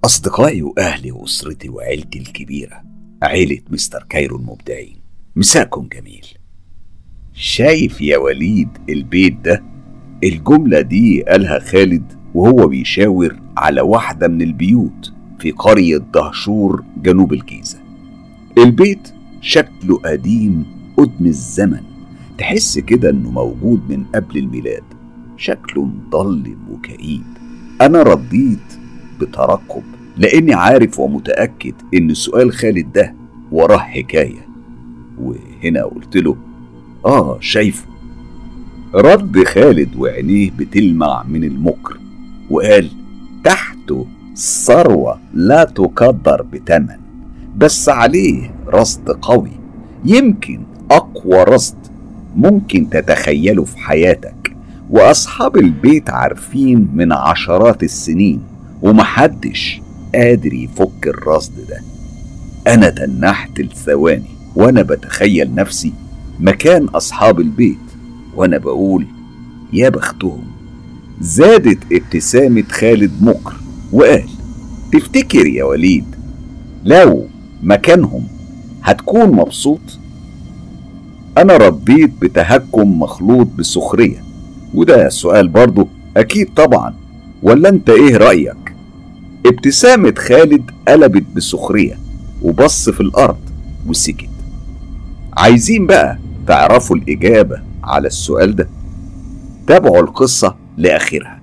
أصدقائي وأهلي وأسرتي وعيلتي الكبيرة، عيلة مستر كايرو المبدعين، مساكم جميل. شايف يا وليد البيت ده؟ الجملة دي قالها خالد وهو بيشاور على واحدة من البيوت في قرية دهشور جنوب الجيزة. البيت شكله قديم قدم الزمن، تحس كده انه موجود من قبل الميلاد، شكله مظلم وكئيب. انا رديت بترقب لاني عارف ومتأكد ان سؤال خالد ده وراه حكاية، وهنا قلت له شايفه. رد خالد وعينيه بتلمع من المكر وقال: تحته ثروة لا تقدر بتمن، بس عليه رصد قوي، يمكن أقوى رصد ممكن تتخيله في حياتك، وأصحاب البيت عارفين من عشرات السنين ومحدش قادر يفك الرصد ده. أنا تنحت لثواني وأنا بتخيل نفسي مكان أصحاب البيت وأنا بقول يا بختهم. زادت ابتسامة خالد مكر وقال: تفتكر يا وليد لو مكانهم هتكون مبسوط؟ أنا رديت بتهكم مخلوط بسخرية، وده سؤال برضه أكيد طبعا، ولا أنت إيه رأيك؟ ابتسامة خالد قلبت بسخرية وبص في الأرض وسكت. عايزين بقى تعرفوا الإجابة على السؤال ده؟ تابعوا القصة لآخرها.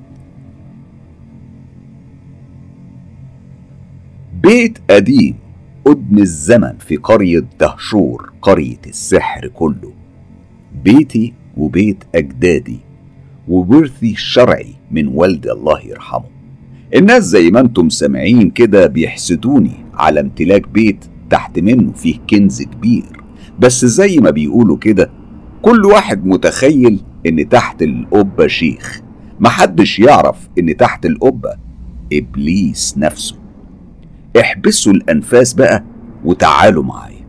بيت قديم قدم الزمن في قرية دهشور، قرية السحر كله، بيتي وبيت أجدادي وورثي الشرعي من والدي الله يرحمه. الناس زي ما انتم سامعين كده بيحسدوني على امتلاك بيت تحت منه فيه كنز كبير، بس زي ما بيقولوا كده كل واحد متخيل ان تحت القبة شيخ، محدش يعرف ان تحت القبة إبليس نفسه. احبسوا الأنفاس بقى وتعالوا معايا.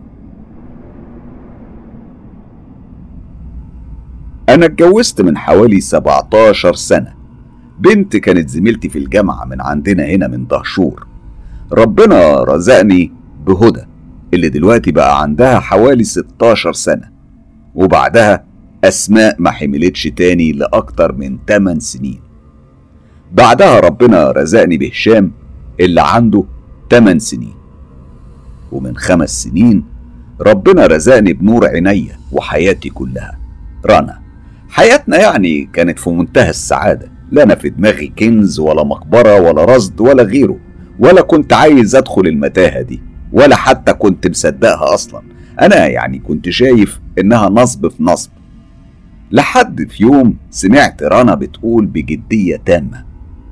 أنا اتجوزت من حوالي 17 سنة، بنت كانت زميلتي في الجامعة من عندنا هنا من دهشور. ربنا رزقني بهدى اللي دلوقتي بقى عندها حوالي 16 سنة، وبعدها أسماء ما حملتش تاني لأكتر من 8 سنين. بعدها ربنا رزقني بهشام اللي عنده 8 سنين، ومن 5 سنين ربنا رزقني بنور عينيا وحياتي كلها، رنا. حياتنا يعني كانت في منتهى السعادة، لا أنا في دماغي كنز ولا مقبرة ولا رصد ولا غيره، ولا كنت عايز أدخل المتاهة دي، ولا حتى كنت مصدقها أصلا. أنا يعني كنت شايف إنها نصب في نصب، لحد في يوم سمعت رنا بتقول بجدية تامة: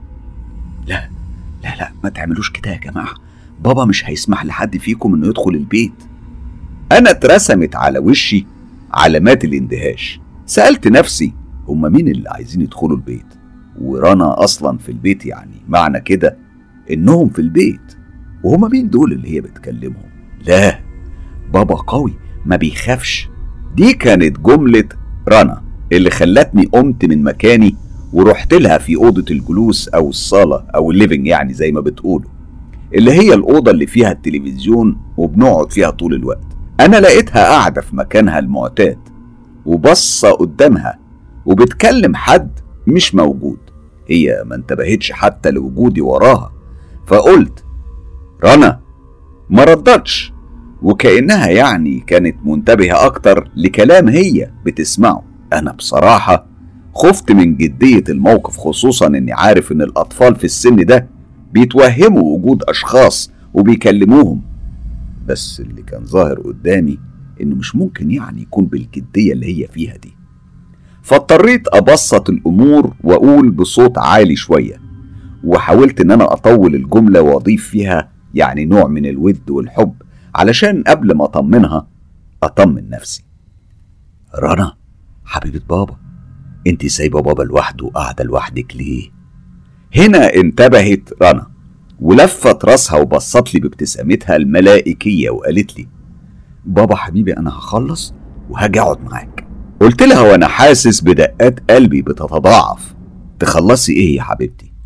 لا لا لا، ما تعملوش كده يا جماعة، بابا مش هيسمح لحد فيكم إنه يدخل البيت. أنا اترسمت على وشي علامات الاندهاش. سألت نفسي هما مين اللي عايزين يدخلوا البيت؟ ورنا أصلا في البيت، يعني معنى كده إنهم في البيت، وهما مين دول اللي هي بتكلمهم؟ لا، بابا قوي ما بيخافش. دي كانت جملة رنا اللي خلتني قمت من مكاني ورحت لها في أوضة الجلوس أو الصالة أو الليفينج، يعني زي ما بتقولوا، اللي هي الأوضة اللي فيها التلفزيون وبنقعد فيها طول الوقت. أنا لقيتها قاعدة في مكانها المعتاد وبصة قدامها وبتكلم حد مش موجود، هي ما انتبهتش حتى لوجودي وراها. فقلت: رنا. ما ردتش، وكأنها يعني كانت منتبهة أكتر لكلام هي بتسمعه. أنا بصراحة خفت من جدية الموقف، خصوصا إني عارف إن الأطفال في السن ده بيتوهموا وجود أشخاص وبيكلموهم، بس اللي كان ظاهر قدامي إنه مش ممكن يعني يكون بالجدية اللي هي فيها دي. فاضطريت أبسط الأمور وأقول بصوت عالي شوية، وحاولت إن أنا أطول الجملة وأضيف فيها يعني نوع من الود والحب، علشان قبل ما أطمنها أطمن نفسي. رنا حبيبة بابا، انت سايبة بابا لوحده وقاعدة لوحدك ليه؟ هنا انتبهت رنا ولفت راسها وبصت لي بابتسامتها الملائكية وقالت لي: بابا حبيبي أنا هخلص وهاجي أقعد معاك. قلت لها وأنا حاسس بدقات قلبي بتتضاعف: تخلصي إيه يا حبيبتي؟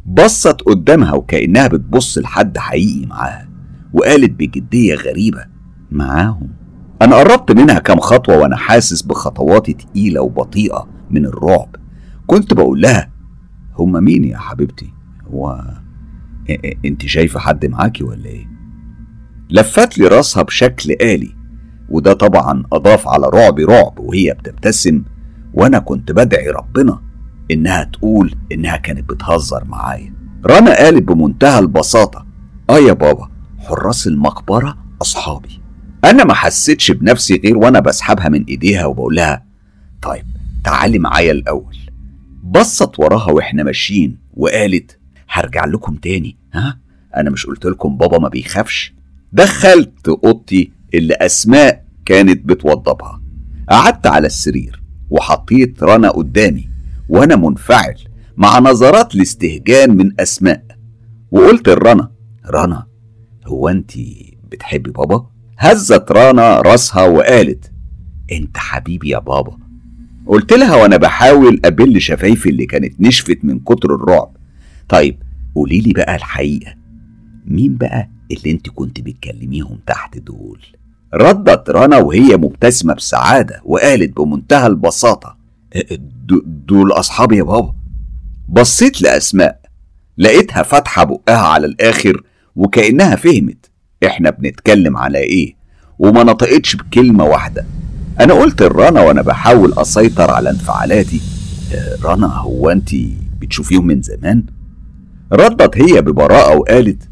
بصت قدامها وكأنها بتبص لحد حقيقي معاها، وقالت بجدية غريبة: معاهم. أنا قربت منها كام خطوة وأنا حاسس بخطواتي تقيلة وبطيئة من الرعب. كنت بقول لها: هما مين يا حبيبتي؟ هو انت شايفة حد معاكي ولا ايه؟ لفت لي راسها بشكل آلي، وده طبعا أضاف على رعبي رعب، وهي بتبتسم، وأنا كنت بدعي ربنا إنها تقول إنها كانت بتهزر معايا. رنا قالت بمنتهى البساطة: يا بابا، حراس المقبرة أصحابي. أنا ما حسيتش بنفسي غير وأنا بسحبها من إيديها وبقولها: طيب تعالي معايا الأول. بصت وراها وإحنا ماشيين وقالت: هرجع لكم تاني، ها؟ أنا مش قلت لكم بابا ما بيخافش؟ دخلت أوضتي اللي أسماء كانت بتوضبها، قعدت على السرير وحطيت رنا قدامي وأنا منفعل مع نظرات الاستهجان من أسماء، وقلت لرنا: رنا، هو أنت بتحبي بابا؟ هزت رنا راسها وقالت: أنت حبيبي يا بابا. قلت لها وأنا بحاول أبل شفايفي اللي كانت نشفت من كتر الرعب: طيب قوليلي بقى الحقيقة، مين بقى اللي انت كنت بتكلميهم تحت دول؟ ردت رنا وهي مبتسمة بسعادة وقالت بمنتهى البساطة: دول أصحابي يا بابا. بصيت لأسماء، لقيتها فاتحة بقها على الآخر وكأنها فهمت احنا بنتكلم على ايه، وما نطقتش بكلمة واحدة. أنا قلت لرنا وأنا بحاول أسيطر على انفعالاتي: رنا، هو انت بتشوفيهم من زمان؟ ردت هي ببراءة وقالت: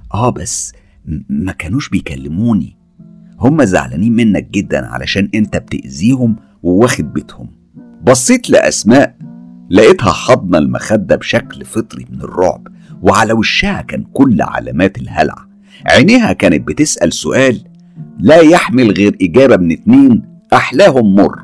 بس ما كانوش بيكلموني، هم زعلانين منك جدا علشان انت بتأذيهم وواخد بيتهم. بصيت لأسماء، لقيتها حضن المخدة بشكل فطري من الرعب، وعلى وشها كان كل علامات الهلع. عينيها كانت بتسأل سؤال لا يحمل غير إجابة من اتنين أحلاهم مر: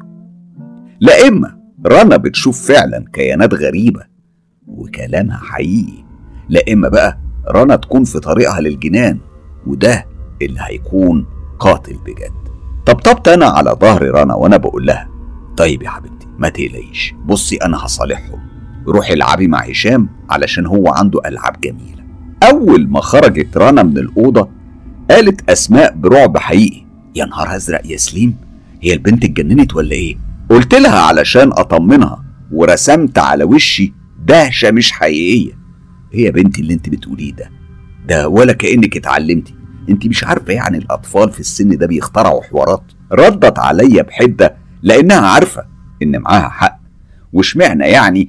لا إما رنا بتشوف فعلا كيانات غريبة وكلامها حقيقي، لا إما بقى رنا تكون في طريقها للجنان، وده اللي هيكون قاتل بجد. طبطبت أنا على ظهر رنا وأنا بقول لها: طيب يا حبيبتي ما تقلقيش، بصي أنا هصالحهم، روحي العبي مع هشام علشان هو عنده ألعاب جميلة. أول ما خرجت رنا من الأوضة قالت أسماء برعب حقيقي: يا نهار أزرق يا سليم، هي البنت اتجننت ولا إيه؟ قلت لها علشان أطمنها، ورسمت على وشي دهشة مش حقيقية: هي بنتي اللي انت بتقوليه ده ولا كأنك اتعلمتي، انت مش عارفة يعني الأطفال في السن ده بيخترعوا حوارات. ردت عليا بحدة لأنها عارفة إن معاها حق، وشمعنا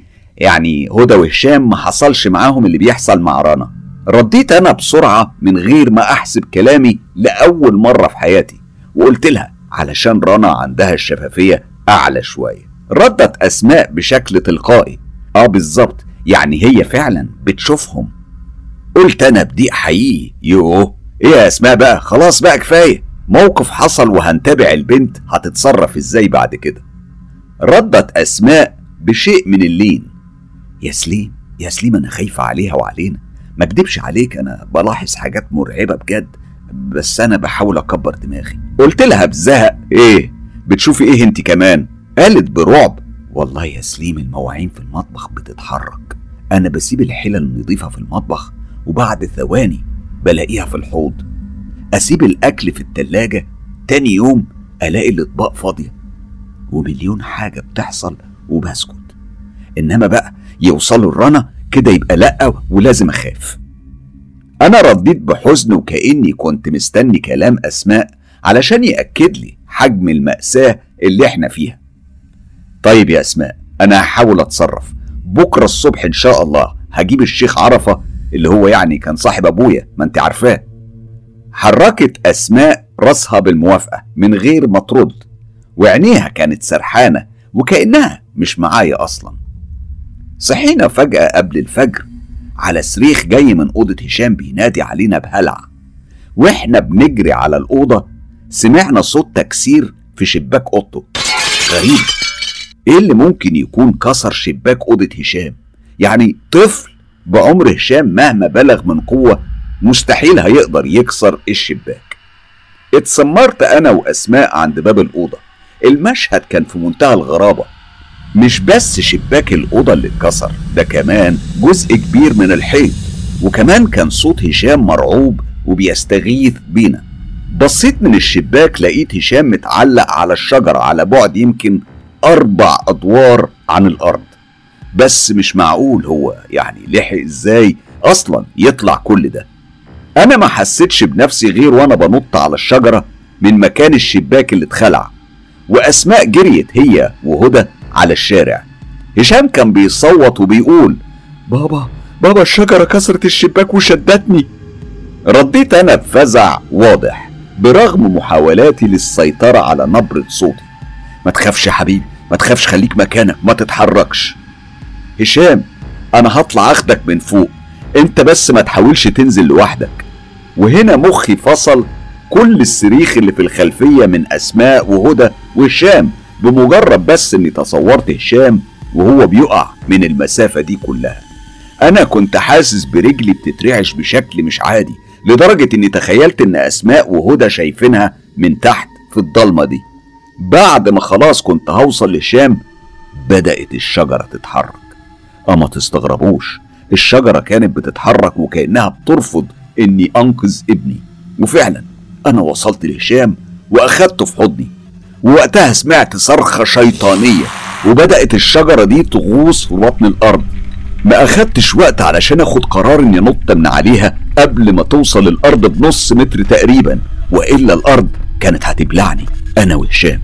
يعني هدى وهشام ما حصلش معاهم اللي بيحصل مع رنا. رديت أنا بسرعة من غير ما أحسب كلامي لأول مرة في حياتي، وقلت لها علشان رنا عندها الشفافية أعلى شوية. ردت أسماء بشكل تلقائي: بالظبط، يعني هي فعلا بتشوفهم. قلت أنا بضيق حقيقي: يوه، إيه يا أسماء بقى، خلاص بقى كفاية، موقف حصل وهنتابع البنت هتتصرف إزاي بعد كده. ردت أسماء بشيء من اللين: يا سليم أنا خايفة عليها وعلينا، ما اكدبش عليك، أنا بلاحظ حاجات مرعبة بجد، بس أنا بحاول أكبر دماغي. قلت لها بزهق: إيه بتشوفي إيه أنت كمان؟ قالت برعب: والله يا سليم المواعين في المطبخ بتتحرك، أنا بسيب الحلل النظيفة في المطبخ وبعد ثواني بلاقيها في الحوض، أسيب الأكل في التلاجة تاني يوم ألاقي الأطباق فاضية، ومليون حاجة بتحصل وبسكت، إنما بقى يوصلوا الرنا كده يبقى لأ ولازم أخاف. أنا رديت بحزن وكأني كنت مستني كلام أسماء علشان يأكد لي حجم المأساة اللي احنا فيها. طيب يا أسماء، أنا هحاول أتصرف، بكرة الصبح إن شاء الله هجيب الشيخ عرفة اللي هو يعني كان صاحب أبويا، ما أنت عارفاه. حركت أسماء راسها بالموافقة من غير ما ترد، وعينيها كانت سرحانة وكأنها مش معايا أصلا. صحينا فجأة قبل الفجر على صريخ جاي من أوضة هشام بينادي علينا بهلع، وإحنا بنجري على الأوضة سمعنا صوت تكسير في شباك أوضته. غريب، إيه اللي ممكن يكون كسر شباك أوضة هشام؟ يعني طفل بعمر هشام مهما بلغ من قوة مستحيل هيقدر يكسر الشباك. اتسمرت أنا وأسماء عند باب الأوضة. المشهد كان في منتهى الغرابة، مش بس شباك الأوضة اللي اتكسر، ده كمان جزء كبير من الحيط، وكمان كان صوت هشام مرعوب وبيستغيث بينا. بصيت من الشباك لقيت هشام متعلق على الشجرة على بعد يمكن 4 أدوار عن الأرض. بس مش معقول، هو يعني لحق ازاي أصلا يطلع كل ده؟ أنا ما حسيتش بنفسي غير وأنا بنط على الشجرة من مكان الشباك اللي اتخلع، وأسماء جريت هي وهدى على الشارع. هشام كان بيصوت وبيقول: بابا الشجرة كسرت الشباك وشدتني. رديت أنا بفزع واضح برغم محاولاتي للسيطرة على نبرة صوتي: ما تخافش يا حبيبي، ما تخافش، خليك مكانك ما تتحركش. هشام أنا هطلع أخدك من فوق، أنت بس ما تحاولش تنزل لوحدك. وهنا مخي فصل كل الصريخ اللي في الخلفية من أسماء وهدى وهشام بمجرد بس اني تصورت هشام وهو بيقع من المسافة دي كلها. انا كنت حاسس برجلي بتترعش بشكل مش عادي، لدرجة اني تخيلت ان اسماء وهدى شايفينها من تحت في الضلمة دي. بعد ما خلاص كنت هوصل لهشام بدأت الشجرة تتحرك. اما تستغربوش، الشجرة كانت بتتحرك وكأنها بترفض اني انقذ ابني. وفعلا انا وصلت لهشام واخدته في حضني، ووقتها سمعت صرخة شيطانية وبدأت الشجرة دي تغوص في بطن الأرض. ما أخدتش وقت علشان أخد قرار إني أنط من عليها قبل ما توصل الأرض بنص متر تقريبا، وإلا الأرض كانت هتبلعني أنا وهشام.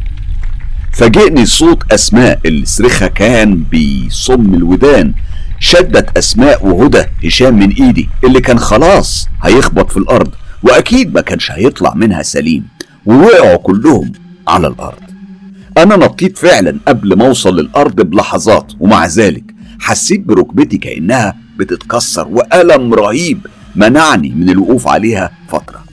فاجئني صوت أسماء اللي صريخها كان بيصم الودان. شدت أسماء وهدى هشام من إيدي اللي كان خلاص هيخبط في الأرض وأكيد ما كانش هيطلع منها سليم، ووقعوا كلهم على الأرض. أنا نطيت فعلا قبل ما أوصل للأرض بلحظات، ومع ذلك حسيت بركبتي كأنها بتتكسر، وألم رهيب منعني من الوقوف عليها فترة.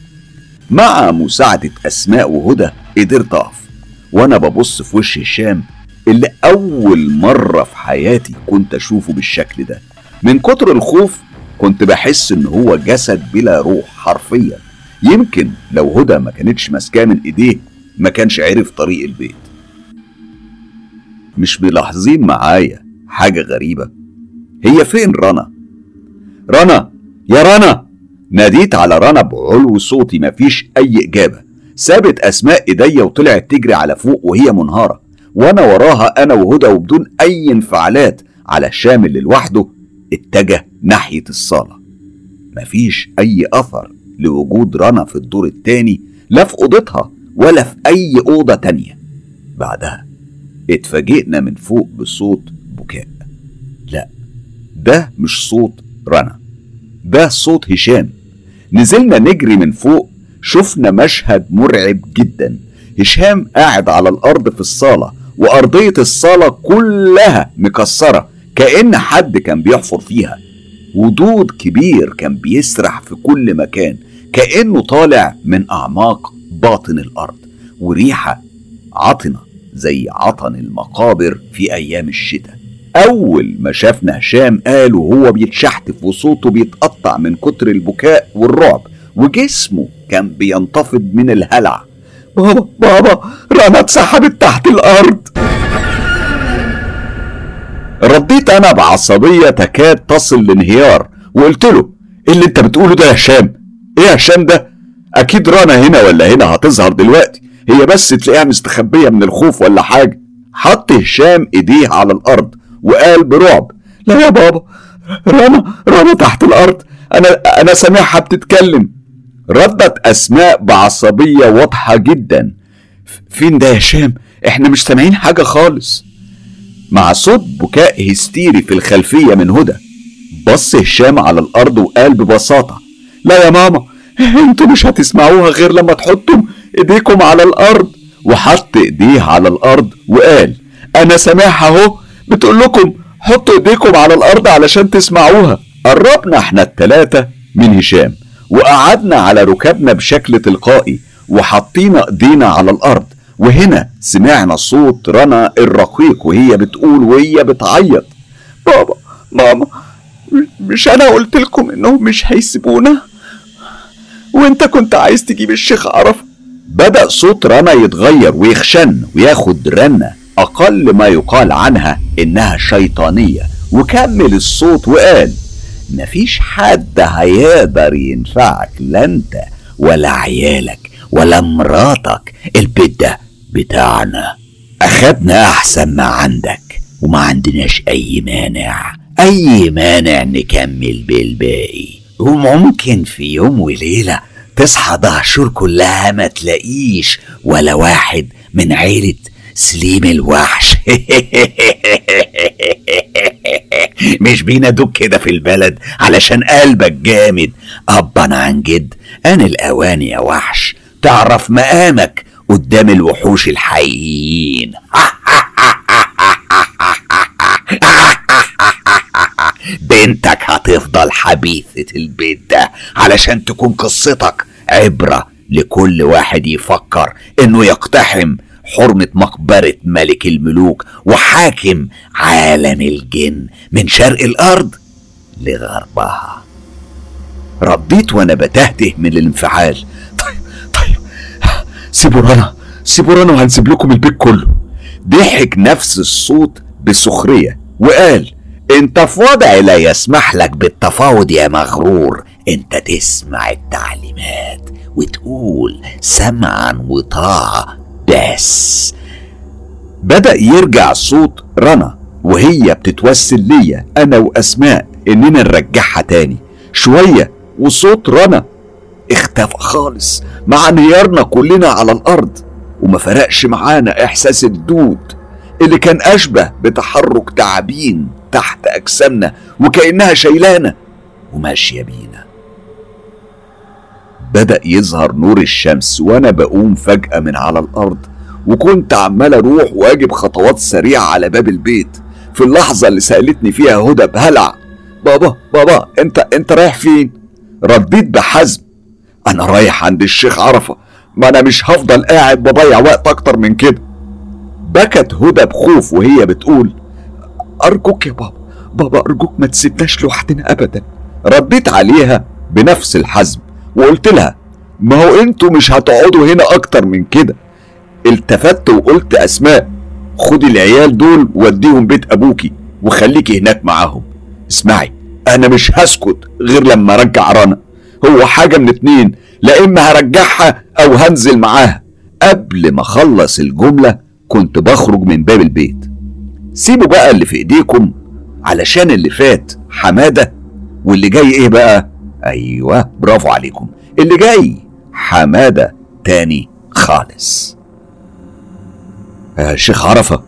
مع مساعدة أسماء وهدى قدرت أقف، وأنا ببص في وش هشام اللي أول مرة في حياتي كنت أشوفه بالشكل ده. من كتر الخوف كنت بحس إن هو جسد بلا روح حرفيا. يمكن لو هدى ما كانتش ماسكاه من إيديه ما كانش عرف طريق البيت. مش ملاحظين معايا حاجة غريبة؟ هي فين رنا؟ رنا يا رنا! ناديت على رنا بعلو صوتي، مفيش أي إجابة. سابت أسماء إيديا وطلعت تجري على فوق وهي منهارة، وأنا وراها أنا وهدى، وبدون أي انفعالات على هشام اللي لوحده اتجه ناحية الصالة. مفيش أي أثر لوجود رنا في الدور التاني، لا في أوضتها ولا في أي أوضة تانية. بعدها اتفاجئنا من فوق بصوت بكاء. لا، ده مش صوت رنا، ده صوت هشام. نزلنا نجري من فوق، شفنا مشهد مرعب جدا. هشام قاعد على الأرض في الصالة، وأرضية الصالة كلها مكسرة كأن حد كان بيحفر فيها. ودود كبير كان بيسرح في كل مكان كأنه طالع من أعماق باطن الأرض، وريحة عطنة زي عطن المقابر في أيام الشتاء. أول ما شافنا هشام قال وهو بيتشحتف وصوته بيتقطع من كتر البكاء والرعب، وجسمه كان بينتفض من الهلع: بابا رنا اتسحبت تحت الأرض. رديت أنا بعصبية تكاد تصل للانهيار وقلت له: إيه اللي أنت بتقوله ده يا هشام؟ إيه يا هشام ده؟ أكيد رنا هنا ولا هنا هتظهر دلوقتي، هي بس تلاقيها مستخبية من الخوف ولا حاجة. حط هشام إيديه على الأرض وقال برعب: لا يا بابا، رنا تحت الأرض، أنا سامعها بتتكلم. ردت أسماء بعصبية واضحة جدا: فين ده يا هشام؟ إحنا مش سامعين حاجة خالص. مع صوت بكاء هستيري في الخلفية من هدى، بص هشام على الأرض وقال ببساطة: لا يا ماما، انتوا مش هتسمعوها غير لما تحطوا ايديكم على الأرض. وحط ايديه على الأرض وقال: أنا سامعها اهو، بتقول لكم حطوا ايديكم على الأرض علشان تسمعوها. قربنا احنا التلاتة من هشام وقعدنا على ركابنا بشكل تلقائي وحطينا ايدينا على الأرض، وهنا سمعنا صوت رنا الرقيق وهي بتقول وهي بتعيط: بابا ماما، مش أنا قلت لكم إنهم مش هيسيبونا؟ وإنت كنت عايز تجيب الشيخ عرفة؟ بدأ صوت رنا يتغير ويخشن وياخد رنة أقل ما يقال عنها إنها شيطانية، وكمل الصوت وقال: مفيش حد هيقدر ينفعك، لا انت ولا عيالك ولا مراتك. البيت ده بتاعنا، أخدنا أحسن ما عندك، وما عندناش أي مانع نكمل بالباقي. وممكن في يوم وليلة تصحى دهشور كلها ما تلاقيش ولا واحد من عيلة سليم الوحش. مش بينادوك كده في البلد علشان قلبك جامد؟ أبا عن جد، أنا الأوان يا وحش تعرف مقامك قدام الوحوش الحقيقيين. بنتك هتفضل حبيثة البيت ده علشان تكون قصتك عبرة لكل واحد يفكر انه يقتحم حرمة مقبرة ملك الملوك وحاكم عالم الجن من شرق الارض لغربها. رديت وانا بتهته من الانفعال: طيب سيبوا رنا وهنسيب لكم البيت كله. ضحك نفس الصوت بسخرية وقال: انت في وضع لا يسمح لك بالتفاوض يا مغرور، انت تسمع التعليمات وتقول سمعا وطاعة بس. بدأ يرجع صوت رنا وهي بتتوسل ليا انا واسماء اننا نرجعها تاني شوية، وصوت رنا اختفى خالص مع انهيارنا كلنا على الارض، وما فرقش معانا احساس الدود اللي كان اشبه بتحرك تعابين تحت اجسامنا وكأنها شايلانا وماشية بينا. بدأ يظهر نور الشمس وانا بقوم فجأة من على الارض، وكنت عمال اروح واجب خطوات سريعة على باب البيت في اللحظة اللي سألتني فيها هدى بهلع: بابا انت رايح فين؟ رديت بحزم: انا رايح عند الشيخ عرفة، ما انا مش هفضل قاعد بضيع وقت اكتر من كده. بكت هدى بخوف وهي بتقول: ارجوك يا بابا ارجوك ما تسيبناش لوحدنا ابدا. رديت عليها بنفس الحزم وقلت لها: ما هو انتوا مش هتقعدوا هنا اكتر من كده. التفت وقلت: اسماء، خدي العيال دول وديهم بيت ابوكي وخليكي هناك معاهم. اسمعي، انا مش هسكت غير لما ارجع رنا. هو حاجة من اتنين، لا اما هرجعها او هنزل معاها. قبل ما اخلص الجملة كنت بخرج من باب البيت. سيبوا بقى اللي في ايديكم علشان اللي فات حمادة، واللي جاي ايه بقى؟ ايوه برافو عليكم، اللي جاي حمادة تاني خالص. شيخ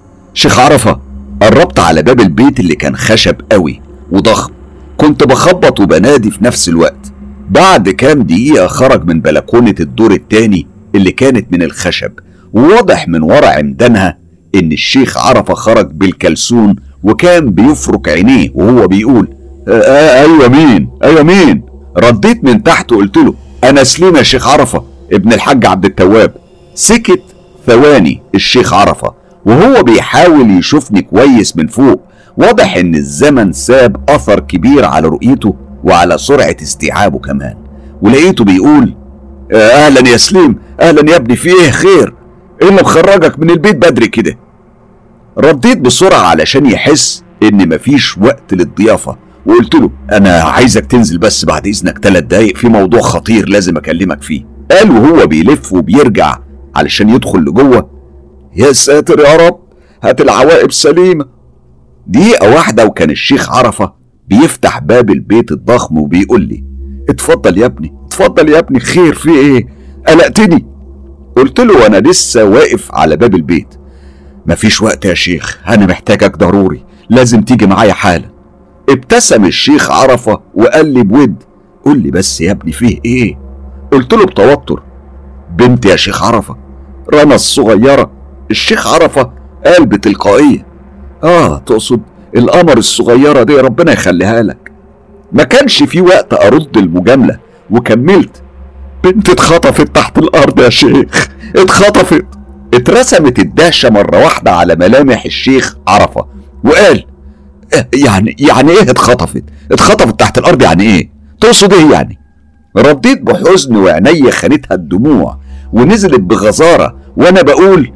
عرفة. قربت على باب البيت اللي كان خشب قوي وضخم، كنت بخبط وبنادي في نفس الوقت. بعد كام دقيقة خرج من بلكونة الدور التاني اللي كانت من الخشب، وواضح من ورا عمدانها ان الشيخ عرفة خرج بالكلسون وكان بيفرك عينيه وهو بيقول: ايوه مين؟ رديت من تحت وقلت له: انا سليم يا شيخ عرفة ابن الحاج عبد التواب. سكت ثواني الشيخ عرفة وهو بيحاول يشوفني كويس من فوق، واضح ان الزمن ساب اثر كبير على رؤيته وعلى سرعة استيعابه كمان. ولقيته بيقول: اهلا يا سليم، اهلا يا ابني، في ايه خير؟ ايه اللي مخرجك من البيت بدري كده؟ رديت بسرعة علشان يحس ان مفيش وقت للضيافة، وقلت له: انا عايزك تنزل بس بعد اذنك 3 دقايق، في موضوع خطير لازم اكلمك فيه. قال وهو بيلف وبيرجع علشان يدخل لجوه: يا ساتر يا رب، هات العواقب سليمة. دقيقة واحدة وكان الشيخ عرفة بيفتح باب البيت الضخم وبيقول لي: اتفضل يا ابني، خير في ايه؟ قلقتني. قلت له وانا لسه واقف على باب البيت: مفيش وقت يا شيخ، انا محتاجك ضروري، لازم تيجي معايا حالا. ابتسم الشيخ عرفة وقال لي بود: قول لي بس يا ابني فيه ايه؟ قلت له بتوتر: بنتي يا شيخ عرفة، رنا الصغيرة. الشيخ عرفة قال بتلقائية: تقصد القمر الصغيرة دي، ربنا يخليها لك. ما كانش في وقت ارد المجاملة وكملت: بنت اتخطفت تحت الارض يا شيخ، اتخطفت. اترسمت الدهشة مرة واحدة على ملامح الشيخ عرفة وقال: يعني ايه اتخطفت تحت الارض؟ يعني ايه؟ تقصد ايه يعني؟ رديت بحزن وعيني خانتها الدموع ونزلت بغزارة وانا بقول: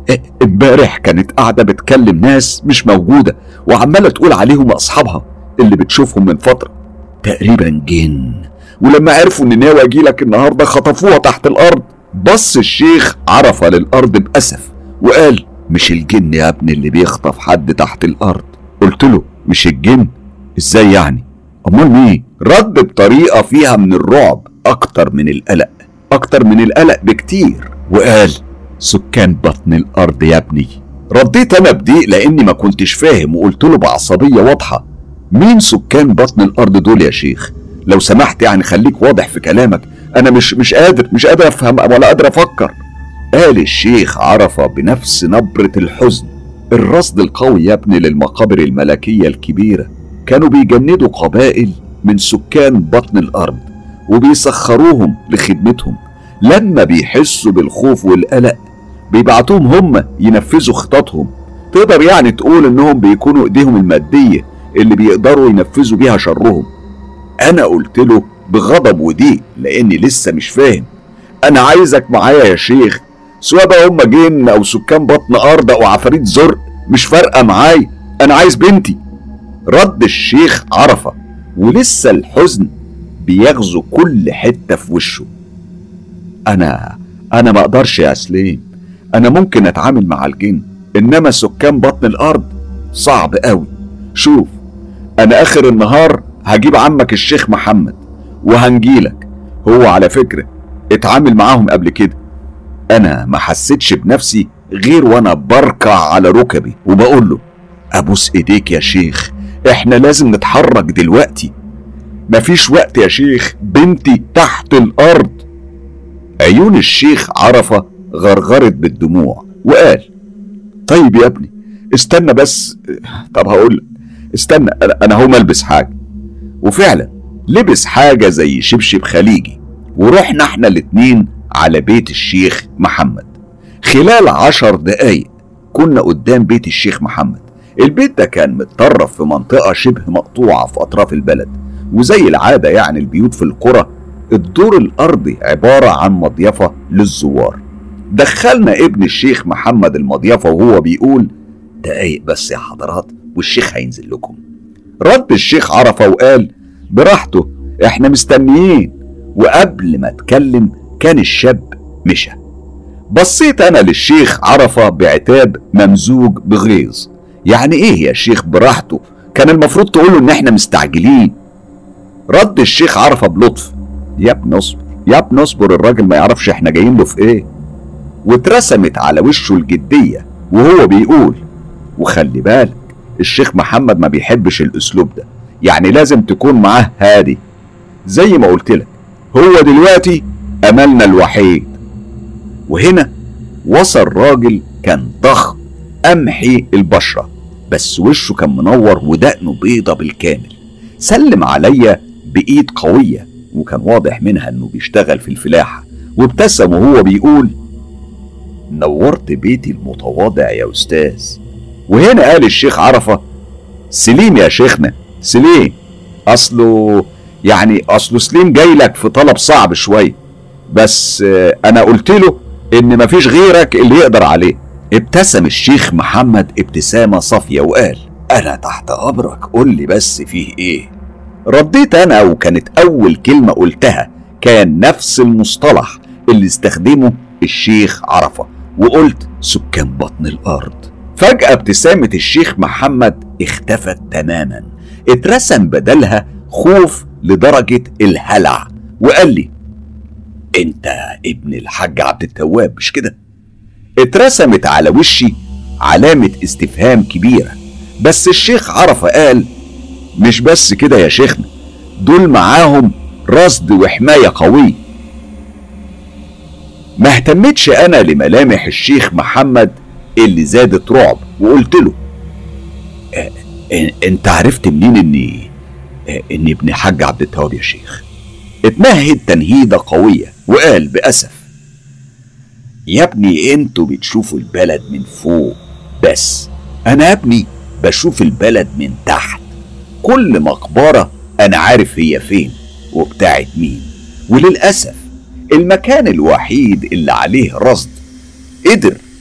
امبارح كانت قاعدة بتكلم ناس مش موجودة وعمالة تقول عليهم أصحابها اللي بتشوفهم من فترة، تقريبا جن، ولما عرفوا إن ناوي أجيلك النهاردة خطفوها تحت الأرض. بص الشيخ عرفة للأرض بأسف وقال: مش الجن يا ابني اللي بيخطف حد تحت الأرض. قلت له: مش الجن؟ ازاي يعني؟ أمال مين؟ رد بطريقة فيها من الرعب أكتر من القلق، أكتر من القلق بكتير، وقال: سكان بطن الأرض يا ابني. رديت أنا بضيق لأني ما كنتش فاهم، وقلت له بعصبية واضحة: مين سكان بطن الأرض دول يا شيخ؟ لو سمحت يعني خليك واضح في كلامك، أنا مش قادر أفهم ولا قادر أفكر. قال الشيخ عرفة بنفس نبرة الحزن: الرصد القوي يا ابني للمقابر الملكية الكبيرة كانوا بيجندوا قبائل من سكان بطن الأرض وبيسخروهم لخدمتهم، لما بيحسوا بالخوف والقلق بيبعتوهم هم ينفذوا خططهم. تقدر يعني تقول انهم بيكونوا ايديهم المادية اللي بيقدروا ينفذوا بيها شرهم. انا قلت له بغضب وضيق لاني لسه مش فاهم: انا عايزك معايا يا شيخ، سواء بقى هم جن او سكان بطن ارض او عفاريت زرق، مش فارقة معايا، انا عايز بنتي. رد الشيخ عرفة ولسه الحزن بيغزو كل حتة في وشه: انا ما اقدرش يا سليم، انا ممكن اتعامل مع الجن، انما سكان بطن الارض صعب قوي. شوف، انا اخر النهار هجيب عمك الشيخ محمد وهنجيلك، هو على فكرة اتعامل معاهم قبل كده. انا ما حسيتش بنفسي غير وانا بركع على ركبي وبقول له: ابوس ايديك يا شيخ، احنا لازم نتحرك دلوقتي، مفيش وقت يا شيخ، بنتي تحت الارض. عيون الشيخ عرفة غرغرت بالدموع وقال: طيب يا ابني استنى بس، طب هقولك استنى، انا هقوم البس حاجة. وفعلا لبس حاجة زي شبشب خليجي ورحنا احنا الاتنين على بيت الشيخ محمد. خلال 10 دقايق كنا قدام بيت الشيخ محمد. البيت ده كان متطرف في منطقة شبه مقطوعة في أطراف البلد، وزي العادة يعني البيوت في القرى الدور الأرضي عبارة عن مضيفة للزوار. دخلنا ابن الشيخ محمد المضيفة وهو بيقول: دقايق بس يا حضرات والشيخ هينزل لكم. رد الشيخ عرفة وقال: براحته، احنا مستنيين. وقبل ما اتكلم كان الشاب مشى. بصيت انا للشيخ عرفة بعتاب ممزوج بغيظ: يعني ايه يا شيخ براحته؟ كان المفروض تقوله ان احنا مستعجلين. رد الشيخ عرفة بلطف: يا ابن اصبر، يا ابن اصبر، الراجل ما يعرفش احنا جايين له في ايه. واترسمت على وشه الجدية وهو بيقول: وخلي بالك الشيخ محمد ما بيحبش الاسلوب ده، يعني لازم تكون معاه هادي. زي ما قلت لك هو دلوقتي املنا الوحيد. وهنا وصل راجل كان ضخم قمحي البشرة، بس وشه كان منور ودقنه بيضة بالكامل. سلم عليا بإيد قوية وكان واضح منها انه بيشتغل في الفلاحة، وابتسم وهو بيقول: نورت بيتي المتواضع يا أستاذ. وهنا قال الشيخ عرفة: سليم يا شيخنا، سليم. أصله سليم جاي لك في طلب صعب شوية، بس أنا قلت له إن مفيش غيرك اللي يقدر عليه. ابتسم الشيخ محمد ابتسامة صافية وقال: أنا تحت أمرك، قول لي بس فيه إيه. رديت أنا، وكانت أول كلمة قلتها كان نفس المصطلح اللي استخدمه الشيخ عرفة، وقلت: سكان بطن الأرض. فجأة ابتسامة الشيخ محمد اختفت تماما، اترسم بدلها خوف لدرجة الهلع، وقال لي: انت ابن الحاج عبد التواب مش كده؟ اترسمت على وشي علامة استفهام كبيرة، بس الشيخ عرفة قال: مش بس كده يا شيخنا، دول معاهم رصد وحماية قوي. ما اهتمتش انا لملامح الشيخ محمد اللي زادت رعب، وقلت له: انت عرفت منين اني ابن حاج عبد التواب يا شيخ؟ اتمهد تنهيدة قوية وقال بأسف: يا ابني انتوا بتشوفوا البلد من فوق، بس انا يا ابني بشوف البلد من تحت. كل مقبرة انا عارف هي فين وبتاعت مين، وللأسف المكان الوحيد اللي عليه رصد قدر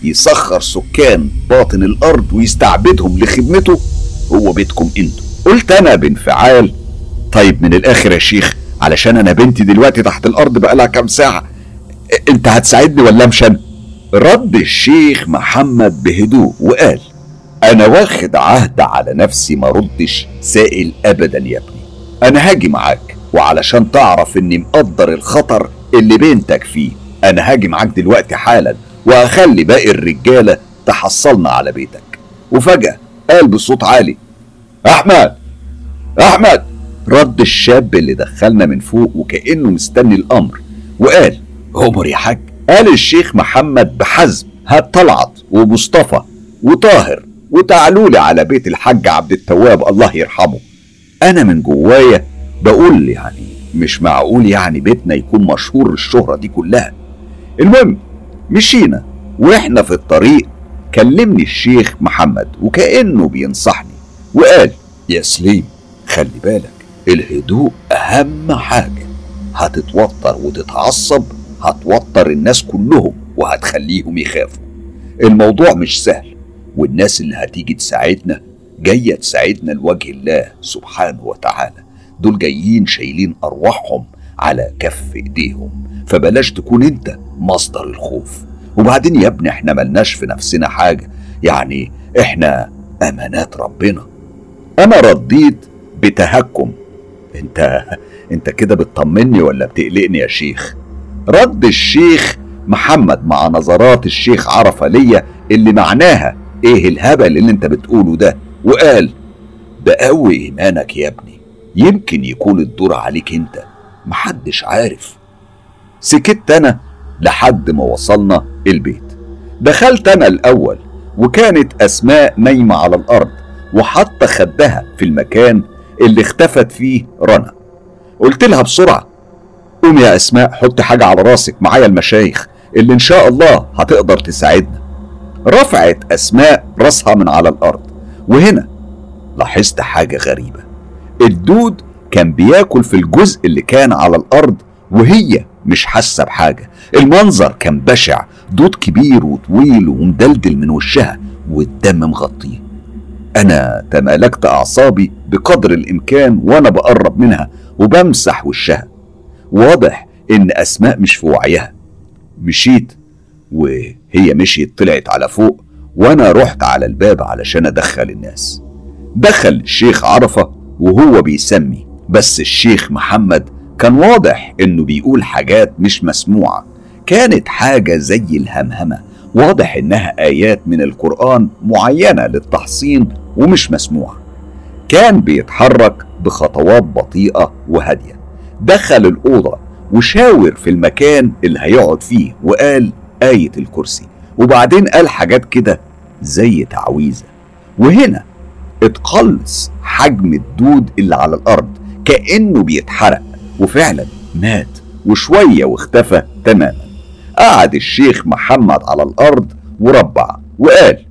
يسخر سكان باطن الارض ويستعبدهم لخدمته هو بيتكم انتوا. قلت انا بانفعال: طيب من الاخر يا شيخ، علشان انا بنتي دلوقتي تحت الارض بقالها كام ساعة، انت هتساعدني ولا امشي انا؟ رد الشيخ محمد بهدوء وقال: انا واخد عهد على نفسي ما ردش سائل ابدا يا ابني. انا هاجي معاك، وعلشان تعرف اني مقدر الخطر اللي بنتك فيه انا هاجي معاك دلوقتي حالا، وهخلي باقي الرجالة تحصلنا على بيتك. وفجأة قال بصوت عالي: احمد احمد. رد الشاب اللي دخلنا من فوق وكأنه مستني الامر وقال: عمر يا حاج. قال الشيخ محمد بحزم: هات طلعت ومصطفى وطاهر وتعالولي على بيت الحاج عبد التواب الله يرحمه. انا من جوايا بقول يعني مش معقول يعني بيتنا يكون مشهور الشهرة دي كلها. المهم مشينا، واحنا في الطريق كلمني الشيخ محمد وكأنه بينصحني وقال: يا سليم خلي بالك، الهدوء اهم حاجة. هتتوتر وتتعصب هتوتر الناس كلهم وهتخليهم يخافوا. الموضوع مش سهل، والناس اللي هتيجي تساعدنا جاية تساعدنا لوجه الله سبحانه وتعالى. دول جايين شايلين أرواحهم على كف إيديهم، فبلاش تكون انت مصدر الخوف. وبعدين يا ابني احنا ملناش في نفسنا حاجة، يعني احنا أمانات ربنا. أنا رديت بتهكم: انت كده بتطمني ولا بتقلقني يا شيخ؟ رد الشيخ محمد مع نظرات الشيخ عرفة ليا اللي معناها: ايه الهبل اللي انت بتقوله ده؟ وقال: ده قوي ايمانك يا ابني، يمكن يكون الدور عليك انت، محدش عارف. سكت انا لحد ما وصلنا البيت. دخلت انا الاول، وكانت اسماء نايمة على الارض وحاطة خدها في المكان اللي اختفت فيه رنا. قلت لها بسرعة: قوم يا اسماء، حط حاجة على راسك، معايا المشايخ اللي ان شاء الله هتقدر تساعدنا. رفعت اسماء راسها من على الارض، وهنا لاحظت حاجة غريبة: الدود كان بياكل في الجزء اللي كان على الارض وهي مش حاسة بحاجة. المنظر كان بشع، دود كبير وطويل ومدلدل من وشها والدم مغطيه. انا تمالكت اعصابي بقدر الامكان وانا بقرب منها وبمسح وشها. واضح ان اسماء مش في وعيها. مشيت وهي مشيت طلعت على فوق، وانا رحت على الباب علشان ادخل الناس. دخل الشيخ عرفة وهو بيسمي، بس الشيخ محمد كان واضح انه بيقول حاجات مش مسموعة، كانت حاجة زي الهمهمة، واضح انها ايات من القرآن معينة للتحصين ومش مسموعة. كان بيتحرك بخطوات بطيئة وهادية. دخل الأوضة وشاور في المكان اللي هيقعد فيه وقال آية الكرسي، وبعدين قال حاجات كده زي تعويذة. وهنا اتقلص حجم الدود اللي على الأرض كأنه بيتحرق، وفعلا مات وشوية واختفى تماما. قعد الشيخ محمد على الأرض وربع وقال: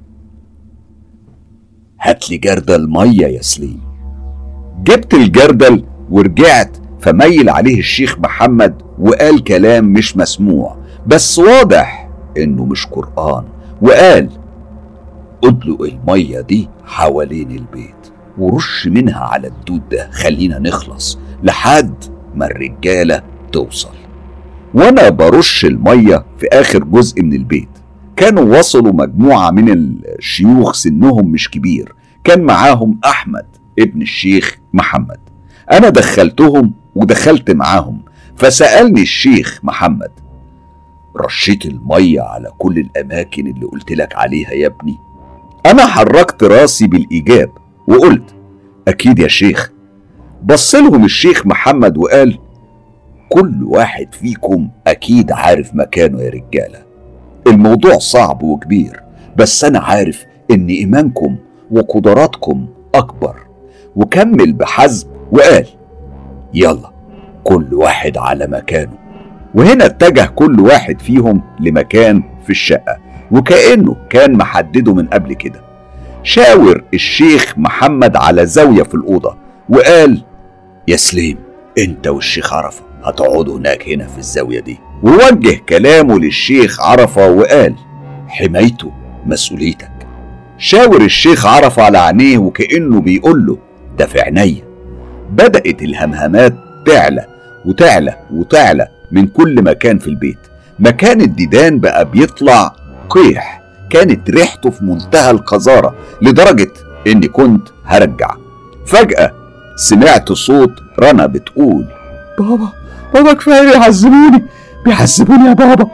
هاتلي جردل مية يا سليم. جبت الجردل ورجعت، فميل عليه الشيخ محمد وقال كلام مش مسموع بس واضح انه مش قرآن، وقال: ادلق المية دي حوالين البيت ورش منها على الدود ده، خلينا نخلص لحد ما الرجالة توصل. وانا برش المية في اخر جزء من البيت كانوا وصلوا مجموعة من الشيوخ سنهم مش كبير، كان معاهم احمد ابن الشيخ محمد. انا دخلتهم ودخلت معاهم، فسألني الشيخ محمد: رشيت المية على كل الاماكن اللي قلت لك عليها يا ابني؟ انا حركت راسي بالايجاب وقلت: اكيد يا شيخ. بصلهم الشيخ محمد وقال: كل واحد فيكم اكيد عارف مكانه يا رجالة. الموضوع صعب وكبير، بس انا عارف ان ايمانكم وقدراتكم اكبر. وكمل بحزم وقال: يلا كل واحد على مكانه. وهنا اتجه كل واحد فيهم لمكان في الشقة وكأنه كان محدده من قبل كده. شاور الشيخ محمد على زاوية في الأوضة وقال: يا سليم انت والشيخ عرفة هتقعدوا هناك هنا في الزاوية دي. ووجه كلامه للشيخ عرفة وقال: حمايته مسؤوليتك. شاور الشيخ عرفة على عينيه وكأنه بيقول له ده في عينيا. بدأت الهمهمات تعلى وتعلى وتعلى من كل مكان في البيت. مكان الديدان بقى بيطلع قيح، كانت ريحته في منتهى القذارة لدرجة اني كنت هرجع. فجأة سمعت صوت رنا بتقول بابا كفاية بيعذبوني يا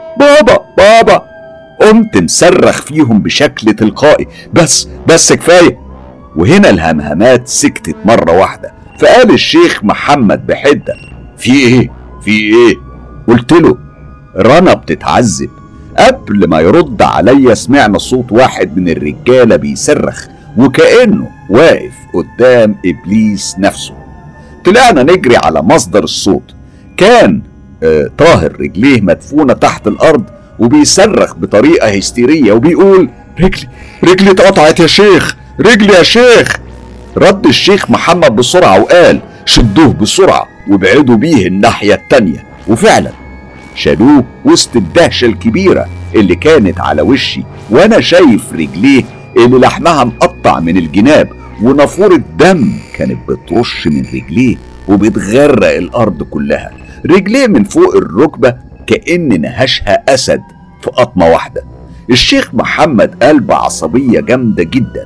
بابا. قمت مصرخ فيهم بشكل تلقائي، بس كفاية. وهنا الهمهمات سكتت مرة واحدة، فقال الشيخ محمد بحدة في ايه؟ قلت له رنا بتتعذب. قبل ما يرد عليا سمعنا صوت واحد من الرجالة بيصرخ وكأنه واقف قدام إبليس نفسه. طلعنا نجري على مصدر الصوت. كان طاهر رجليه مدفونة تحت الأرض وبيصرخ بطريقة هستيرية وبيقول رجلي اتقطعت يا شيخ، رجلي يا شيخ. رد الشيخ محمد بسرعة وقال شدوه بسرعة وابعدوا بيه الناحية التانية. وفعلا شالوه وسط الدهشة الكبيرة اللي كانت على وشي، وانا شايف رجليه اللي لحمها مقطع من الجناب ونافورة دم كانت بترش من رجليه وبتغرق الارض كلها. رجليه من فوق الركبة كأن نهشها اسد في قطمة واحدة. الشيخ محمد قال بعصبية جامدة جدا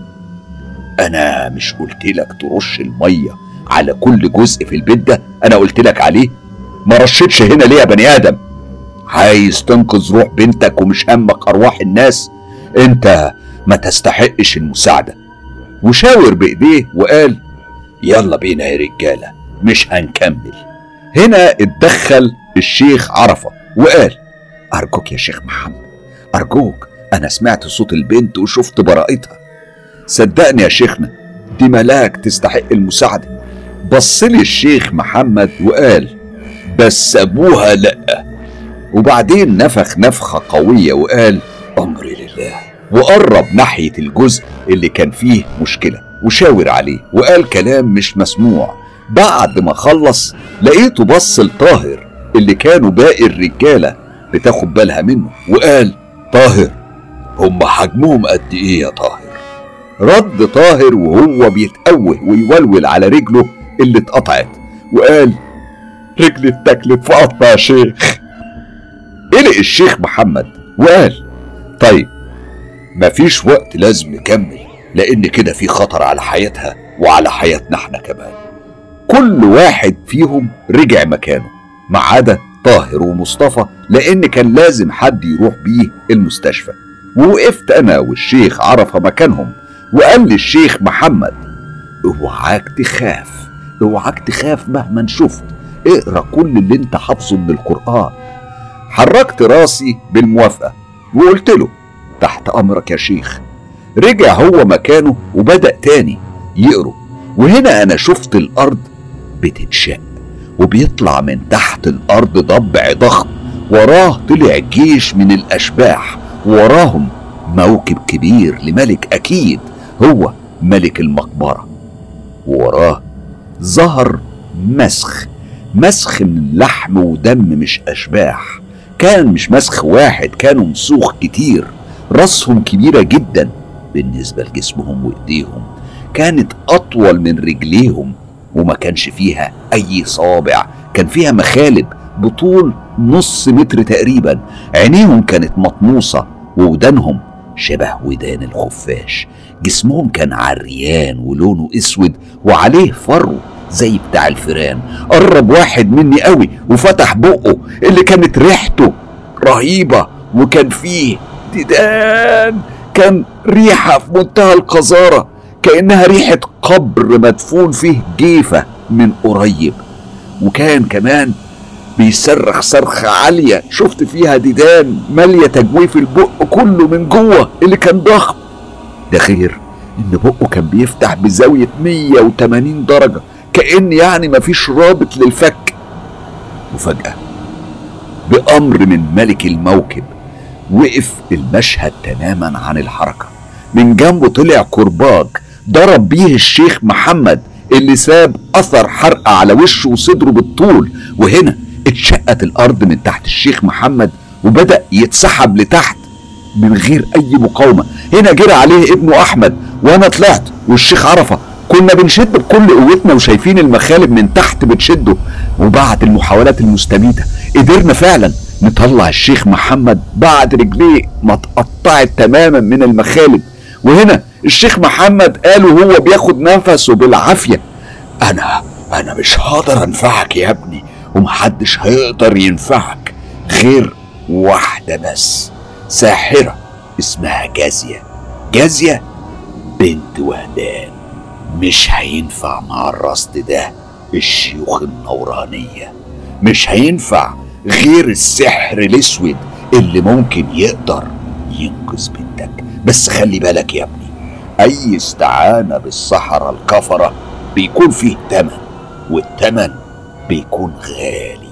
انا مش قلتلك ترش المية على كل جزء في البيت ده؟ انا قلتلك عليه؟ ما رشتش هنا ليه يا بني ادم؟ عايز تنقذ روح بنتك ومش همك ارواح الناس؟ انت ما تستحقش المساعدة. وشاور بايديه وقال يلا بينا يا رجالة مش هنكمل. هنا اتدخل الشيخ عرفة وقال ارجوك يا شيخ محمد، ارجوك، انا سمعت صوت البنت وشفت براءتها. صدقني يا شيخنا دي ملاك تستحق المساعدة. بصلي الشيخ محمد وقال بس ابوها لأ. وبعدين نفخ نفخة قوية وقال امري لله، وقرب ناحية الجزء اللي كان فيه مشكلة وشاور عليه وقال كلام مش مسموع. بعد ما خلص لقيته بص لطاهر اللي كانوا باقي الرجالة بتاخد بالها منه وقال طاهر هم حجمهم قد ايه يا طاهر؟ رد طاهر وهو بيتقوه ويولول على رجله اللي اتقطعت وقال رجلي اتاكلت في قطمة يا شيخ. قلق الشيخ محمد وقال طيب مفيش وقت، لازم نكمل لان كده في خطر على حياتها وعلى حياتنا احنا كمان. كل واحد فيهم رجع مكانه ما عدا طاهر ومصطفى لان كان لازم حد يروح بيه المستشفى. ووقفت انا والشيخ عرفة مكانهم وقال للشيخ محمد اوعاك تخاف مهما شفت، اقرأ كل اللي انت حافظه من القرآن. حركت راسي بالموافقة وقلت له تحت امرك يا شيخ. رجع هو مكانه وبدأ تاني يقرأ. وهنا انا شفت الارض بتتشق وبيطلع من تحت الارض ضبع ضخم، وراه طلع جيش من الاشباح، وراهم موكب كبير لملك اكيد هو ملك المقبرة، ووراه ظهر مسخ من لحم ودم مش اشباح. كان مش مسخ واحد، كانوا مسوخ كتير. راسهم كبيرة جدا بالنسبة لجسمهم وايديهم كانت اطول من رجليهم، وما كانش فيها اي صابع، كان فيها مخالب بطول نص متر تقريبا. عينيهم كانت مطموسة وودانهم شبه ودان الخفاش. جسمهم كان عريان ولونه اسود وعليه فرو زي بتاع الفيران. قرب واحد مني قوي وفتح بقه اللي كانت ريحته رهيبة وكان فيه ديدان. كان ريحة في منتهى القذارة كأنها ريحة قبر مدفون فيه جيفة من قريب. وكان كمان بيصرخ صرخة عالية شفت فيها ديدان مالية تجويف البق كله من جوه اللي كان ضخم. ده غير ان بقه كان بيفتح بزاوية 180 درجة كأن يعني مفيش رابط للفك. وفجأة بأمر من ملك الموكب وقف المشهد تماما عن الحركة. من جنبه طلع كرباج ضرب بيه الشيخ محمد اللي ساب أثر حرقة على وشه وصدره بالطول. وهنا اتشقت الأرض من تحت الشيخ محمد وبدأ يتسحب لتحت من غير اي مقاومة. هنا جرى عليه ابنه احمد وانا طلعت والشيخ عرفة، كنا بنشد بكل قوتنا وشايفين المخالب من تحت بتشده، وبعد المحاولات المستميتة قدرنا فعلا نطلع الشيخ محمد بعد رجليه ما اتقطعت تماما من المخالب. وهنا الشيخ محمد قال وهو بياخد نفسه بالعافية: انا مش هقدر انفعك يا ابني، ومحدش هيقدر ينفعك غير واحدة بس، ساحرة اسمها جازية بنت وهدان. مش هينفع مع الرصد ده الشيوخ النورانية، مش هينفع غير السحر الاسود اللي ممكن يقدر ينقذ بنتك. بس خلي بالك يا ابني، اي استعانة بالسحرة الكفرة بيكون فيه تمن، والتمن بيكون غالي.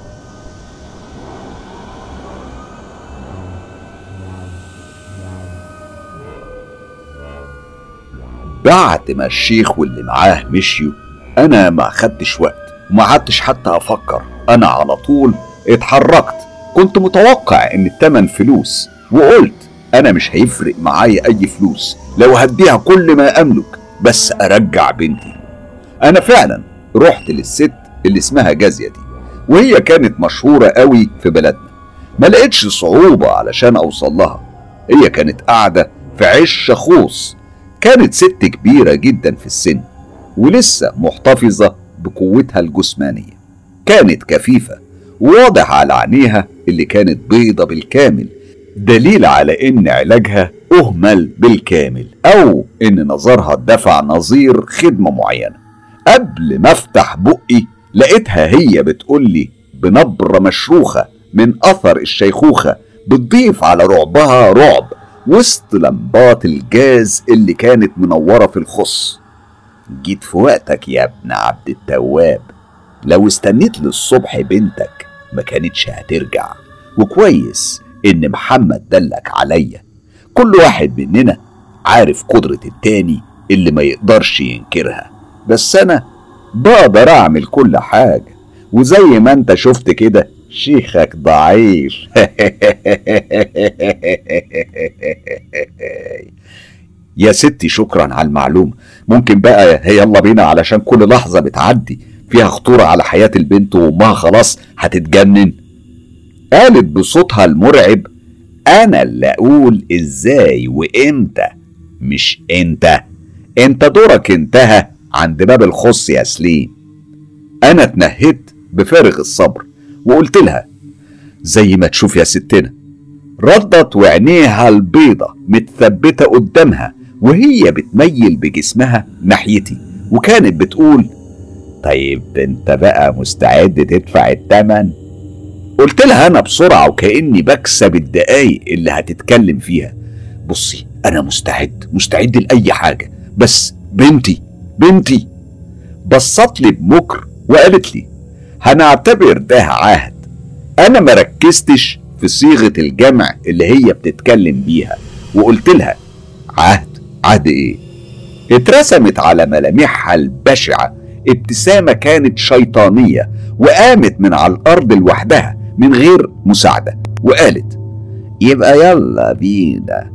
بعد ما الشيخ واللي معاه مشيوا انا ما خدتش وقت وما قعدتش حتى افكر، انا على طول اتحركت. كنت متوقع ان التمن فلوس، وقلت انا مش هيفرق معايا اي فلوس لو هديها كل ما املك بس ارجع بنتي. انا فعلا رحت للست اللي اسمها جازية دي، وهي كانت مشهورة قوي في بلدنا. ما لقيتش صعوبة علشان اوصل لها. هي كانت قاعدة في عش خوص، كانت ست كبيرة جدا في السن ولسه محتفظة بقوتها الجسمانية. كانت كفيفة وواضح على عينيها اللي كانت بيضة بالكامل، دليل على ان علاجها اهمل بالكامل او ان نظرها اتدفع نظير خدمة معينة. قبل ما افتح بقي لقيتها هي بتقولي بنبرة مشروخة من اثر الشيخوخة، بتضيف على رعبها رعب وسط لمبات الجاز اللي كانت منورة في الخص: جيت في وقتك يا ابن عبد التواب، لو استنيت للصبح بنتك ما كانتش هترجع، وكويس ان محمد دلك عليا. كل واحد مننا عارف قدرة التاني اللي ما يقدرش ينكرها، بس انا بقدر اعمل كل حاجة، وزي ما انت شفت كده شيخك ضعيف. يا ستي شكرا على المعلومة، ممكن بقى يلا بينا علشان كل لحظة بتعدي فيها خطورة على حياة البنت وامها خلاص هتتجنن. قالت بصوتها المرعب: انا اللي اقول ازاي وامتى، مش انت دورك انتهى عند باب الخص يا سليم. انا اتنهدت بفارغ الصبر وقلت لها: زي ما تشوف يا ستنا. ردت وعينيها البيضة متثبتة قدامها وهي بتميل بجسمها ناحيتي، وكانت بتقول: طيب انت بقى مستعد تدفع التمن؟ قلت لها انا بسرعة وكأني بكسب الدقايق اللي هتتكلم فيها: بصي انا مستعد لأي حاجة، بس بنتي. بصت لي بمكر وقالت لي: هنعتبر ده عهد. انا ما ركزتش في صيغة الجمع اللي هي بتتكلم بيها وقلت لها: عهد ايه؟ اترسمت على ملامحها البشعة ابتسامة كانت شيطانية، وقامت من على الارض لوحدها من غير مساعدة وقالت: يبقى يلا بينا.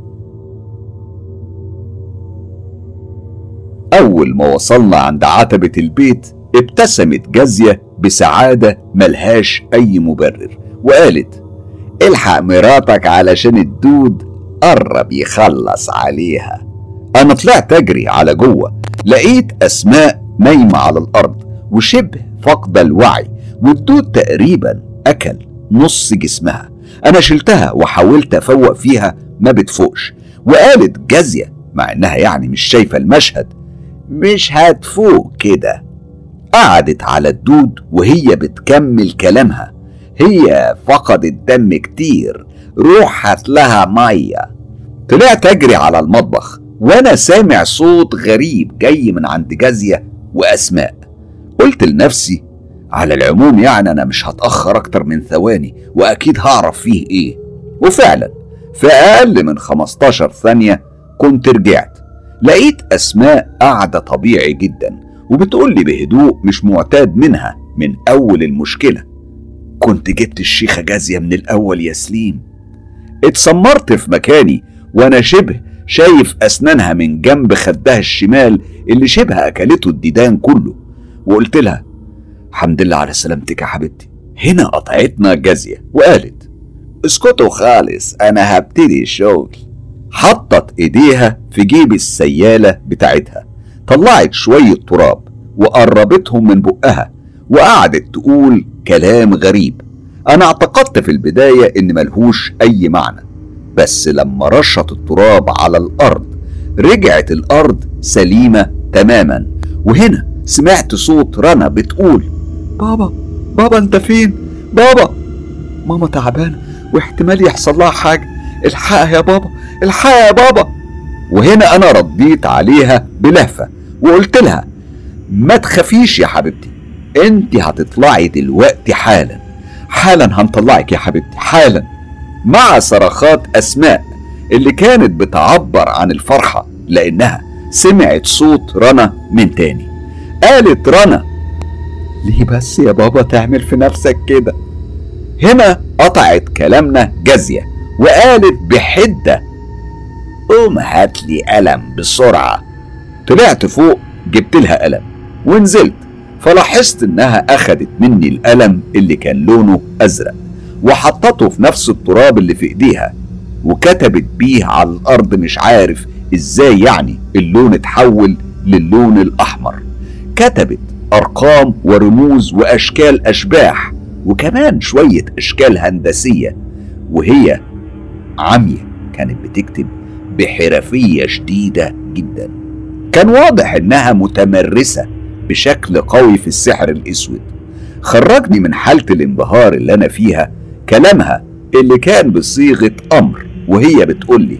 اول ما وصلنا عند عتبة البيت ابتسمت جازية بسعادة ملهاش اي مبرر وقالت: الحق مراتك علشان الدود قرب يخلص عليها. انا طلعت اجري على جوه، لقيت اسماء نايمة على الارض وشبه فاقدة الوعي، والدود تقريبا اكل نص جسمها. انا شلتها وحاولت افوق فيها ما بتفوقش، وقالت جازية مع انها يعني مش شايفة المشهد: مش هتفوق كده. قعدت على الدود وهي بتكمل كلامها: هي فقدت دم كتير، روح هات لها ميه. طلعت اجري على المطبخ وانا سامع صوت غريب جاي من عند جازية واسماء. قلت لنفسي على العموم يعني انا مش هتأخر اكتر من ثواني واكيد هعرف فيه ايه. وفعلا في اقل من 15 ثانية كنت رجعت، لقيت اسماء قاعدة طبيعي جدا وبتقولي بهدوء مش معتاد منها من اول المشكلة: كنت جبت الشيخة جازية من الاول يا سليم، اتسمرت في مكاني وانا شبه شايف اسنانها من جنب خدها الشمال اللي شبه اكلته الديدان كله، وقلت لها الحمد لله على سلامتك يا حبيبتي. هنا قطعتنا جازية وقالت اسكتوا خالص انا هبتدي الشغل. حطت ايديها في جيب السيالة بتاعتها، طلعت شوية تراب وقربتهم من بقها وقعدت تقول كلام غريب. انا اعتقدت في البداية ان ملهوش اي معنى، بس لما رشت التراب على الارض رجعت الارض سليمة تماما. وهنا سمعت صوت رنا بتقول بابا بابا انت فين؟ بابا ماما تعبانة واحتمال يحصل لها حاجة، الحقها يا بابا الحقها يا بابا. وهنا انا رديت عليها بلهفة وقلت لها ما تخافيش يا حبيبتي، انت هتطلعي دلوقتي حالا حالا، هنطلعك يا حبيبتي حالا. مع صرخات اسماء اللي كانت بتعبر عن الفرحة لانها سمعت صوت رنا من تاني. قالت رنا ليه بس يا بابا تعمل في نفسك كده؟ هنا قطعت كلامنا جازية وقالت بحدة قوم هاتلي قلم بسرعة. طلعت فوق جبت لها قلم ونزلت، فلاحظت انها اخدت مني القلم اللي كان لونه ازرق وحطته في نفس التراب اللي في ايديها وكتبت بيه على الارض. مش عارف ازاي يعني اللون اتحول للون الاحمر. كتبت ارقام ورموز واشكال اشباح وكمان شوية اشكال هندسية، وهي عمية كانت بتكتب بحرفية شديدة جدا. كان واضح انها متمرسة بشكل قوي في السحر الاسود. خرجني من حالة الانبهار اللي انا فيها كلامها اللي كان بصيغة امر، وهي بتقولي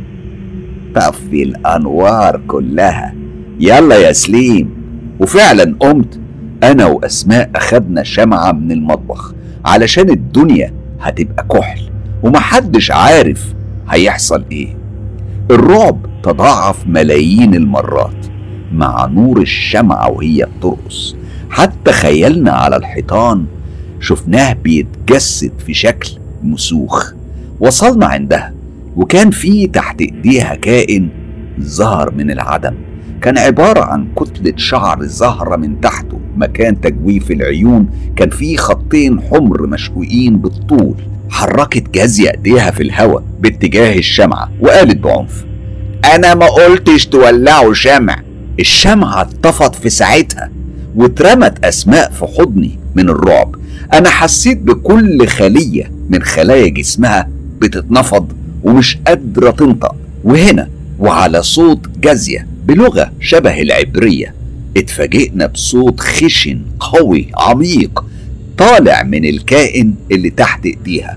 طفي الانوار كلها يلا يا سليم. وفعلا قمت انا واسماء اخدنا شمعة من المطبخ علشان الدنيا هتبقى كحل ومحدش عارف هيحصل ايه. الرعب تضاعف ملايين المرات مع نور الشمعة وهي بترقص. حتى خيالنا على الحيطان شفناه بيتجسد في شكل مسوخ. وصلنا عندها وكان في تحت ايديها كائن ظهر من العدم. كان عبارة عن كتلة شعر ظاهرة من تحته. مكان تجويف العيون كان فيه خطين حمر مشقوقين بالطول. حركت جازية ايديها في الهواء باتجاه الشمعة وقالت بعنف انا ما قلتش تولعوا شمع. الشمعة اتطفت في ساعتها واترمت اسماء في حضني من الرعب. انا حسيت بكل خلية من خلايا جسمها بتتنفض ومش قادرة تنطق. وهنا وعلى صوت جازية بلغة شبه العبرية اتفاجئنا بصوت خشن قوي عميق طالع من الكائن اللي تحت ايديها.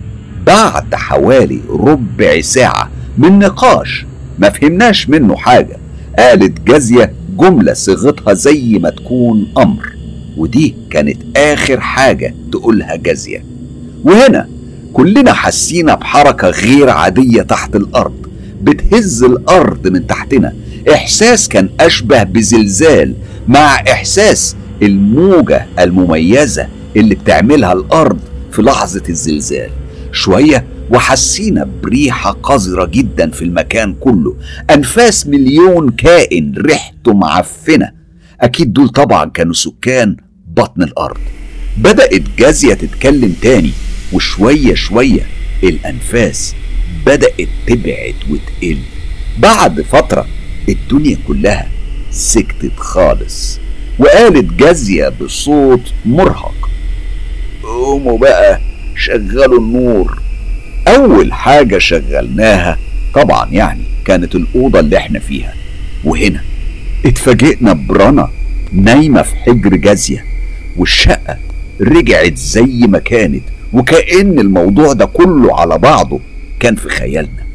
بعد حوالي ربع ساعة من نقاش ما فهمناش منه حاجة قالت جازية جملة صيغتها زي ما تكون أمر، ودي كانت آخر حاجة تقولها جازية. وهنا كلنا حسينا بحركة غير عادية تحت الأرض بتهز الأرض من تحتنا. إحساس كان أشبه بزلزال مع إحساس الموجة المميزة اللي بتعملها الأرض في لحظة الزلزال. شوية وحسينا بريحة قذرة جدا في المكان كله. أنفاس مليون كائن ريحته معفنة، أكيد دول طبعا كانوا سكان بطن الأرض. بدأت جازية تتكلم تاني وشوية شوية الأنفاس بدأت تبعد وتقل. بعد فترة الدنيا كلها سكتت خالص وقالت جازية بصوت مرهق قوموا بقى شغلوا النور. أول حاجة شغلناها طبعا يعني كانت الأوضة اللي احنا فيها. وهنا اتفاجئنا برنا نايمة في حجر جازية والشقة رجعت زي ما كانت وكأن الموضوع ده كله على بعضه كان في خيالنا.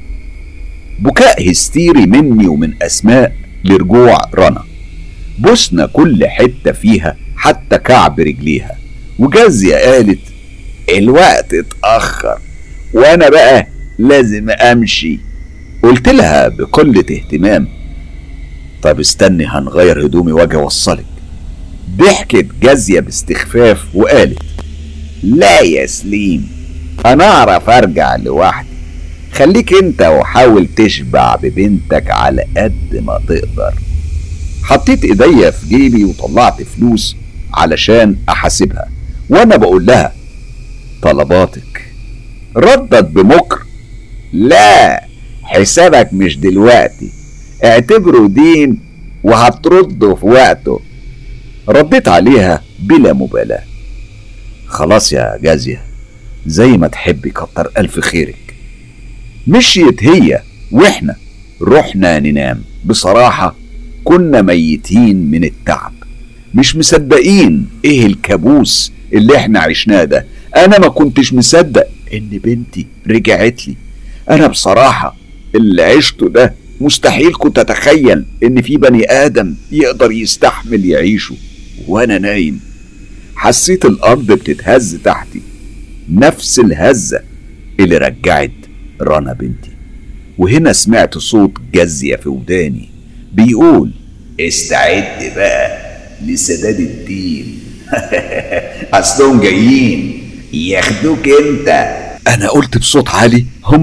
بكاء هستيري مني ومن أسماء لرجوع رنا. بوسنا كل حتة فيها حتى كعب رجليها. وجازية قالت الوقت اتأخر وانا بقى لازم امشي. قلت لها بكل اهتمام طب استني هنغير هدومي واجي اوصلك. ضحكت جازية باستخفاف وقالت لا يا سليم انا اعرف ارجع لوحدي خليك انت وحاول تشبع ببنتك على قد ما تقدر. حطيت ايديا في جيبي وطلعت فلوس علشان احاسبها، وانا بقول لها طلباتك. ردت بمكر لا، حسابك مش دلوقتي، اعتبره دين وهترده في وقته. رديت عليها بلا مبالاة. خلاص يا جازية، زي ما تحبي، كتر ألف خيرك. مشيت هي واحنا رحنا ننام. بصراحة كنا ميتين من التعب، مش مصدقين ايه الكابوس اللي احنا عشناه ده. انا ما كنتش مصدق ان بنتي رجعت لي. انا بصراحة اللي عشته ده مستحيل كنت اتخيل ان في بني ادم يقدر يستحمل يعيشه. وانا نايم حسيت الارض بتتهز تحتي، نفس الهزة اللي رجعت رنا بنتي. وهنا سمعت صوت جزية في وداني بيقول استعد بقى لسداد الدين. اصلهم جايين ياخدوك انت. انا قلت بصوت عالي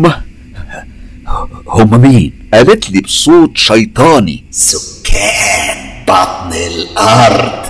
هم مين؟ قالت لي بصوت شيطاني سكان بطن الارض.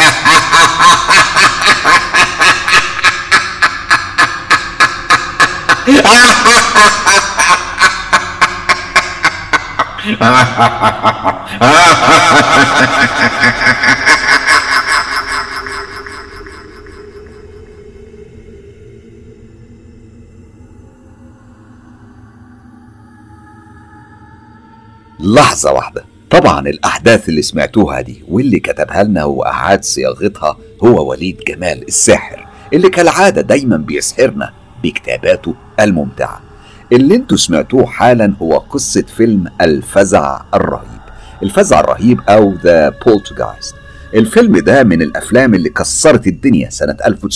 لحظة واحدة، طبعا الأحداث اللي سمعتوها دي واللي كتبها لنا وأعاد صياغتها هو وليد جمال الساحر، اللي كالعادة دايما بيسحرنا بكتاباته الممتعة. اللي انتوا سمعتوه حالا هو قصة فيلم الفزع الرهيب. الفزع الرهيب أو ذا بولترجايست. الفيلم ده من الأفلام اللي كسرت الدنيا سنة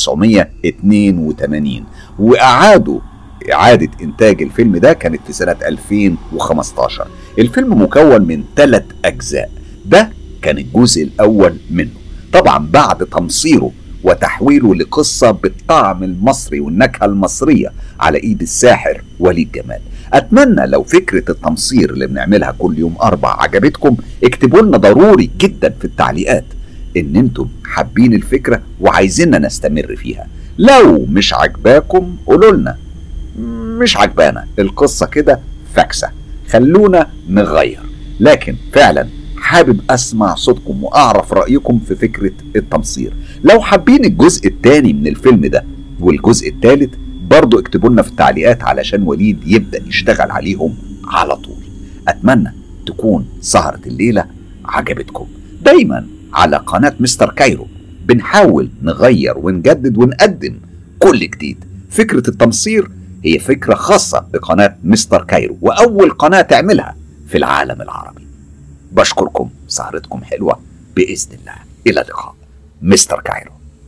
1982، وأعادوا إعادة إنتاج الفيلم ده كانت في سنة 2015. الفيلم مكون من 3 أجزاء، ده كان الجزء الأول منه. طبعا بعد تمصيره وتحويله لقصة بالطعم المصري والنكهة المصرية على إيد الساحر وليد جمال. أتمنى لو فكرة التمصير اللي بنعملها كل يوم 4 عجبتكم، اكتبوا لنا ضروري جدا في التعليقات إن انتم حابين الفكرة وعايزيننا نستمر فيها. لو مش عجباكم قولوا لنا مش عجبانا القصة كده فاكسة، خلونا نغير. لكن فعلا حابب اسمع صوتكم واعرف رأيكم في فكرة التمصير. لو حابين الجزء الثاني من الفيلم ده والجزء الثالث برضو اكتبوا لنا في التعليقات علشان وليد يبدأ يشتغل عليهم على طول. اتمنى تكون سهرة الليلة عجبتكم. دايما على قناة مستر كايرو بنحاول نغير ونجدد ونقدم كل جديد. فكرة التمصير هي فكرة خاصة بقناة مستر كايرو، وأول قناة تعملها في العالم العربي. بشكركم، سهرتكم حلوة بإذن الله. إلى اللقاء. مستر كايرو.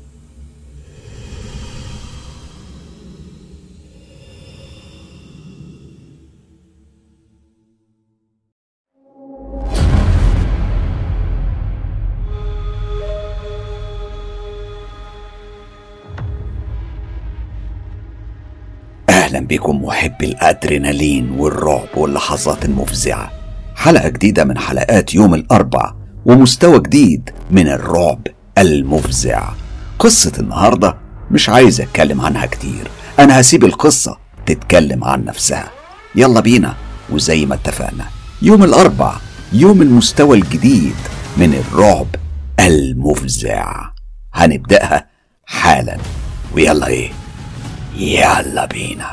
أهلا بكم محبي الأدرينالين والرعب واللحظات المفزعة. حلقة جديدة من حلقات يوم الأربع ومستوى جديد من الرعب المفزع. قصة النهاردة مش عايز أتكلم عنها كتير، أنا هسيب القصة تتكلم عن نفسها. يلا بينا، وزي ما اتفقنا يوم الأربع يوم المستوى الجديد من الرعب المفزع. هنبدأها حالا، ويلا ايه، يلا بينا.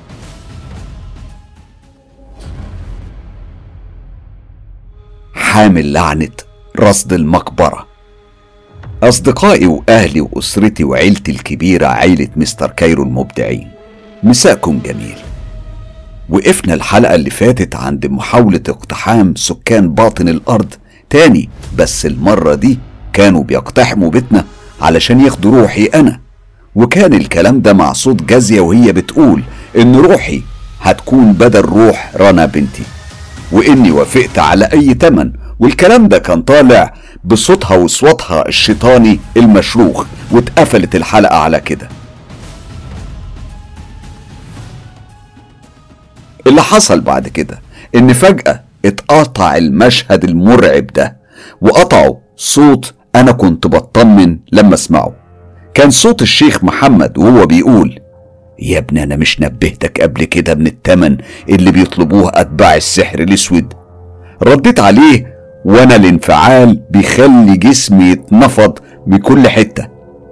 حامل لعنة رصد المقبرة. أصدقائي وأهلي وأسرتي وعيلتي الكبيرة، عيلة مستر كايرو المبدعين، مساكم جميل. وقفنا الحلقة اللي فاتت عند محاولة اقتحام سكان باطن الأرض تاني، بس المرة دي كانوا بيقتحموا بيتنا علشان ياخدوا روحي أنا. وكان الكلام ده مع صوت جازية وهي بتقول إن روحي هتكون بدل روح رنا بنتي، وإني وافقت على أي تمن. والكلام ده كان طالع بصوتها وصوتها الشيطاني المشروخ، واتقفلت الحلقة على كده. اللي حصل بعد كده ان فجأة اتقطع المشهد المرعب ده، وقطعوا صوت انا كنت بطمن لما اسمعه. كان صوت الشيخ محمد وهو بيقول: يا ابني انا مش نبهتك قبل كده من التمن اللي بيطلبوه اتباع السحر الاسود؟ رديت عليه وانا الانفعال بيخلي جسمي يتنفض من كل حتة: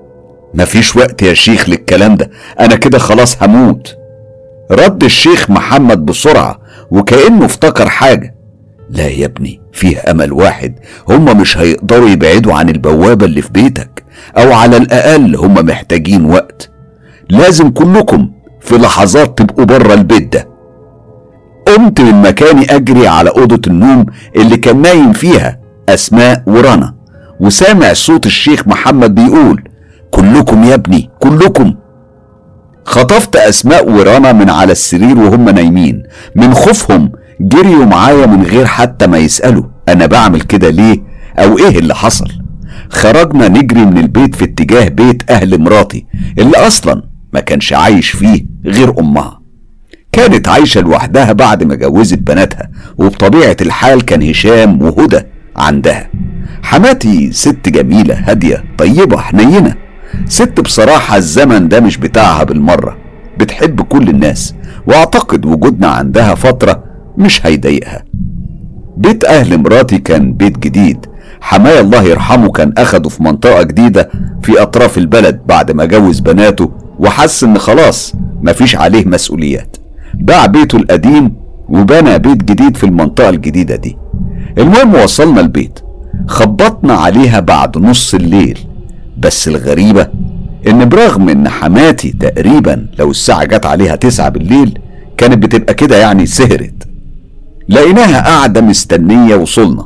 مفيش وقت يا شيخ للكلام ده، انا كده خلاص هموت. رد الشيخ محمد بسرعة وكأنه افتكر حاجة: لا يا ابني، فيه امل واحد، هما مش هيقدروا يبعدوا عن البوابة اللي في بيتك، او على الاقل هما محتاجين وقت. لازم كلكم في لحظات تبقوا بره البيت ده. قمت من مكاني اجري على اوضة النوم اللي كان نايم فيها اسماء ورنا، وسامع صوت الشيخ محمد بيقول: كلكم يا ابني كلكم. خطفت اسماء ورنا من على السرير وهم نايمين، من خوفهم جريوا معايا من غير حتى ما يسألوا انا بعمل كده ليه او ايه اللي حصل. خرجنا نجري من البيت في اتجاه بيت اهل مراتي اللي اصلا ما كانش عايش فيه غير امها. كانت عايشة لوحدها بعد ما جوزت بناتها، وبطبيعة الحال كان هشام وهدى عندها. حماتي ست جميلة هادية طيبة حنينة، ست بصراحة الزمن ده مش بتاعها بالمرة، بتحب كل الناس، واعتقد وجودنا عندها فترة مش هيضايقها. بيت اهل مراتي كان بيت جديد، حماية الله يرحمه كان اخده في منطقة جديدة في اطراف البلد بعد ما جوز بناته وحس ان خلاص مفيش عليه مسؤوليات. باع بيته القديم وبنى بيت جديد في المنطقة الجديدة دي. المهم وصلنا البيت، خبطنا عليها بعد نص الليل، بس الغريبة ان برغم ان حماتي تقريبا لو الساعة جت عليها 9 بالليل كانت بتبقى كده يعني سهرت، لقيناها قاعدة مستنية وصلنا.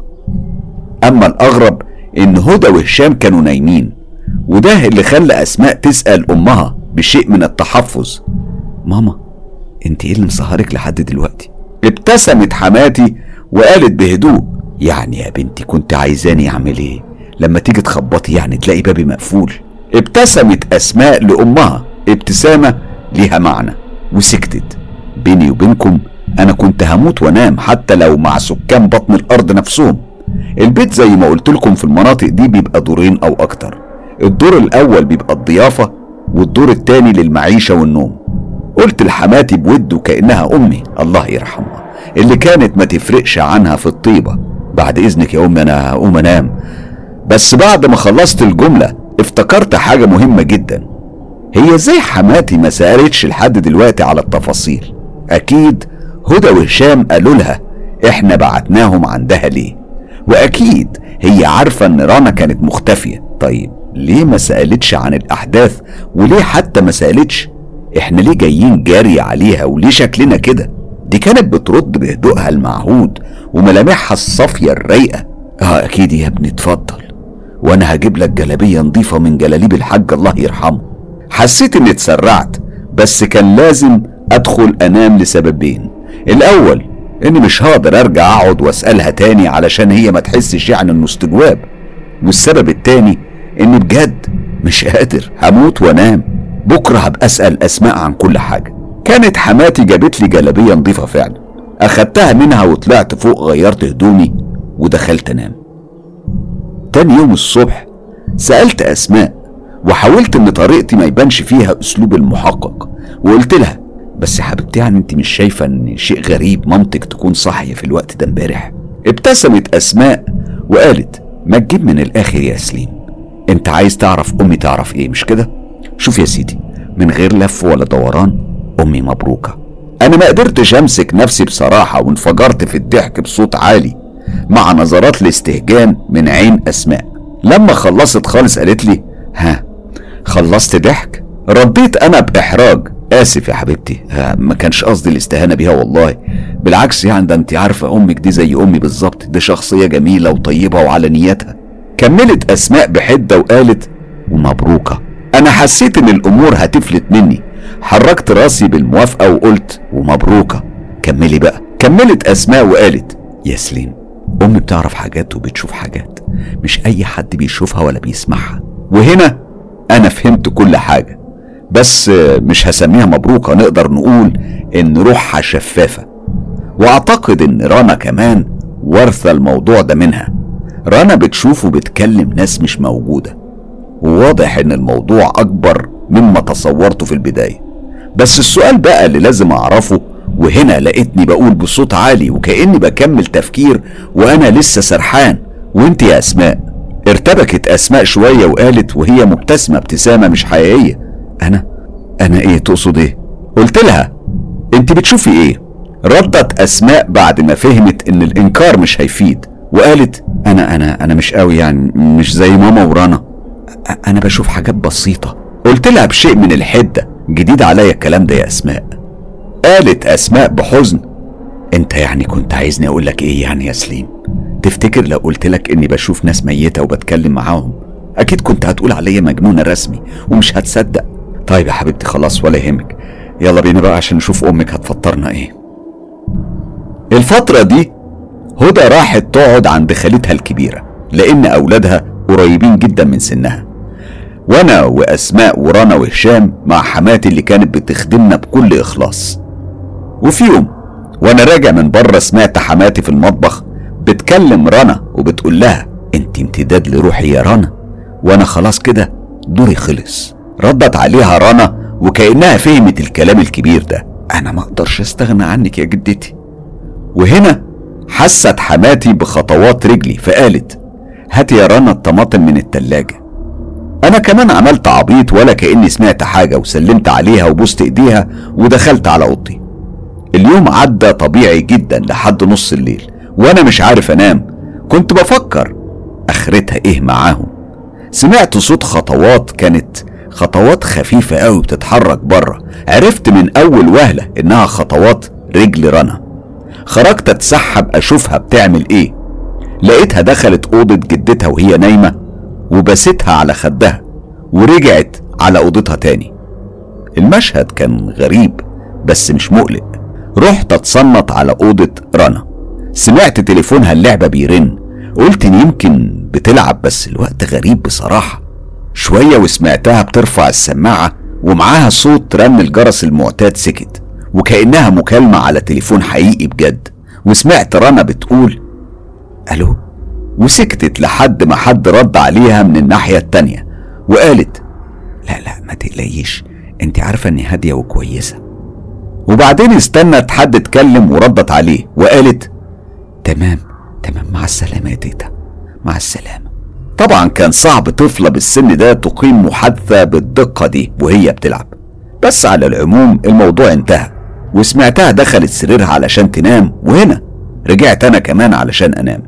اما الاغرب ان هدى وهشام كانوا نايمين، وده اللي خلى اسماء تسأل امها بشيء من التحفظ: ماما انت ايه اللي مسهرك لحد دلوقتي؟ ابتسمت حماتي وقالت بهدوء: يعني يا بنتي كنت عايزاني اعمل ايه لما تيجي تخبطي يعني تلاقي بابي مقفول؟ ابتسمت اسماء لامها ابتسامة ليها معنى وسكتت. بيني وبينكم انا كنت هموت وانام حتى لو مع سكان بطن الارض نفسهم. البيت زي ما قلت لكم في المناطق دي بيبقى دورين او اكتر، الدور الاول بيبقى الضيافة والدور التاني للمعيشة والنوم. قلت لحماتي بود وكأنها امي الله يرحمها اللي كانت ما تفرقش عنها في الطيبة: بعد اذنك يا امي انا هقوم انام. بس بعد ما خلصت الجملة افتكرت حاجة مهمة جدا: هي ازاي حماتي ما سألتش لحد دلوقتي على التفاصيل؟ اكيد هدى وهشام قالوا لها احنا بعتناهم عندها ليه، واكيد هي عارفة ان رنا كانت مختفية. طيب ليه ما سألتش عن الاحداث؟ وليه حتى ما سألتش احنا ليه جايين جاري عليها وليه شكلنا كده؟ دي كانت بترد بهدوءها المعهود وملامحها الصافية الرايقة: اكيد يا ابني اتفضل، وانا هجيب لك جلابية نظيفة من جلاليب الحاج الله يرحمه. حسيت اني اتسرعت، بس كان لازم ادخل انام لسببين: الاول اني مش هقدر ارجع اقعد واسألها تاني علشان هي ما تحسش يعني انه استجواب، والسبب التاني اني بجد مش قادر هموت وانام، بكرة هبقى اسأل اسماء عن كل حاجة. كانت حماتي جابت لي جلابية نظيفة فعلا، اخدتها منها وطلعت فوق غيرت هدومي ودخلت انام. تاني يوم الصبح سألت اسماء وحاولت ان طريقتي ما يبانش فيها اسلوب المحقق، وقلت لها: بس يا حبيبتي يعني انت مش شايفة ان شيء غريب مامتك تكون صاحية في الوقت ده امبارح؟ ابتسمت اسماء وقالت: ما تجيب من الاخر يا سليم، انت عايز تعرف امي تعرف ايه مش كده؟ شوف يا سيدي، من غير لف ولا دوران، امي مبروكة. انا ما قدرتش امسك نفسي بصراحة وانفجرت في الضحك بصوت عالي مع نظرات الاستهجان من عين اسماء. لما خلصت خالص قالت لي: ها خلصت ضحك؟ رديت انا باحراج: اسف يا حبيبتي، ما كانش قصدي الاستهانة بيها والله، بالعكس يعني ده انت عارفة امك دي زي امي بالظبط، دي شخصية جميلة وطيبة وعلى نيتها. كملت اسماء بحدة وقالت: ومبروكة. انا حسيت ان الامور هتفلت مني، حركت راسي بالموافقة وقلت: ومبروكة. كملي بقى. كملت اسماء وقالت: يا سليم، امي بتعرف حاجات وبتشوف حاجات مش اي حد بيشوفها ولا بيسمعها. وهنا انا فهمت كل حاجة، بس مش هسميها مبروكة، نقدر نقول ان روحها شفافة. واعتقد ان رنا كمان وارثة الموضوع ده منها. رنا بتشوفه بتكلم ناس مش موجودة، وواضح ان الموضوع اكبر مما تصورته في البداية. بس السؤال بقى اللي لازم اعرفه، وهنا لقيتني بقول بصوت عالي وكأني بكمل تفكير وانا لسه سرحان: وانت يا اسماء؟ ارتبكت اسماء شوية وقالت وهي مبتسمة ابتسامة مش حقيقية: انا ايه؟ تقصد ايه؟ قلت لها: انت بتشوفي ايه؟ ردت اسماء بعد ما فهمت ان الانكار مش هيفيد، وقالت: انا مش قوي، يعني مش زي ماما ورنا، انا بشوف حاجات بسيطة. قلت لها بشيء من الحدة: جديد عليا الكلام ده يا اسماء. قالت اسماء بحزن: انت يعني كنت عايزني اقول لك ايه يعني يا سليم؟ تفتكر لو قلت لك اني بشوف ناس ميتة وبتكلم معاهم اكيد كنت هتقول عليا مجنونة رسمي ومش هتصدق. طيب يا حبيبتي خلاص ولا يهمك، يلا بينا بقى عشان نشوف امك هتفطرنا ايه. الفترة دي هدى راحت تقعد عند خالتها الكبيرة لان اولادها قريبين جدا من سنها، وانا واسماء ورنا وهشام مع حماتي اللي كانت بتخدمنا بكل اخلاص. وفي يوم وانا راجع من بره سمعت حماتي في المطبخ بتكلم رنا وبتقول لها: انت امتداد لروحي يا رنا، وانا خلاص كده دوري خلص. ردت عليها رنا وكأنها فهمت الكلام الكبير ده: انا ما اقدرش استغنى عنك يا جدتي. وهنا حست حماتي بخطوات رجلي فقالت: هاتي يا رنا الطماطم من التلاجة. انا كمان عملت عبيط ولا كأني سمعت حاجة وسلمت عليها وبوست ايديها ودخلت على اوضتي. اليوم عدى طبيعي جدا لحد نص الليل وانا مش عارف انام. كنت بفكر اخرتها ايه معاهم. سمعت صوت خطوات، كانت خطوات خفيفة قوي بتتحرك بره. عرفت من اول وهلة انها خطوات رجل رنا. خرجت اتسحب اشوفها بتعمل ايه. لقيتها دخلت اوضة جدتها وهي نايمة وبستها على خدها ورجعت على اوضتها تاني. المشهد كان غريب بس مش مقلق. رحت اتصنت على اوضة رنا، سمعت تليفونها اللعبة بيرن، قلت ان يمكن بتلعب، بس الوقت غريب بصراحة. شوية وسمعتها بترفع السماعة ومعاها صوت رن الجرس المعتاد سكت وكأنها مكالمة على تليفون حقيقي بجد. وسمعت رنا بتقول: الو، وسكتت لحد ما حد رد عليها من الناحية التانية وقالت: لا ما تقلقيش، انت عارفة اني هادية وكويسة. وبعدين استنت حد اتكلم وردت عليه وقالت: تمام مع السلامة يا تيتا، مع السلامة. طبعا كان صعب طفلة بالسن ده تقيم محادثة بالدقة دي وهي بتلعب، بس على العموم الموضوع انتهى وسمعتها دخلت سريرها علشان تنام، وهنا رجعت انا كمان علشان انام.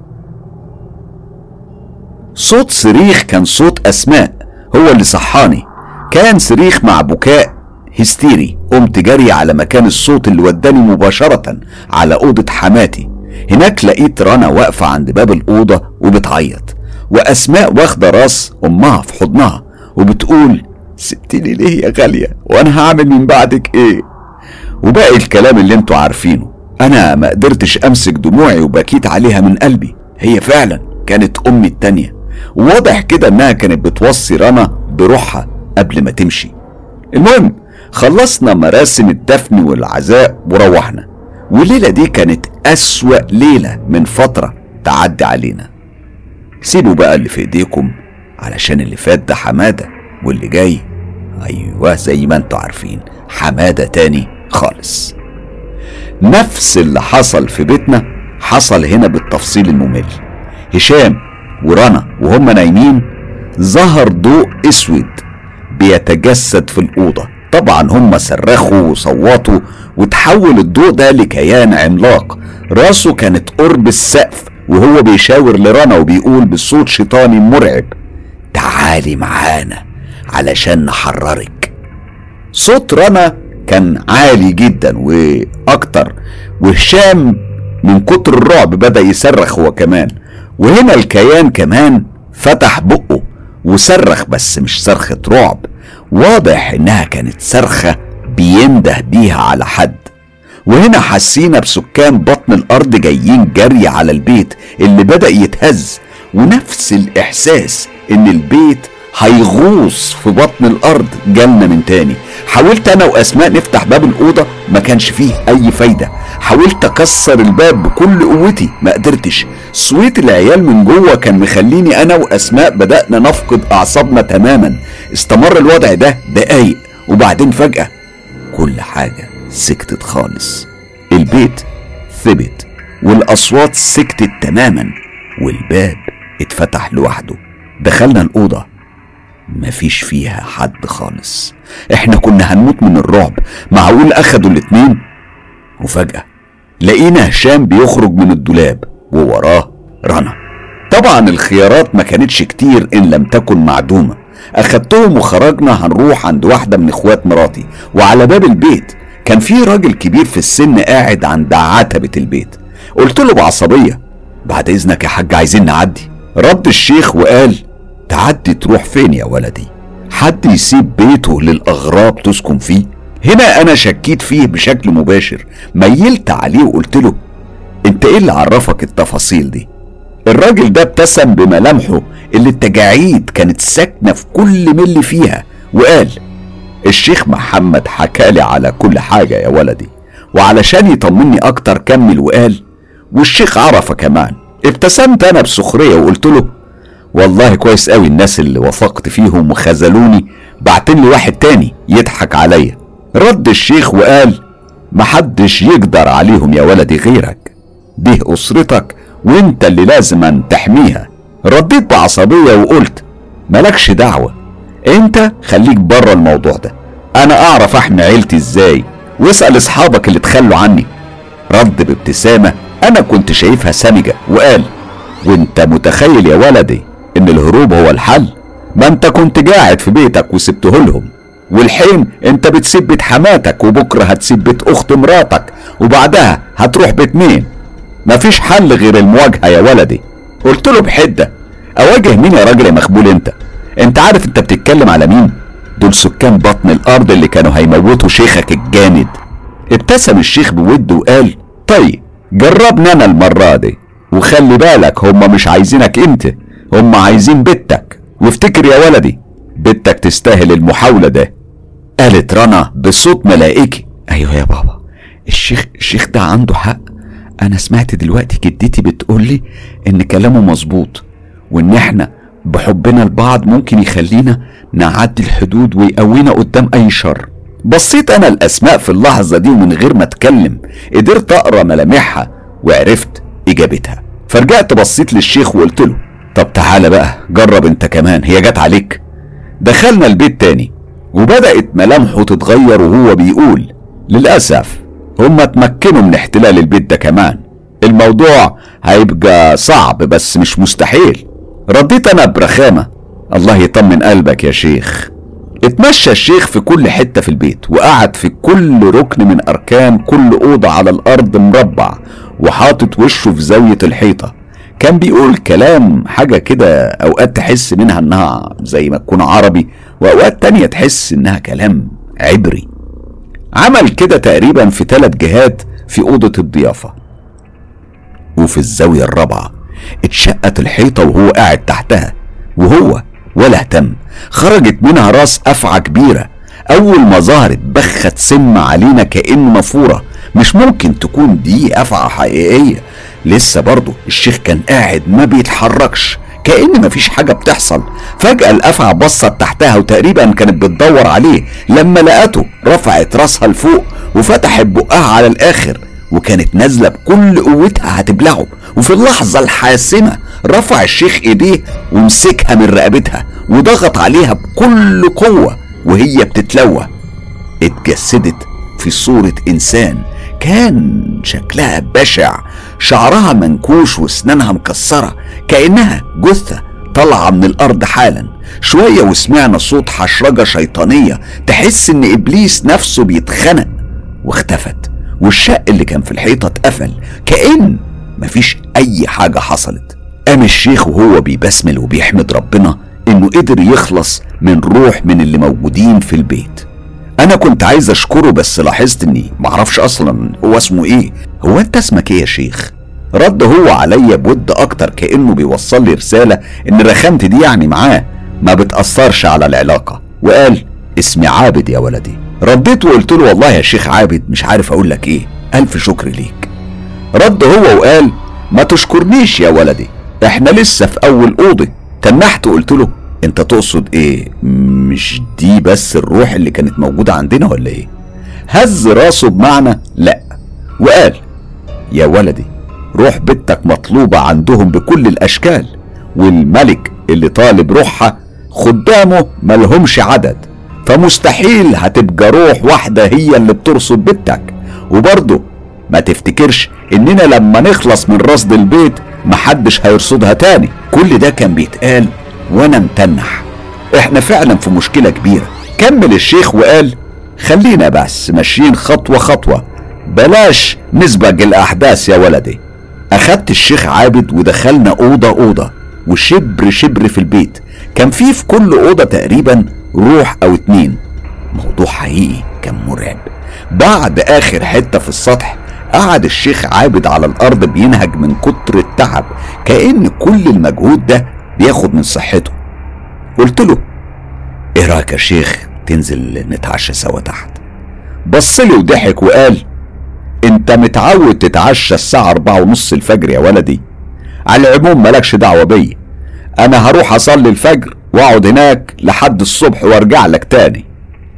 صوت صريخ كان صوت اسماء هو اللي صحاني، كان صريخ مع بكاء هستيري. قمت جري على مكان الصوت اللي وداني مباشرة على اوضة حماتي. هناك لقيت رنا واقفة عند باب الأوضة وبتعيط، وأسماء واخدة راس أمها في حضنها وبتقول: سبتني ليه يا غالية، وأنا هعمل من بعدك إيه؟ وباقي الكلام اللي انتوا عارفينه. أنا ما قدرتش أمسك دموعي وبكيت عليها من قلبي. هي فعلا كانت أمي التانية، وواضح كده إنها كانت بتوصي رنا بروحها قبل ما تمشي. المهم خلصنا مراسم الدفن والعزاء وروحنا، والليلة دي كانت أسوأ ليلة من فترة تعدي علينا. سيبوا بقى اللي في ايديكم علشان اللي فات ده حمادة، واللي جاي ايوه زي ما انتوا عارفين حمادة تاني خالص. نفس اللي حصل في بيتنا حصل هنا بالتفصيل الممل. هشام ورنا وهم نايمين ظهر ضوء اسود بيتجسد في الأوضة. طبعا هم صرخوا وصوتوا وتحول الضوء ده لكيان عملاق راسه كانت قرب السقف، وهو بيشاور لرنا وبيقول بصوت شيطاني مرعب: تعالي معانا علشان نحررك. صوت رنا كان عالي جدا واكتر، وهشام من كتر الرعب بدأ يصرخ هو كمان. وهنا الكيان كمان فتح بقه وصرخ، بس مش صرخة رعب، واضح انها كانت صرخة بينده بيها على حد. وهنا حسينا بسكان بطن الارض جايين جري على البيت اللي بدأ يتهز، ونفس الاحساس ان البيت هيغوص في بطن الارض جالنا من تاني. حاولت انا واسماء نفتح باب الاوضه، ما كانش فيه اي فايده. حاولت اكسر الباب بكل قوتي، ما قدرتش. صويت العيال من جوه كان مخليني انا واسماء بدأنا نفقد اعصابنا تماما. استمر الوضع ده دقايق، وبعدين فجأة كل حاجة سكتت خالص. البيت ثبت والاصوات سكتت تماما، والباب اتفتح لوحده. دخلنا الاوضه، مفيش فيها حد خالص. احنا كنا هنموت من الرعب. معقول اخدوا الاتنين؟ وفجأة لقينا هشام بيخرج من الدولاب ووراه رنا. طبعا الخيارات ما كانتش كتير ان لم تكن معدومة. اخدتهم وخرجنا هنروح عند واحدة من اخوات مراتي، وعلى باب البيت كان في راجل كبير في السن قاعد عند عتبة البيت. قلت له بعصبية: بعد اذنك يا حاج عايزين نعدي. رد الشيخ وقال: تعدي تروح فين يا ولدي؟ حد يسيب بيته للاغراب تسكن فيه؟ هنا انا شكيت فيه بشكل مباشر. ميلت عليه وقلت له: انت ايه اللي عرفك التفاصيل دي؟ الراجل ده ابتسم بملامحه اللي التجاعيد كانت ساكنه في كل ملي فيها، وقال: الشيخ محمد حكالي على كل حاجه يا ولدي، وعلشان يطمني اكتر كمل وقال: والشيخ عرفه كمان. ابتسمت انا بسخريه وقلت له: والله كويس قوي الناس اللي وثقت فيهم وخذلوني بعتن لي واحد تاني يضحك عليا. رد الشيخ وقال: محدش يقدر عليهم يا ولدي غيرك، دي اسرتك وانت اللي لازم تحميها. رديت بعصبية وقلت: مالكش دعوة، انت خليك بره الموضوع ده، انا اعرف احمي عيلتي ازاي، واسأل اصحابك اللي تخلوا عني. رد بابتسامة انا كنت شايفها سمجة وقال: وانت متخيل يا ولدي ان الهروب هو الحل؟ ما انت كنت قاعد في بيتك وسبته لهم، والحين انت بتسيب بيت حماتك، وبكرة هتسيب بيت اخت مراتك، وبعدها هتروح بيت مين؟ مفيش حل غير المواجهة يا ولدي. قلت له بحدة: اواجه مين يا راجل يا مخبول؟ انت عارف انت بتتكلم على مين؟ دول سكان بطن الارض اللي كانوا هيموتوا شيخك الجامد. ابتسم الشيخ بود وقال: طيب جربنا انا المرة دي، وخلي بالك هم مش عايزينك انت، هم عايزين بنتك، وافتكر يا ولدي بنتك تستاهل المحاولة ده. قالت رنا بصوت ملائكي: ايوه يا بابا، الشيخ ده عنده حق. انا سمعت دلوقتي جدتي بتقولي ان كلامه مظبوط، وان احنا بحبنا لبعض ممكن يخلينا نعدي الحدود ويقوينا قدام اي شر. بصيت انا الاسماء في اللحظة دي ومن غير ما اتكلم قدرت اقرا ملامحها وعرفت اجابتها. فرجعت بصيت للشيخ وقلت له: طب تعالى بقى جرب انت كمان، هي جت عليك. دخلنا البيت تاني وبدأت ملامحه تتغير وهو بيقول: للأسف هم اتمكنوا من احتلال البيت ده كمان، الموضوع هيبقى صعب بس مش مستحيل. رديت انا برخامة: الله يطمن قلبك يا شيخ. اتمشى الشيخ في كل حتة في البيت، وقعد في كل ركن من اركان كل اوضة على الارض مربع، وحاطط وشه في زاوية الحيطة. كان بيقول كلام حاجة كده اوقات تحس منها انها زي ما تكون عربي، واوقات تانية تحس انها كلام عبري. عمل كده تقريبا في 3 جهات في اوضة الضيافة، وفي الزاوية الرابعة اتشقت الحيطة وهو قاعد تحتها، وهو ولا اهتم. خرجت منها راس افعى كبيرة، اول ما ظهرت بخت سم علينا كأن مفورة. مش ممكن تكون دي افعى حقيقية. لسه برضه الشيخ كان قاعد ما بيتحركش كأن مفيش حاجة بتحصل. فجأة الافعى بصت تحتها وتقريبا كانت بتدور عليه، لما لقته رفعت راسها لفوق وفتحت بقها على الاخر، وكانت نازلة بكل قوتها هتبلعه. وفي اللحظة الحاسمة رفع الشيخ ايديه ومسكها من رقبتها وضغط عليها بكل قوة وهي بتتلوى. اتجسدت في صورة انسان كان شكلها بشع، شعرها منكوش واسنانها مكسرة كأنها جثة طالعة من الارض حالا. شوية وسمعنا صوت حشرجة شيطانية تحس ان ابليس نفسه بيتخنق، واختفت. والشق اللي كان في الحيطة اتقفل كأن مفيش اي حاجة حصلت. قام الشيخ وهو بيبسمل وبيحمد ربنا انه قدر يخلص من روح من اللي موجودين في البيت. انا كنت عايز اشكره بس لاحظت اني معرفش اصلا هو اسمه ايه. هو انت اسمك ايه يا شيخ؟ رد هو عليا بود اكتر كأنه بيوصل لي رسالة ان رخامتي دي يعني معاه ما بتأثرش على العلاقة، وقال: اسمي عابد يا ولدي. رديت وقلت له: والله يا شيخ عابد مش عارف اقول لك ايه، الف شكر ليك. رد هو وقال: ما تشكرنيش يا ولدي، احنا لسه في اول اوضه. تنحت وقلت له: انت تقصد ايه؟ مش دي بس الروح اللي كانت موجودة عندنا ولا ايه؟ هز راسه بمعنى لا، وقال: يا ولدي، روح بنتك مطلوبة عندهم بكل الاشكال، والملك اللي طالب روحها خدامه ملهمش عدد، فمستحيل هتبقى روح واحدة هي اللي بترصد بنتك. وبرضه ما تفتكرش اننا لما نخلص من رصد البيت محدش هيرصدها تاني. كل ده كان بيتقال وانا متنح. احنا فعلا في مشكلة كبيرة. كمل الشيخ وقال: خلينا بس ماشيين خطوة خطوة، بلاش نسبق الاحداث يا ولدي. اخدت الشيخ عابد ودخلنا اوضة اوضة وشبر شبر في البيت. كان في كل اوضة تقريبا روح او اتنين. موضوع حقيقي كان مرعب. بعد اخر حتة في السطح قعد الشيخ عابد على الارض بينهج من كتر التعب، كأن كل المجهود ده بياخد من صحته. قلت له: ايه رايك يا شيخ تنزل نتعشى سوا تحت؟ بصلي وضحك وقال: انت متعود تتعشى الساعة 4:30 الفجر يا ولدي. على العموم مالكش دعوة بيا، انا هروح اصلي الفجر واقعد هناك لحد الصبح وارجع لك تاني.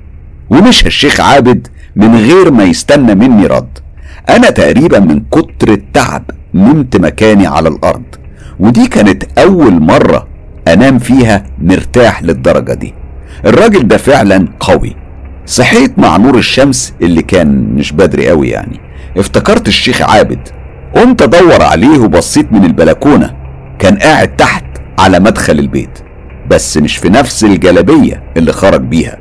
ومشى الشيخ عابد من غير ما يستنى مني رد. انا تقريبا من كتر التعب نمت مكاني على الارض، ودي كانت اول مرة انام فيها مرتاح للدرجة دي. الراجل ده فعلا قوي. صحيت مع نور الشمس اللي كان مش بدري قوي يعني. افتكرت الشيخ عابد، قمت ادور عليه وبصيت من البلكونة. كان قاعد تحت على مدخل البيت، بس مش في نفس الجلابية اللي خرج بيها.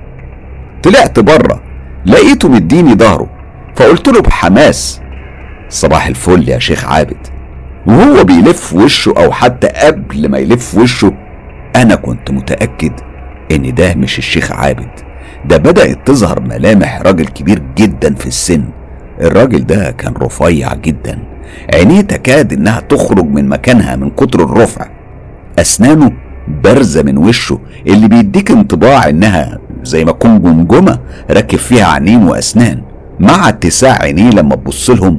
طلعت بره لقيته مديني ظهره، فقلت له بحماس: صباح الفل يا شيخ عابد. وهو بيلف وشه او حتى قبل ما يلف وشه انا كنت متأكد ان ده مش الشيخ عابد. ده بدأت تظهر ملامح راجل كبير جدا في السن. الراجل ده كان رفيع جدا، عينيه تكاد انها تخرج من مكانها من كتر الرفع. اسنانه بارزة من وشه اللي بيديك انطباع انها زي ما تكون جمجمة راكب فيها عينين واسنان. مع اتساع عينيه لما تبص لهم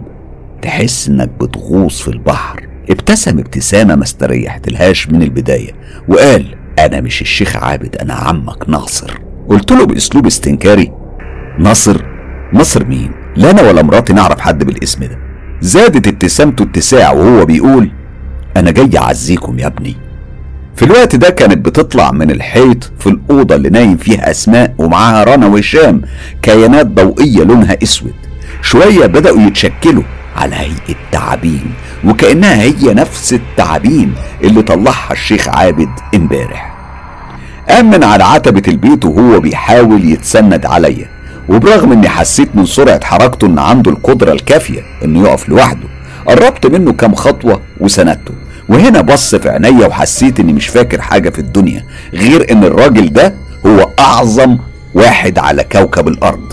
تحس انك بتغوص في البحر. ابتسم ابتسامة ما استريحتلهاش من البداية وقال: انا مش الشيخ عابد، انا عمك ناصر. قلت له باسلوب استنكاري: ناصر؟ ناصر مين؟ لا انا ولا مراتي نعرف حد بالاسم ده. زادت ابتسامته اتساع وهو بيقول: انا جاي اعزيكم يا ابني. في الوقت ده كانت بتطلع من الحيط في الأوضة اللي نايم فيها أسماء ومعاها رنا وهشام كيانات ضوئية لونها أسود. شوية بدأوا يتشكلوا على هيئة تعابين، وكأنها هي نفس التعابين اللي طلعها الشيخ عابد امبارح. قام من على عتبة البيت وهو بيحاول يتسند عليا، وبرغم اني حسيت من سرعة حركته ان عنده القدرة الكافية انه يقف لوحده، قربت منه كام خطوة وسندته. وهنا بص في عينيا وحسيت اني مش فاكر حاجة في الدنيا غير ان الراجل ده هو اعظم واحد على كوكب الارض،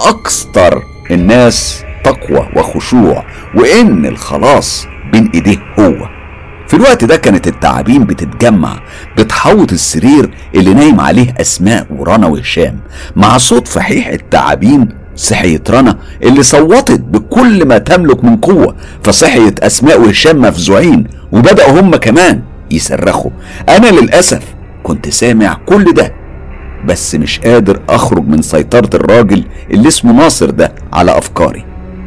واكثر الناس تقوى وخشوع، وان الخلاص بين ايديه هو. في الوقت ده كانت التعابين بتتجمع بتحوط السرير اللي نايم عليه اسماء ورنا وهشام. مع صوت فحيح التعابين صحيت رنا اللي صوتت بكل ما تملك من قوة، فصحيت اسماء وهشام مفزوعين وبدأوا هم كمان يصرخوا. انا للأسف كنت سامع كل ده بس مش قادر اخرج من سيطرة الراجل اللي اسمه ناصر ده على افكاري.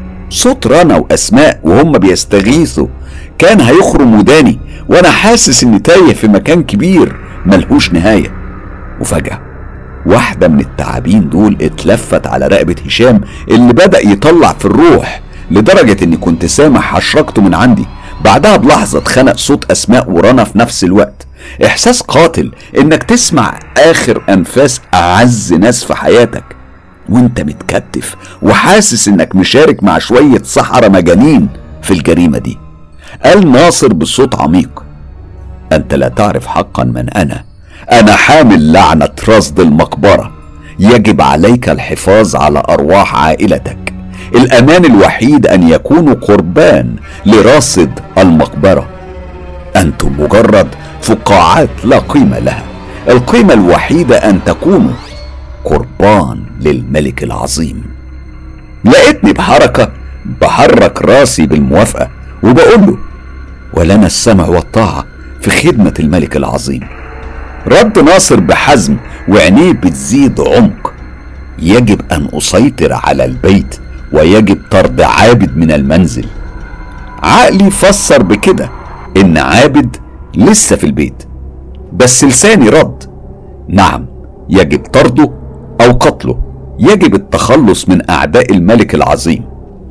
صوت رنا واسماء وهم بيستغيثوا كان هيخرم وداني، وانا حاسس اني تايه في مكان كبير ملهوش نهاية. وفجأة واحدة من التعابين دول اتلفت على رقبة هشام اللي بدأ يطلع في الروح، لدرجة اني كنت سامع حشركته من عندي. بعدها بلحظة اتخنق صوت اسماء ورنا في نفس الوقت. احساس قاتل انك تسمع اخر انفاس اعز ناس في حياتك وانت متكتف وحاسس انك مشارك مع شوية سحرة مجانين في الجريمة دي. قال ناصر بصوت عميق: انت لا تعرف حقا من انا حامل لعنة رصد المقبرة. يجب عليك الحفاظ على ارواح عائلتك. الامان الوحيد ان يكونوا قربان لراصد المقبرة. انتم مجرد فقاعات لا قيمة لها. القيمة الوحيدة أن تكونوا قربان للملك العظيم. لقيتني بحرك راسي بالموافقة وبقول له: ولنا السمع والطاعة في خدمة الملك العظيم. رد ناصر بحزم وعينيه بتزيد عمق: يجب أن أسيطر على البيت ويجب طرد عابد من المنزل. عقلي فسر بكده إن عابد لسه في البيت، بس لساني رد: نعم، يجب طرده أو قتله، يجب التخلص من أعداء الملك العظيم.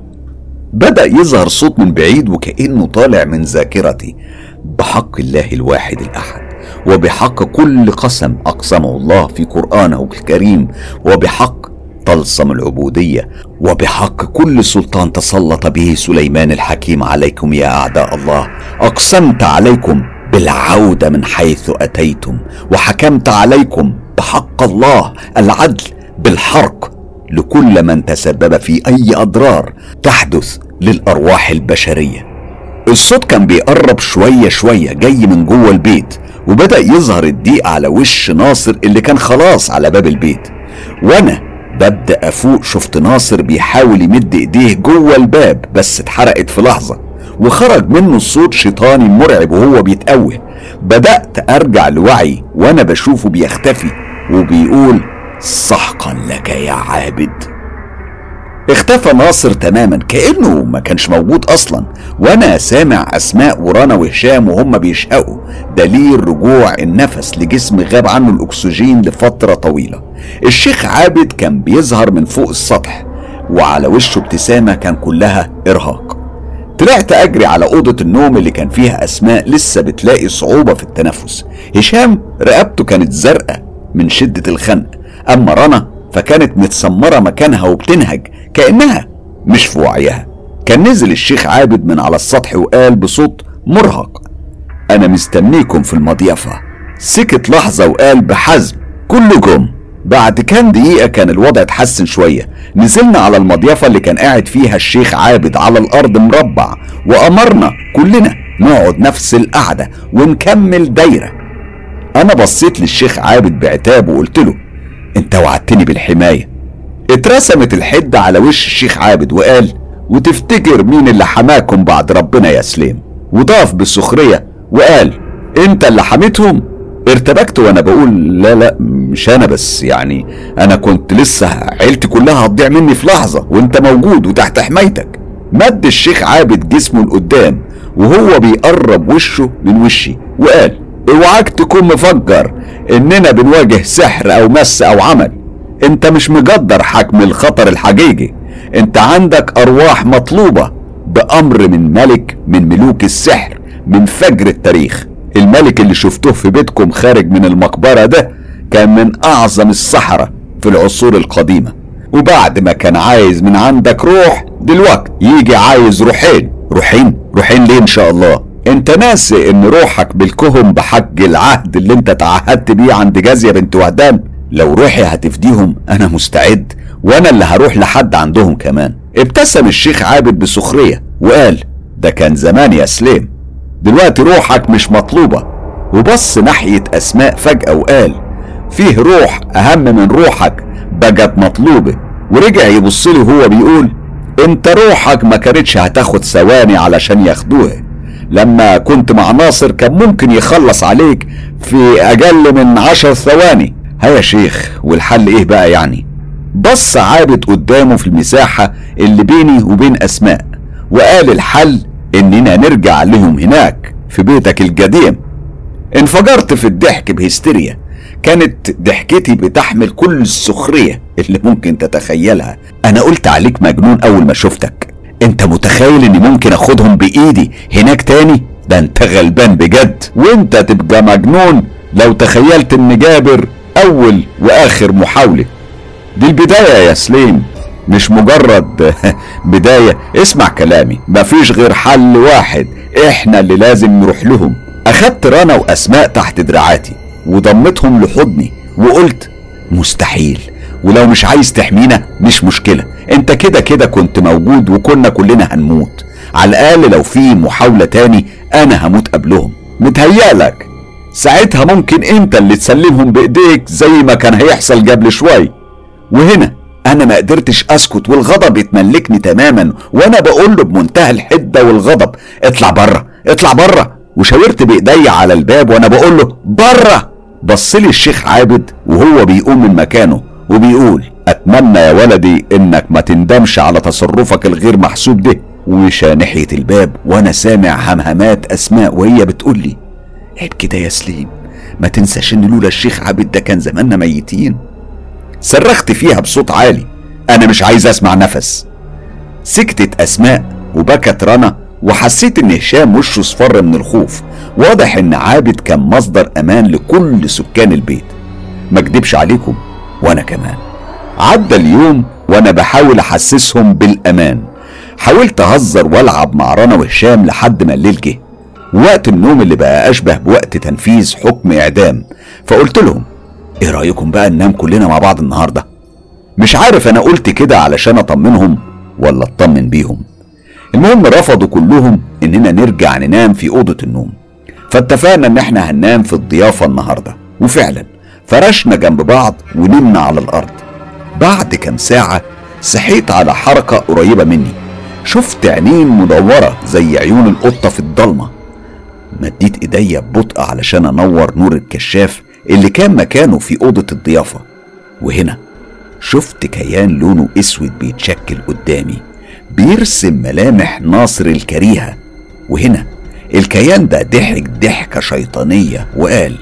بدأ يظهر صوت من بعيد وكأنه طالع من ذاكرتي: بحق الله الواحد الأحد، وبحق كل قسم أقسمه الله في قرآنه الكريم، وبحق طلسم العبودية، وبحق كل سلطان تسلط به سليمان الحكيم عليكم يا أعداء الله، أقسمت عليكم بالعودة من حيث أتيتم، وحكمت عليكم بحق الله العدل بالحرق لكل من تسبب في أي أضرار تحدث للأرواح البشرية. الصوت كان بيقرب شوية شوية جاي من جوه البيت، وبدأ يظهر الضيق على وش ناصر اللي كان خلاص على باب البيت. وانا ببدأ افوق شفت ناصر بيحاول يمد ايديه جوه الباب، بس اتحرقت في لحظة وخرج منه الصوت شيطاني مرعب وهو بيتقوه. بدأت ارجع لوعي وانا بشوفه بيختفي وبيقول: سحقا لك يا عابد. اختفى ناصر تماما كأنه ما كانش موجود اصلا، وانا سامع اسماء ورنا وهشام وهم بيشقوا، دليل رجوع النفس لجسم غاب عنه الاكسجين لفترة طويلة. الشيخ عابد كان بيظهر من فوق السطح وعلى وشه ابتسامة كان كلها ارهاق. طلعت اجري على اوضة النوم اللي كان فيها اسماء لسه بتلاقي صعوبة في التنفس. هشام رقبته كانت زرقاء من شدة الخنق، اما رنا فكانت متسمرة مكانها وبتنهج كأنها مش في وعيها. كان نزل الشيخ عابد من على السطح وقال بصوت مرهق: أنا مستنيكم في المضيفة. سكت لحظة وقال بحزم: كلكم. بعد كام دقيقة كان الوضع اتحسن شوية. نزلنا على المضيفة اللي كان قاعد فيها الشيخ عابد على الأرض مربع، وأمرنا كلنا نقعد نفس القعدة ونكمل دايرة. أنا بصيت للشيخ عابد بعتاب وقلت له: انت وعدتني بالحماية. اترسمت الحدة على وش الشيخ عابد وقال: وتفتكر مين اللي حماكم بعد ربنا يا سليم؟ وضاف بالسخرية وقال: انت اللي حميتهم؟ ارتبكت وانا بقول: لا مش انا، بس يعني انا كنت لسه عيلتي كلها هتضيع مني في لحظة وانت موجود وتحت حمايتك. مد الشيخ عابد جسمه لقدام وهو بيقرب وشه من وشي وقال: اوعاك تكون مفكر اننا بنواجه سحر او مس او عمل. انت مش مقدر حجم الخطر الحقيقي. انت عندك ارواح مطلوبة بامر من ملك من ملوك السحر من فجر التاريخ. الملك اللي شفتوه في بيتكم خارج من المقبرة ده كان من اعظم السحرة في العصور القديمة، وبعد ما كان عايز من عندك روح دلوقتي يجي عايز روحين ليه ان شاء الله؟ انت ناسي ان روحك بالكهم بحق العهد اللي انت تعهدت بيه عند جازية بنت وهدان؟ لو روحي هتفديهم انا مستعد، وانا اللي هروح لحد عندهم كمان. ابتسم الشيخ عابد بسخرية وقال: ده كان زمان يا سليم، دلوقتي روحك مش مطلوبة. وبص ناحية اسماء فجأة وقال: فيه روح اهم من روحك بقت مطلوبة. ورجع يبصلي وهو بيقول: انت روحك ما كانتش هتاخد ثواني علشان ياخدوها. لما كنت مع ناصر كان ممكن يخلص عليك في اقل من 10 ثواني. هيا شيخ، والحل ايه بقى يعني؟ بص عابد قدامه في المساحة اللي بيني وبين اسماء وقال: الحل اننا نرجع لهم هناك في بيتك القديم. انفجرت في الضحك بهستيريا. كانت ضحكتي بتحمل كل السخرية اللي ممكن تتخيلها. انا قلت عليك مجنون اول ما شفتك. انت متخيل اني ممكن اخدهم بايدي هناك تاني؟ ده انت غلبان بجد، وانت تبقى مجنون لو تخيلت ان جابر اول واخر محاولة. دي البداية يا سليم، مش مجرد بداية. اسمع كلامي، مفيش غير حل واحد احنا اللي لازم نروح لهم. اخدت رنا واسماء تحت دراعاتي وضمتهم لحضني وقلت: مستحيل، ولو مش عايز تحمينا مش مشكلة، انت كده كده كنت موجود وكنا كلنا هنموت. على الاقل لو في محاولة تاني انا هموت قبلهم. متهيألك ساعتها ممكن انت اللي تسلمهم بايديك زي ما كان هيحصل قبل شوي. وهنا انا ما قدرتش اسكت والغضب يتملكني تماما، وانا بقول له بمنتهى الحده والغضب: اطلع بره اطلع بره. وشاورت بايدي على الباب وانا بقول له بره. بصلي الشيخ عابد وهو بيقوم من مكانه وبيقول: اتمنى يا ولدي انك ما تندمش على تصرفك الغير محسوب ده. ومشى ناحيه الباب وانا سامع همهمات اسماء وهي بتقول لي: عيب كده يا سليم، ما تنساش ان لولا الشيخ عابد ده كان زماننا ميتين. صرخت فيها بصوت عالي: انا مش عايز اسمع نفس. سكتت اسماء وبكت رنا، وحسيت ان هشام وشه اصفر من الخوف. واضح ان عابد كان مصدر امان لكل سكان البيت. ما اكدبش عليكم وانا كمان. عدى اليوم وانا بحاول احسسهم بالامان. حاولت اهزر والعب مع رنا وهشام لحد ما الليل جه، وقت النوم اللي بقى اشبه بوقت تنفيذ حكم اعدام. فقلت لهم: ايه رايكم بقى ننام كلنا مع بعض النهارده؟ مش عارف انا قلت كده علشان اطمنهم ولا اطمن بيهم. المهم رفضوا كلهم اننا نرجع ننام في اوضه النوم، فاتفقنا ان احنا هننام في الضيافه النهارده. وفعلا فرشنا جنب بعض ونمنا على الارض. بعد كام ساعه صحيت على حركه قريبه مني. شفت عينين مدوره زي عيون القطه في الضلمه. مديت ايديا ببطء علشان انور نور الكشاف اللي كان مكانه في اوضه الضيافه. وهنا شفت كيان لونه اسود بيتشكل قدامي، بيرسم ملامح ناصر الكريهه. وهنا الكيان ده ضحك ضحكه شيطانيه وقال: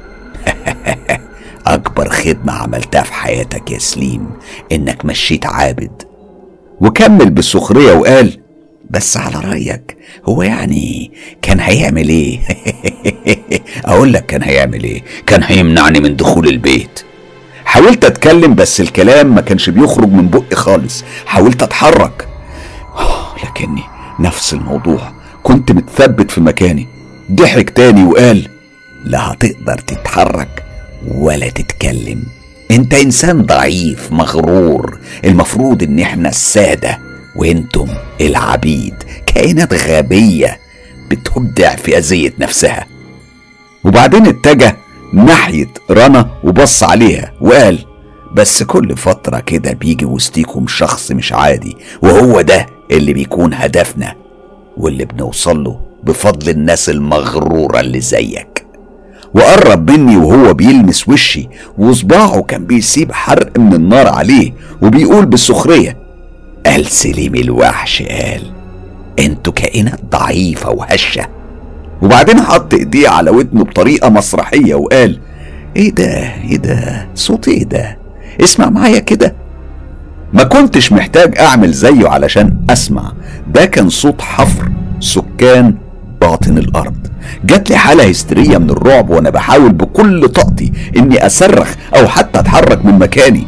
اكبر خدمه عملتها في حياتك يا سليم انك مشيت عابد. وكمل بالسخريه وقال: بس على رأيك هو يعني كان هيعمل ايه؟ اقول لك كان هيعمل ايه، كان هيمنعني من دخول البيت. حاولت اتكلم بس الكلام ما كانش بيخرج من بقي خالص. حاولت اتحرك لكني نفس الموضوع، كنت متثبت في مكاني. ضحك تاني وقال: لا هتقدر تتحرك ولا تتكلم، انت انسان ضعيف مغرور، المفروض ان احنا السادة وانتم العبيد، كائنات غبية بتبدع في اذية نفسها. وبعدين اتجه ناحية رنا وبص عليها وقال: بس كل فترة كده بيجي وسطيكم شخص مش عادي، وهو ده اللي بيكون هدفنا واللي بنوصل له بفضل الناس المغرورة اللي زيك. وقرب مني وهو بيلمس وشي، وصباعه كان بيسيب حرق من النار عليه، وبيقول بالسخرية: قال سليم الوحش قال انتوا كائنات ضعيفة وهشة. وبعدين حط ايديه على ودنه بطريقة مسرحية وقال: ايه ده صوت ايه ده، اسمع معايا كده. ما كنتش محتاج اعمل زيه علشان اسمع، ده كان صوت حفر سكان باطن الارض. جات لي حالة هستيرية من الرعب وانا بحاول بكل طاقتي اني اصرخ او حتى اتحرك من مكاني.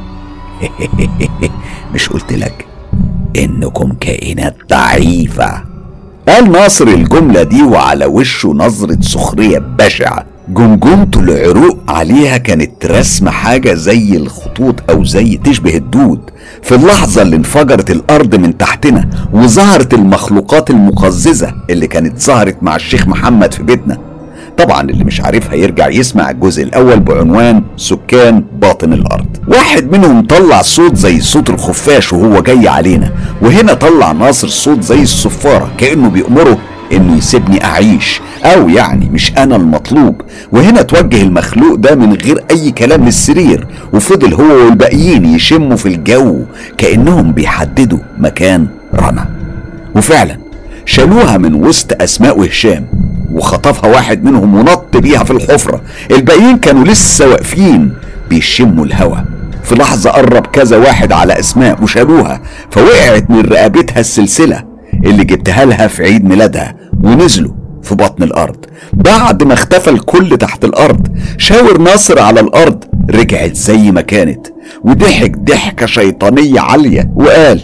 مش قلت لك انكم كائنات ضعيفة؟ قال ناصر الجملة دي وعلى وشه نظرة سخرية بشعة. جمجمته العروق عليها كانت رسمة حاجة زي الخطوط او زي تشبه الدود. في اللحظة اللي انفجرت الارض من تحتنا وظهرت المخلوقات المقززة اللي كانت ظهرت مع الشيخ محمد في بيتنا. طبعا اللي مش عارفها يرجع يسمع الجزء الاول بعنوان سكان باطن الارض. واحد منهم طلع صوت زي صوت الخفاش وهو جاي علينا، وهنا طلع ناصر صوت زي الصفارة كأنه بيأمره انه يسيبني اعيش، او يعني مش انا المطلوب. وهنا توجه المخلوق ده من غير اي كلام للسرير، وفضل هو والباقيين يشموا في الجو كأنهم بيحددوا مكان رنا. وفعلا شالوها من وسط اسماء وهشام، وخطفها واحد منهم ونط بيها في الحفرة. الباقيين كانوا لسه واقفين بيشموا الهوا. في لحظة قرب كذا واحد على اسماء وشالوها، فوقعت من رقبتها السلسلة اللي جبتها لها في عيد ميلادها، ونزلوا في بطن الارض. بعد ما اختفى الكل تحت الارض، شاور ناصر على الارض رجعت زي ما كانت، وضحك ضحكة شيطانية عالية وقال: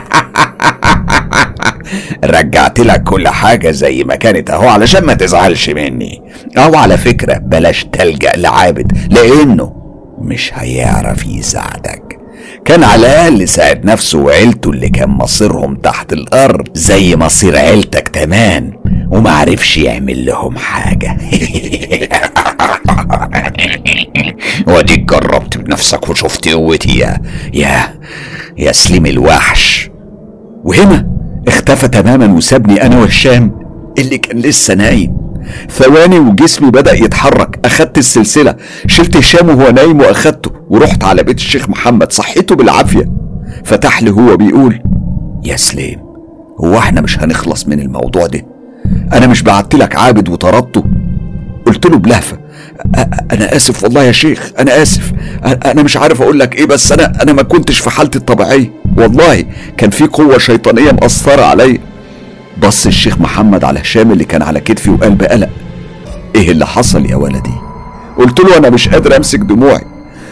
رجعت لك كل حاجة زي ما كانت اهو علشان ما تزعلش مني. او على فكرة بلاش تلجأ لعابد لانه مش هيعرف يساعدك، كان على الاقل ساعد نفسه وعيلته اللي كان مصيرهم تحت الارض زي مصير عيلتك تمام، ومعرفش يعمل لهم حاجة. وديك جربت بنفسك وشفت قوتي يا سليم الوحش. وهنا اختفى تماما وسابني انا وهشام اللي كان لسه نايم. ثواني وجسمي بدأ يتحرك. اخدت السلسلة، شلت هشام وهو نايم واخدته ورحت على بيت الشيخ محمد، صحيته بالعافية. فتح لي هو بيقول: يا سليم، هو احنا مش هنخلص من الموضوع ده؟ انا مش بعتلك عابد وطردته؟ قلت له بلهفة: انا اسف والله يا شيخ، انا اسف، انا مش عارف اقول لك ايه، بس انا ما كنتش في حالتي الطبيعية، والله كان في قوة شيطانية مأثرة عليا. بص الشيخ محمد على هشام اللي كان على كتفي وقال بقلق: ايه اللي حصل يا ولدي؟ قلت له: انا مش قادر امسك دموعي،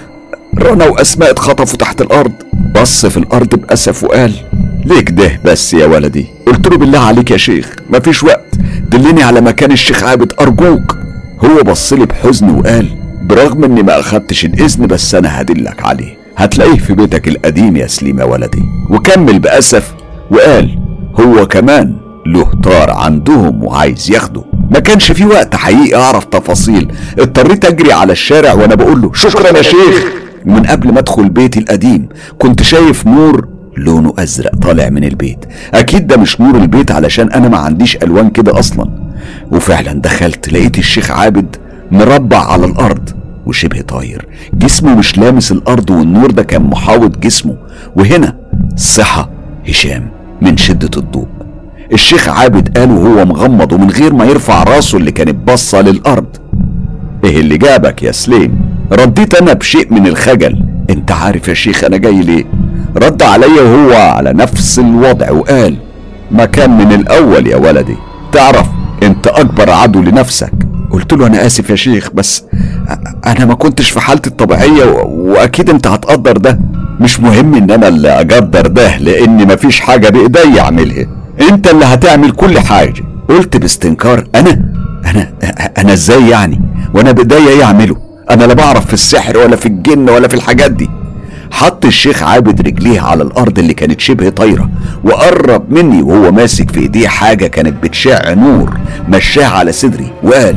رنا واسماء اتخطفوا تحت الارض. بص في الارض باسف وقال: ليه كده بس يا ولدي؟ قلت له: بالله عليك يا شيخ، مفيش وقت، دلني على مكان الشيخ عابد ارجوك. هو بصلي بحزن وقال: برغم اني ما اخدتش الاذن بس انا هدلك عليه، هتلاقيه في بيتك القديم يا سليم يا ولدي. وكمل باسف وقال: هو كمان له طار عندهم وعايز ياخده. ما كانش في وقت حقيقي اعرف تفاصيل، اضطريت اجري على الشارع وانا بقول له: شكرا يا شيخ. ومن قبل ما ادخل بيتي القديم كنت شايف نور لونه ازرق طالع من البيت. اكيد ده مش نور البيت علشان انا ما عنديش الوان كده اصلا. وفعلا دخلت لقيت الشيخ عابد مربع على الارض وشبه طاير، جسمه مش لامس الارض والنور ده كان محاوط جسمه. وهنا صحى هشام من شدة الضوء. الشيخ عابد قال وهو مغمض ومن غير ما يرفع راسه اللي كانت باصه للارض: ايه اللي جابك يا سليم؟ رديت انا بشيء من الخجل: انت عارف يا شيخ انا جاي ليه؟ رد عليا وهو على نفس الوضع وقال: ما كان من الاول يا ولدي، تعرف انت اكبر عدو لنفسك. قلت له: انا اسف يا شيخ، بس انا ما كنتش في حالتي الطبيعيه واكيد انت هتقدر ده. مش مهم ان انا اللي اقدر ده، لان مفيش حاجه بايدي اعملها، انت اللي هتعمل كل حاجه. قلت باستنكار: انا ازاي يعني؟ وانا بايديا ايه اعمله؟ انا لا بعرف في السحر ولا في الجن ولا في الحاجات دي. حط الشيخ عابد رجليه على الارض اللي كانت شبه طايره وقرب مني وهو ماسك في ايديه حاجه كانت بتشع نور، مشاها على صدري وقال: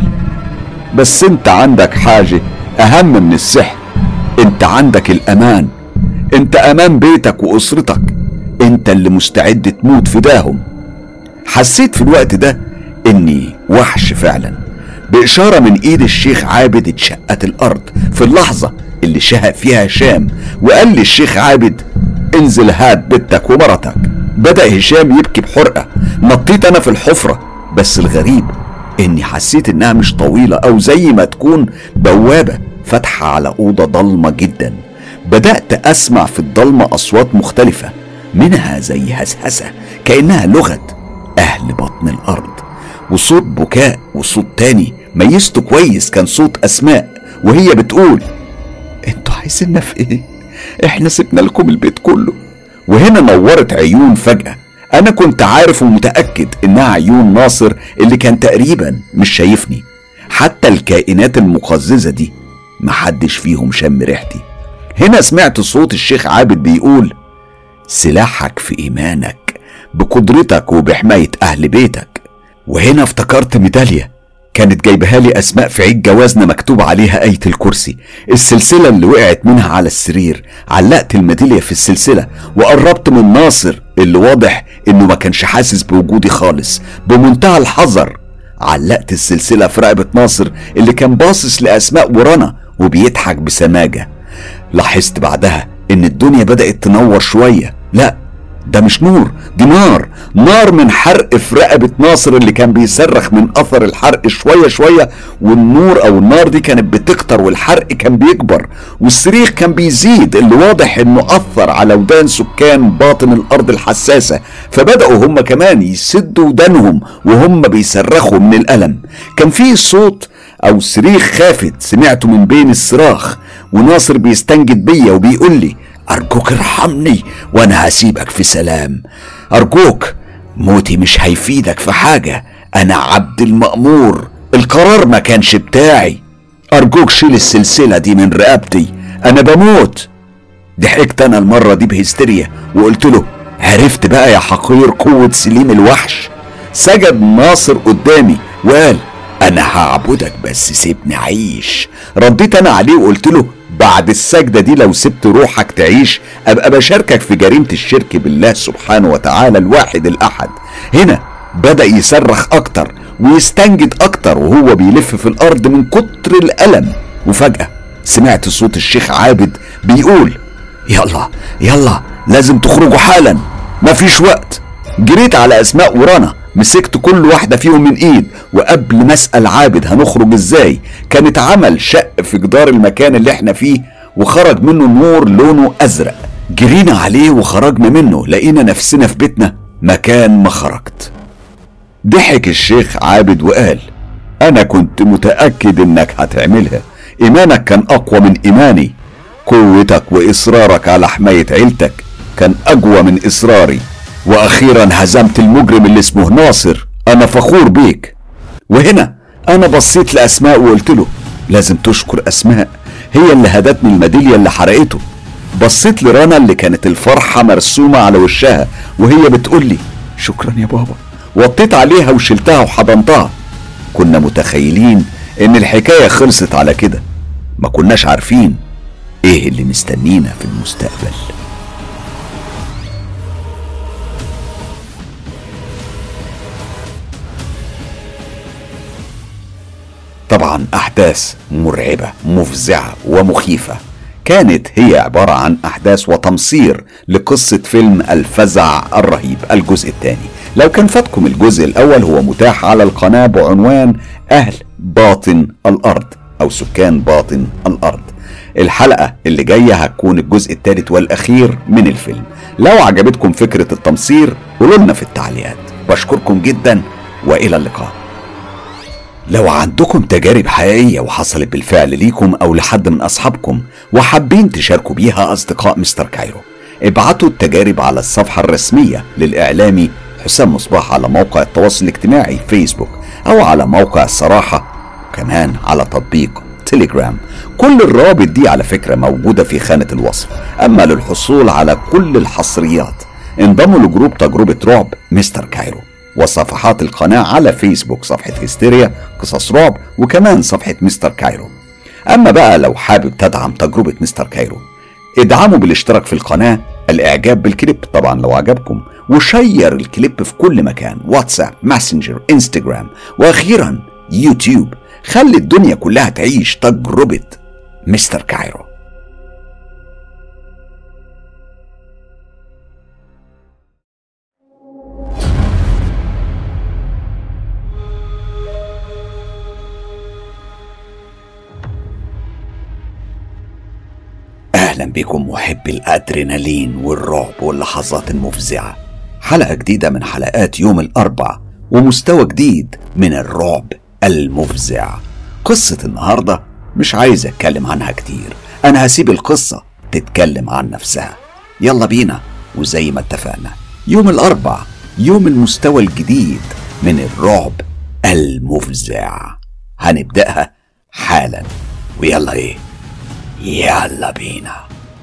بس انت عندك حاجه اهم من السحر، انت عندك الامان، انت امان بيتك واسرتك، انت اللي مستعد تموت فداهم. حسيت في الوقت ده اني وحش فعلا. باشاره من ايد الشيخ عابد اتشقت الارض في اللحظه اللي شهق فيها هشام، وقال لي الشيخ عابد: انزل هات بنتك ومرتك. بدأ هشام يبكي بحرقة. نطيت انا في الحفرة، بس الغريب اني حسيت انها مش طويلة او زي ما تكون بوابة فاتحة على اوضة ضلمة جدا. بدأت اسمع في الضلمة اصوات مختلفة، منها زي هسهسة كأنها لغة اهل بطن الارض، وصوت بكاء، وصوت تاني ميزته كويس كان صوت اسماء وهي بتقول: انتوا عايزيننا في ايه؟ احنا سيبنا لكم البيت كله. وهنا نورت عيون فجأة، انا كنت عارف ومتأكد انها عيون ناصر اللي كان تقريبا مش شايفني. حتى الكائنات المقززة دي محدش فيهم شم ريحتي. هنا سمعت صوت الشيخ عابد بيقول: سلاحك في ايمانك بقدرتك وبحماية اهل بيتك. وهنا افتكرت ميدالية كانت جايبها لي اسماء في عيد جوازنا مكتوب عليها آية الكرسي. السلسلة اللي وقعت منها على السرير، علقت الميدالية في السلسلة وقربت من ناصر اللي واضح انه ما كانش حاسس بوجودي خالص. بمنتهى الحذر علقت السلسلة في رقبة ناصر اللي كان باصص لاسماء ورنا وبيضحك بسماجة. لاحظت بعدها ان الدنيا بدأت تنور شوية. لا، ده مش نور، دي نار من حرق في رقبة ناصر اللي كان بيصرخ من اثر الحرق شوية شوية. والنور او النار دي كانت بتكتر والحرق كان بيكبر والصريخ كان بيزيد، اللي واضح انه اثر على ودان سكان باطن الارض الحساسة، فبدأوا هم كمان يسدوا ودانهم وهم بيصرخوا من الالم. كان فيه صوت او صريخ خافت سمعته من بين الصراخ، وناصر بيستنجد بيا وبيقول لي: أرجوك ارحمني وأنا هسيبك في سلام، أرجوك، موتي مش هيفيدك في حاجة، أنا عبد المأمور، القرار ما كانش بتاعي، أرجوك شيل السلسلة دي من رقبتي، أنا بموت. ضحكت أنا المرة دي بهستيريا وقلت له: عرفت بقى يا حقير قوة سليم الوحش؟ سجد ناصر قدامي وقال: انا هعبدك بس سيبني اعيش. رديت انا عليه وقلت له بعد السجدة دي لو سبت روحك تعيش ابقى بشاركك في جريمة الشرك بالله سبحانه وتعالى الواحد الاحد. هنا بدأ يصرخ اكتر ويستنجد اكتر وهو بيلف في الارض من كتر الالم. وفجأة سمعت صوت الشيخ عابد بيقول يلا يلا لازم تخرجوا حالا، مفيش وقت. جريت على اسماء ورنا، مسكت كل واحدة فيهم من ايد، وقبل ما اسأل عابد هنخرج ازاي كانت عمل شق في جدار المكان اللي احنا فيه وخرج منه نور لونه ازرق. جرينا عليه وخرجنا منه، لقينا نفسنا في بيتنا مكان ما خرجت. ضحك الشيخ عابد وقال انا كنت متأكد انك هتعملها، ايمانك كان اقوى من ايماني، قوتك واصرارك على حماية عيلتك كان اقوى من اصراري، واخيرا هزمت المجرم اللي اسمه ناصر، انا فخور بيك. وهنا انا بصيت لاسماء وقلت له لازم تشكر اسماء، هي اللي هدتني الميدالية اللي حرقته. بصيت لرنا اللي كانت الفرحة مرسومة على وشها وهي بتقول لي شكرا يا بابا، وطيت عليها وشلتها وحضنتها. كنا متخيلين ان الحكاية خلصت على كده، ما كناش عارفين ايه اللي مستنينا في المستقبل. طبعا احداث مرعبة مفزعة ومخيفة، كانت هي عبارة عن احداث وتمصير لقصة فيلم الفزع الرهيب الجزء الثاني. لو كان فاتكم الجزء الاول هو متاح على القناة بعنوان اهل باطن الارض او سكان باطن الارض. الحلقة اللي جاية هتكون الجزء الثالث والاخير من الفيلم. لو عجبتكم فكرة التمصير قولوا لنا في التعليقات. بشكركم جدا والى اللقاء. لو عندكم تجارب حقيقية وحصلت بالفعل ليكم او لحد من اصحابكم وحابين تشاركوا بيها اصدقاء مستر كايرو، ابعتوا التجارب على الصفحة الرسمية للاعلامي حسام مصباح على موقع التواصل الاجتماعي فيسبوك او على موقع الصراحة، وكمان على تطبيق تليجرام. كل الروابط دي على فكرة موجودة في خانة الوصف. اما للحصول على كل الحصريات انضموا لجروب تجربة رعب مستر كايرو وصفحات القناة على فيسبوك، صفحة هستيريا قصص رعب وكمان صفحة مستر كايرو. اما بقى لو حابب تدعم تجربة مستر كايرو ادعموا بالاشتراك في القناة، الاعجاب بالكليب طبعا لو عجبكم، وشير الكليب في كل مكان، واتساب، ماسنجر، انستجرام، واخيرا يوتيوب. خلي الدنيا كلها تعيش تجربة مستر كايرو. اهلا بكم محبي الادرينالين والرعب واللحظات المفزعة. حلقة جديدة من حلقات يوم الاربع ومستوى جديد من الرعب المفزع. قصة النهاردة مش عايز اتكلم عنها كتير، انا هسيب القصة تتكلم عن نفسها. يلا بينا. وزي ما اتفقنا يوم الاربع يوم المستوى الجديد من الرعب المفزع، هنبدأها حالا. ويلا ايه، يلا بينا.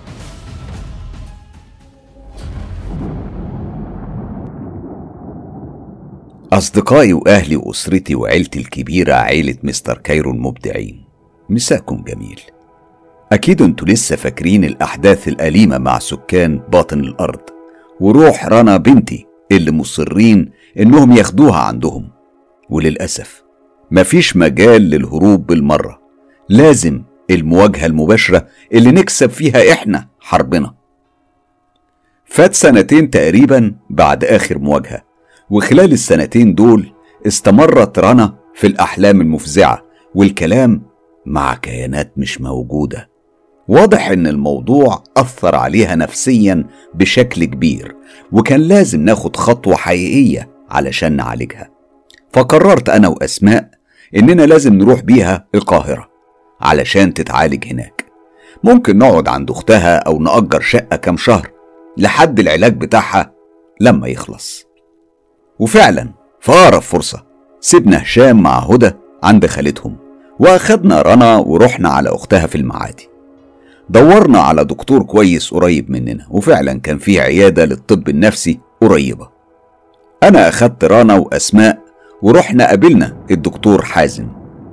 أصدقائي وأهلي وأسرتي وعيلتي الكبيرة، عيلة مستر كايرو المبدعين، مساكم جميل. أكيد انتوا لسه فاكرين الأحداث الأليمة مع سكان باطن الأرض وروح رنا بنتي اللي مصرين إنهم ياخدوها عندهم. وللأسف مفيش مجال للهروب بالمرة، لازم المواجهة المباشرة اللي نكسب فيها إحنا حربنا. فات سنتين تقريبا بعد آخر مواجهة، وخلال السنتين دول استمرت رنا في الأحلام المفزعة والكلام مع كيانات مش موجودة. واضح إن الموضوع أثر عليها نفسيا بشكل كبير، وكان لازم ناخد خطوة حقيقية علشان نعالجها. فقررت أنا وأسماء إننا لازم نروح بيها القاهرة علشان تتعالج هناك. ممكن نقعد عند أختها أو نأجر شقة كام شهر لحد العلاج بتاعها لما يخلص. وفعلا في أقرب فرصة سيبنا هشام مع هدى عند خالتهم، وأخدنا رنا ورحنا على أختها في المعادي. دورنا على دكتور كويس قريب مننا، وفعلا كان فيه عيادة للطب النفسي قريبة. أنا أخدت رنا وأسماء ورحنا قابلنا الدكتور حازم.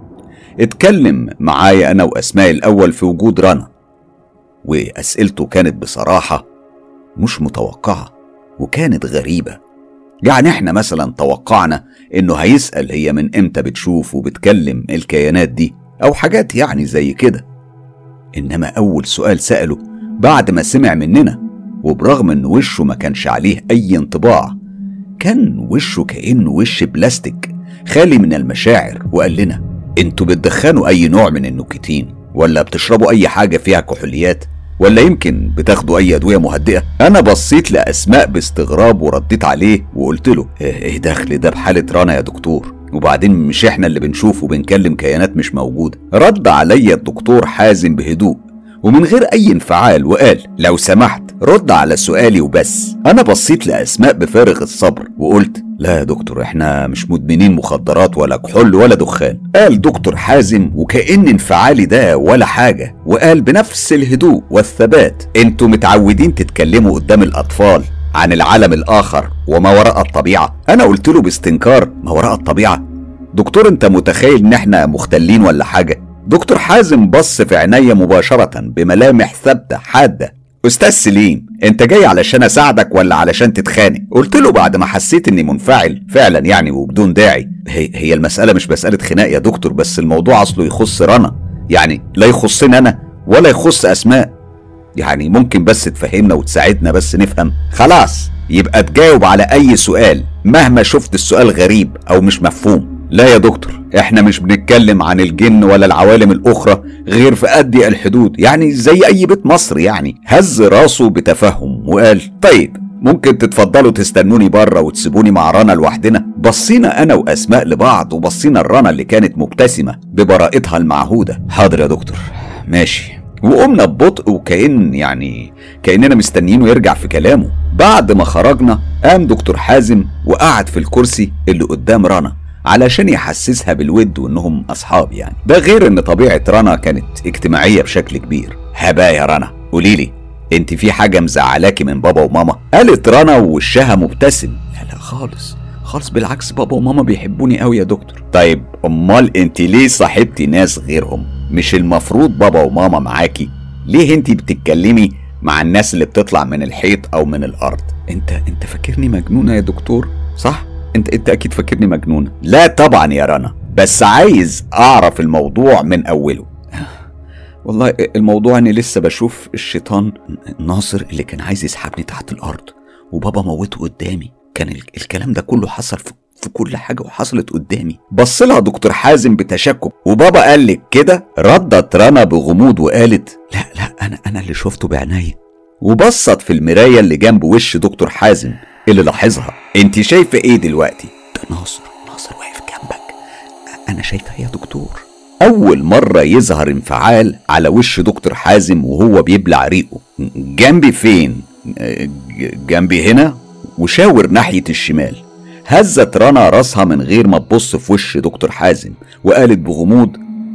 اتكلم معايا أنا وأسماء الأول في وجود رنا، وأسئلته كانت بصراحة مش متوقعة وكانت غريبة. يعني احنا مثلا توقعنا انه هيسأل هي من امتى بتشوف وبتكلم الكيانات دي او حاجات يعني زي كده، انما اول سؤال سأله بعد ما سمع مننا، وبرغم ان وشه ما كانش عليه اي انطباع، كان وشه كأنه وش بلاستيك خالي من المشاعر، وقال لنا: انتوا بتدخنوا اي نوع من النكتين، ولا بتشربوا اي حاجة فيها كحوليات، ولا يمكن بتاخدوا اي ادوية مهدئة؟ انا بصيت لأسماء باستغراب ورديت عليه وقلت له: ايه دخل ده بحالة رنا يا دكتور؟ وبعدين مش احنا اللي بنشوف وبنكلم كيانات مش موجودة؟ رد عليا الدكتور حازم بهدوء ومن غير اي انفعال وقال: لو سمحت رد على سؤالي وبس. انا بصيت لأسماء بفارغ الصبر وقلت: لا يا دكتور، احنا مش مدمنين مخدرات ولا كحول ولا دخان. قال دكتور حازم وكأن انفعالي ده ولا حاجة، وقال بنفس الهدوء والثبات: انتوا متعودين تتكلموا قدام الأطفال عن العالم الآخر وما وراء الطبيعة. أنا قلت له باستنكار: ما وراء الطبيعة؟ دكتور انت متخيل ان احنا مختلين ولا حاجة؟ دكتور حازم بص في عينيا مباشرة بملامح ثابتة حادة: أستاذ سليم، انت جاي علشان اساعدك ولا علشان تتخانق؟ قلت له بعد ما حسيت اني منفعل فعلا يعني وبدون داعي: هي المسألة مش مسألة خناق يا دكتور، بس الموضوع اصله يخص رنا، يعني لا يخصني انا ولا يخص أسماء. يعني ممكن بس تفهمنا وتساعدنا بس نفهم؟ خلاص، يبقى تجاوب على اي سؤال مهما شفت السؤال غريب او مش مفهوم. لا يا دكتور، احنا مش بنتكلم عن الجن ولا العوالم الاخرى غير في أضيق الحدود، يعني زي اي بيت مصري. يعني هز راسه بتفهم وقال: طيب ممكن تتفضلوا تستنوني بره وتسيبوني مع رنا لوحدنا؟ بصينا انا وأسماء لبعض وبصينا لرنا اللي كانت مبتسمة ببراءتها المعهودة. حاضر يا دكتور، ماشي. وقمنا ببطء كأننا مستنيينه يرجع في كلامه. بعد ما خرجنا قام دكتور حازم وقعد في الكرسي اللي قدام رنا علشان يحسسها بالود وانهم اصحاب يعني. ده غير ان طبيعة رنا كانت اجتماعية بشكل كبير. هبا يا رنا، قوليلي، انت في حاجة مزعلاكي من بابا وماما؟ قالت رنا ووشها مبتسم: لا خالص خالص، بالعكس بابا وماما بيحبوني قوي يا دكتور. طيب امال انت ليه صاحبتي ناس غيرهم؟ مش المفروض بابا وماما معاكي؟ ليه انت بتتكلمي مع الناس اللي بتطلع من الحيط او من الارض؟ انت فاكرني مجنونة يا دكتور، صح؟ انت اكيد فاكرني مجنونة. لا طبعا يا رنا، بس عايز اعرف الموضوع من اوله. والله الموضوع اني لسه بشوف الشيطان ناصر اللي كان عايز يسحبني تحت الارض، وبابا موته قدامي. كان الكلام ده كله حصل في كل حاجة وحصلت قدامي. بصلها دكتور حازم بتشكك: وبابا قال لك كده؟ ردت رنا بغموض وقالت: لا انا اللي شفته بعيني. وبصت في المراية اللي جنب وش دكتور حازم اللي لاحظها. انت شايفة ايه دلوقتي؟ ده ناصر واقف جنبك، انا شايفة يا دكتور. اول مرة يظهر انفعال على وش دكتور حازم وهو بيبلع ريقه. جنبي فين؟ جنبي هنا، وشاور ناحية الشمال. هزت رنا راسها من غير ما تبص في وش دكتور حازم وقالت بغموض: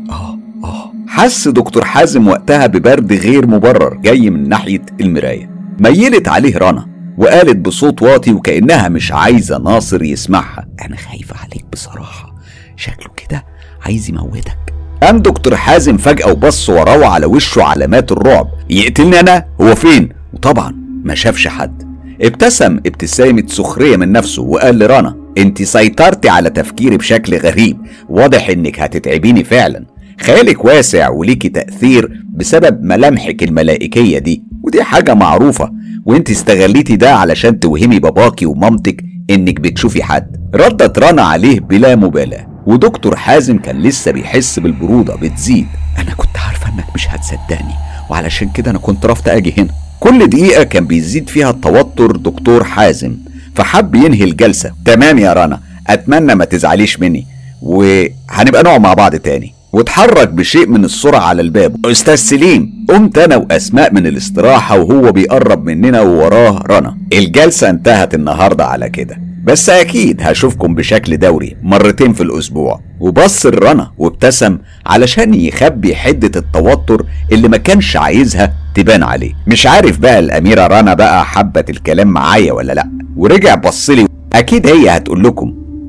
حس دكتور حازم وقتها ببرد غير مبرر جاي من ناحية المراية. ميلت عليه رنا وقالت بصوت واطي وكأنها مش عايزة ناصر يسمعها: انا خايفة عليك بصراحة، شكله كده عايز يموتك. قام دكتور حازم فجأة وبص وراه على وشه علامات الرعب: يقتلني انا؟ هو فين؟ وطبعا ما شافش حد. ابتسم ابتسامة سخرية من نفسه وقال لرنا: انت سيطرتي على تفكيري بشكل غريب، واضح انك هتتعبيني فعلا. خيالك واسع وليكي تأثير بسبب ملامحك الملائكية دي، ودي حاجة معروفة، وانت استغليتي ده علشان توهمي باباكي ومامتك انك بتشوفي حد. ردت رنا عليه بلا مبالاة، ودكتور حازم كان لسه بيحس بالبرودة بتزيد: انا كنت عارفة انك مش هتصدقني، وعلشان كده انا كنت رافضة اجي هنا. كل دقيقة كان بيزيد فيها التوتر دكتور حازم، فحب ينهي الجلسة: تمام يا رنا، اتمنى ما تزعليش مني، وهنبقى نقعد مع بعض تاني. واتحرك بشيء من السرعة على الباب. أستاذ سليم، قمت أنا وأسماء من الاستراحة وهو بيقرب مننا ووراه رنا. الجلسة انتهت النهاردة على كده، بس أكيد هشوفكم بشكل دوري مرتين في الأسبوع. وبص لرنا وابتسم علشان يخبي حدة التوتر اللي ما كانش عايزها تبان عليه. مش عارف بقى الأميرة رنا بقى حبت الكلام معايا ولا لأ. ورجع بصلي: أكيد هي هتقول لكم،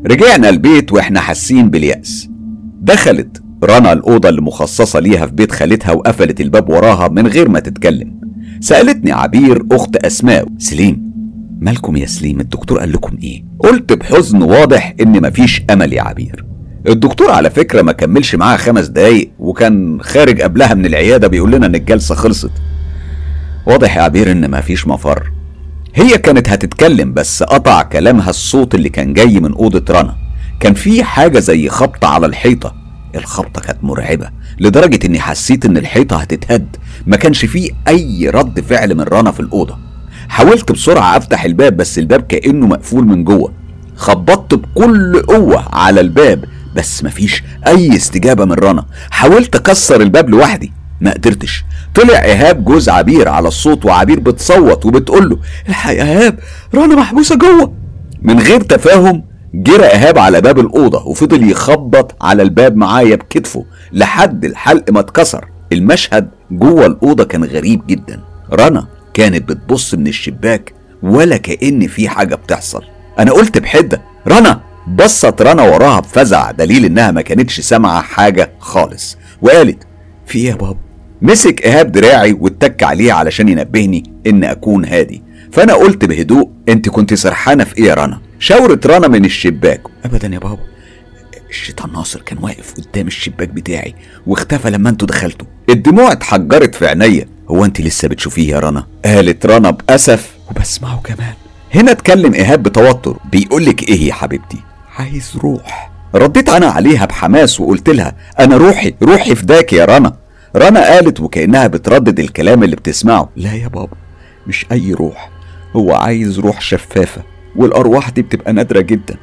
رجعنا البيت واحنا حاسين باليأس. دخلت رنا الأوضة اللي مخصصة ليها في بيت خالتها وقفلت الباب وراها من غير ما تتكلم. سألتني عبير أخت أسماء: سليم، مالكم يا سليم؟ الدكتور قال لكم إيه؟ قلت بحزن واضح إن مفيش أمل يا عبير. الدكتور على فكرة ما كملش معاها 5 دقايق وكان خارج قبلها من العيادة بيقول لنا إن الجلسة خلصت. واضح يا عبير إن مفيش مفر. هي كانت هتتكلم بس قطع كلامها الصوت اللي كان جاي من أوضة رنا. كان في حاجة زي خبطة على الحيطة. الخبطة كانت مرعبة لدرجة إني حسيت إن الحيطة هتتهد. ما كانش فيه أي رد فعل من رنا في الأوضة. حاولت بسرعة أفتح الباب بس الباب كأنه مقفول من جوه. خبطت بكل قوة على الباب بس مفيش أي استجابة من رنا. حاولت أكسر الباب لوحدي، ما قدرتش. طلع إيهاب جوز عبير على الصوت وعبير بتصوت وبتقوله: الحق يا إيهاب، رنا محبوسة جوه. من غير تفاهم جرى إيهاب على باب الأوضة وفضل يخبط على الباب معايا بكتفه لحد الحلق ما اتكسر. المشهد جوه الأوضة كان غريب جدا. رنا كانت بتبص من الشباك ولا كأن في حاجة بتحصل. أنا قلت بحدة: رنا! بصت رنا وراها بفزع، دليل إنها ما كانتش سامعة حاجة خالص، وقالت: في إيه يا بابا؟ مسك إيهاب دراعي واتك عليه علشان ينبهني إن أكون هادي. فأنا قلت بهدوء: أنت كنت سرحانة في إيه يا رنا؟ شاورت رنا من الشباك: أبدا يا بابا، الشيطان ناصر كان واقف قدام الشباك بتاعي واختفى لما انتوا دخلتوا. الدموع اتحجرت في عينيا. هو انت لسه بتشوفيه يا رنا؟ قالت رنا بأسف. وبسمعه كمان. هنا اتكلم إيهاب بتوتر: بيقولك ايه يا حبيبتي؟ عايز روح. رديت انا عليها بحماس وقلت لها: انا روحي فداك يا رنا. رنا قالت وكأنها بتردد الكلام اللي بتسمعه: لا يا بابا، مش اي روح، هو عايز روح شفافة، والأرواح دي بتبقى نادرة جدا.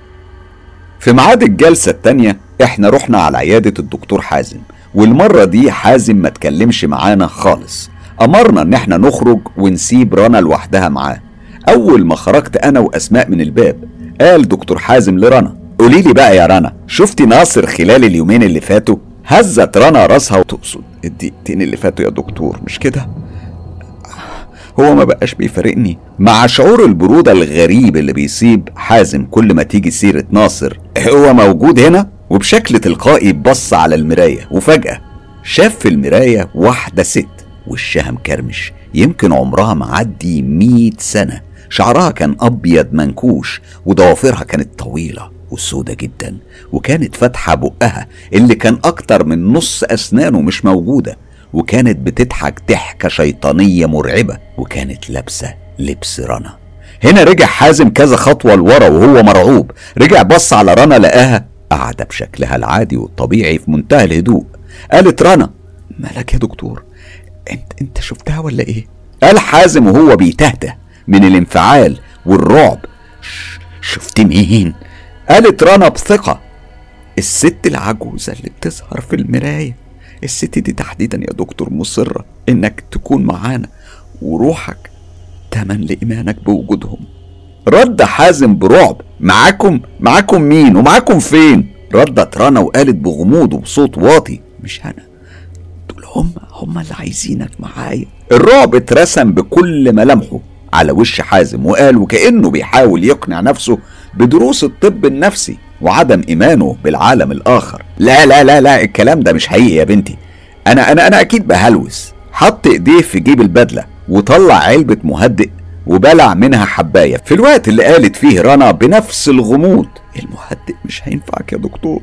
في ميعاد الجلسة التانية احنا رحنا على عيادة الدكتور حازم، والمرة دي حازم ما تكلمش معانا خالص. أمرنا ان احنا نخرج ونسيب رنا لوحدها معاه. أول ما خرجت أنا وأسماء من الباب قال دكتور حازم لرنا: قوليلي بقى يا رنا، شفتي ناصر خلال اليومين اللي فاتوا؟ هزت رنا راسها: وتقصد الدقيقتين اللي فاتوا يا دكتور، مش كده؟ هو ما بقاش بيفارقني. مع شعور البرودة الغريب اللي بيصيب حازم كل ما تيجي سيرة ناصر: هو موجود هنا؟ وبشكل تلقائي بص على المراية وفجأة شاف في المراية واحدة ست وشها مكرمش، يمكن عمرها معدي 100 سنة. شعرها كان أبيض منكوش وضوافرها كانت طويلة وسودة جدا، وكانت فاتحة بقها اللي كان أكتر من نص أسنانه مش موجودة، وكانت بتضحك ضحكة شيطانية مرعبة، وكانت لابسة لبس رنا. هنا رجع حازم كذا خطوة لورا وهو مرعوب. رجع بص على رنا لقاها قاعدة بشكلها العادي والطبيعي في منتهى الهدوء. قالت رنا: مالك يا دكتور؟ انت شفتها ولا ايه؟ قال حازم وهو بيتهته من الانفعال والرعب: شفت مين؟ قالت رنا بثقة: الست العجوزة اللي بتظهر في المراية. الست دي تحديدا يا دكتور مصرة انك تكون معانا، وروحك تمن لإيمانك بوجودهم. رد حازم برعب: معاكم مين ومعاكم فين؟ ردت رنا وقالت بغموض وبصوت واطي: مش انا، دول هم اللي عايزينك معايا. الرعب اترسم بكل ملامحه على وش حازم، وقال وكأنه بيحاول يقنع نفسه بدروس الطب النفسي وعدم إيمانه بالعالم الآخر: لا لا لا لا، الكلام ده مش حقيقي يا بنتي، أنا أكيد بهلوس. حط إيديه في جيب البدلة وطلع علبة مهدئ وبلع منها حباية في الوقت اللي قالت فيه رنا بنفس الغموض: المهدئ مش هينفعك يا دكتور،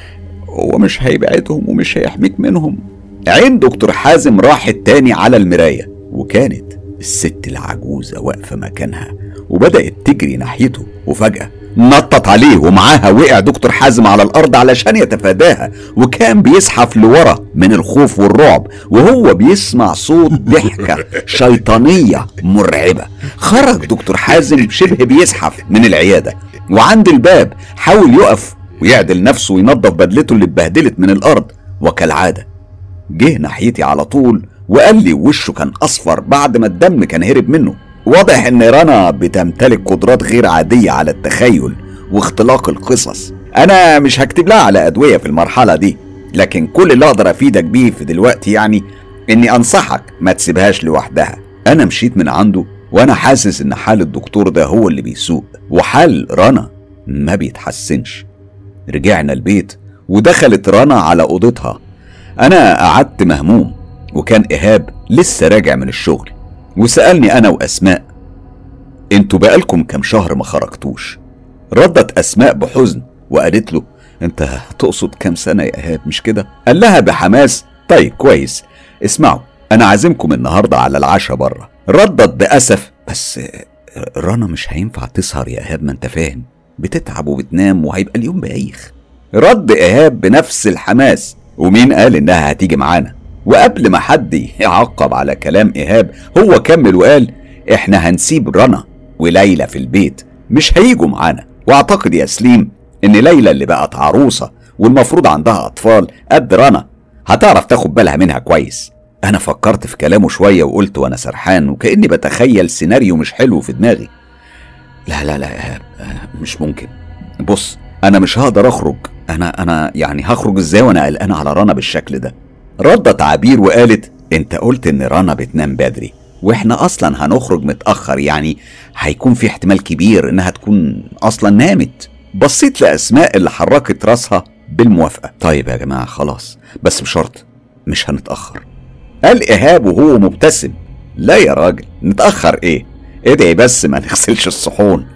هو مش هيبعدهم ومش هيحميك منهم. عين دكتور حازم راحت تاني على المراية، وكانت الست العجوزة واقفة مكانها وبدأت تجري ناحيته، وفجأة نطت عليه ومعاها وقع دكتور حازم على الأرض علشان يتفاداها، وكان بيزحف لورا من الخوف والرعب وهو بيسمع صوت ضحكة شيطانية مرعبة. خرج دكتور حازم شبه بيزحف من العيادة، وعند الباب حاول يقف ويعدل نفسه وينظف بدلته اللي اتبهدلت من الأرض، وكالعادة جه ناحيتي على طول وقال لي وشه كان أصفر بعد ما الدم كان هرب منه. واضح ان رنا بتمتلك قدرات غير عادية على التخيل واختلاق القصص. انا مش هكتب لها على ادوية في المرحلة دي، لكن كل اللي اقدر افيدك بيه في دلوقتي يعني اني انصحك ما تسيبهاش لوحدها. انا مشيت من عنده وانا حاسس ان حال الدكتور ده هو اللي بيسوء، وحال رنا ما بيتحسنش. رجعنا البيت ودخلت رنا على اوضتها. انا قعدت مهموم، وكان ايهاب لسه راجع من الشغل وسألني انا واسماء: انتوا بقالكم كام شهر ما خرجتوش؟ ردت اسماء بحزن وقالت له: انت تقصد كام سنة يا ايهاب مش كده؟ قال لها بحماس: طيب كويس، اسمعوا انا عازمكم النهاردة على العشاء بره. ردت بأسف: بس رنا مش هينفع تسهر يا ايهاب، ما انت فاهم، بتتعب وبتنام وهيبقى اليوم بايخ. رد ايهاب بنفس الحماس: ومين قال انها هتيجي معانا؟ وقبل ما حد يعقب على كلام ايهاب هو كمل وقال: احنا هنسيب رنا وليلى في البيت، مش هيجوا معانا. واعتقد يا سليم ان ليلى اللي بقت عروسة والمفروض عندها اطفال قد رنا هتعرف تاخد بالها منها كويس. انا فكرت في كلامه شوية وقلت وانا سرحان وكأني بتخيل سيناريو مش حلو في دماغي: لا لا لا يا ايهاب، مش ممكن. بص انا مش هقدر اخرج، انا يعني هخرج ازاي وانا قلقان على رنا بالشكل ده؟ ردت عبير وقالت: انت قلت ان رنا بتنام بدري واحنا اصلا هنخرج متأخر، يعني هيكون في احتمال كبير انها تكون اصلا نامت. بصيت لاسماء اللي حركت راسها بالموافقة. طيب يا جماعة خلاص، بس بشرط مش هنتأخر، قال ايهاب وهو مبتسم. لا يا راجل، نتأخر ايه؟ ادعي بس ما نغسلش الصحون.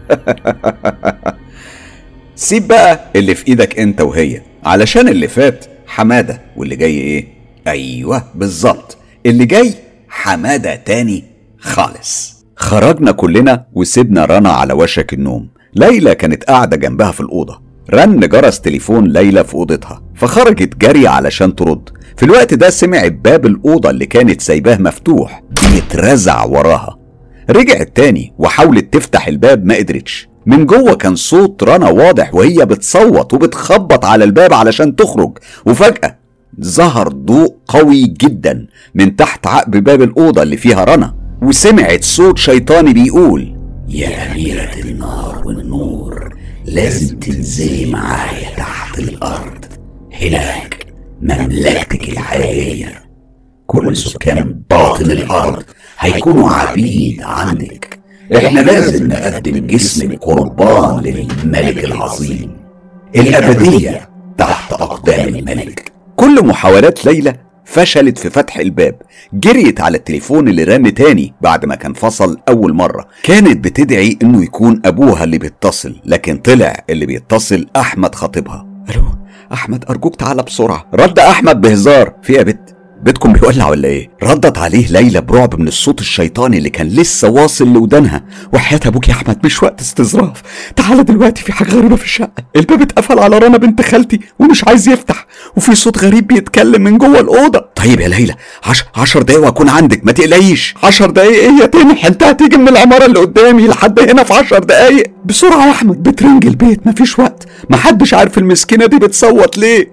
سيب بقى اللي في ايدك انت وهي، علشان اللي فات حمادة واللي جاي ايه؟ ايوه بالظبط، اللي جاي حمادة تاني خالص. خرجنا كلنا وسيبنا رنا على وشك النوم. ليلى كانت قاعدة جنبها في الأوضة. رن جرس تليفون ليلى في أوضتها فخرجت جري علشان ترد. في الوقت ده سمعت باب الأوضة اللي كانت سايباه مفتوح بيترزع وراها. رجعت تاني وحاولت تفتح الباب ما قدرتش. من جوه كان صوت رنا واضح وهي بتصوت وبتخبط على الباب علشان تخرج. وفجأة ظهر ضوء قوي جدا من تحت عقب باب الأوضة اللي فيها رنا، وسمعت صوت شيطاني بيقول: يا أميرة النار والنور، لازم تنزلي معايا تحت الأرض، هناك مملكتك الحقيقية. كل سكان باطن الأرض هيكونوا عبيد عندك. احنا لازم نقدم جسمك قربان للملك العظيم، الأبدية تحت أقدام الملك. كل محاولات ليلى فشلت في فتح الباب. جريت على التليفون اللي رن تاني بعد ما كان فصل أول مرة. كانت بتدعي إنه يكون أبوها اللي بيتصل، لكن طلع اللي بيتصل أحمد خطيبها. ألو أحمد، أرجوك تعالى بسرعة. رد أحمد بهزار: في يا بيتكم بيولع ولا ايه؟ ردت عليه ليلى برعب من الصوت الشيطاني اللي كان لسه واصل لودانها. وحياة ابوك يا احمد مش وقت استظراف، تعالى دلوقتي، في حاجه غريبه في الشقه، الباب اتقفل على رنا بنت خالتي ومش عايز يفتح، وفي صوت غريب بيتكلم من جوه الاوضه. طيب يا ليلى، 10 دقايق واكون عندك، ما تقلقيش. 10 دقايق ايه يا تنح؟ انت هتيجي من العماره اللي قدامي لحد هنا في 10 دقايق؟ بسرعه يا احمد، بترنج البيت، مفيش وقت، محدش عارف المسكينه دي بتصوت ليه.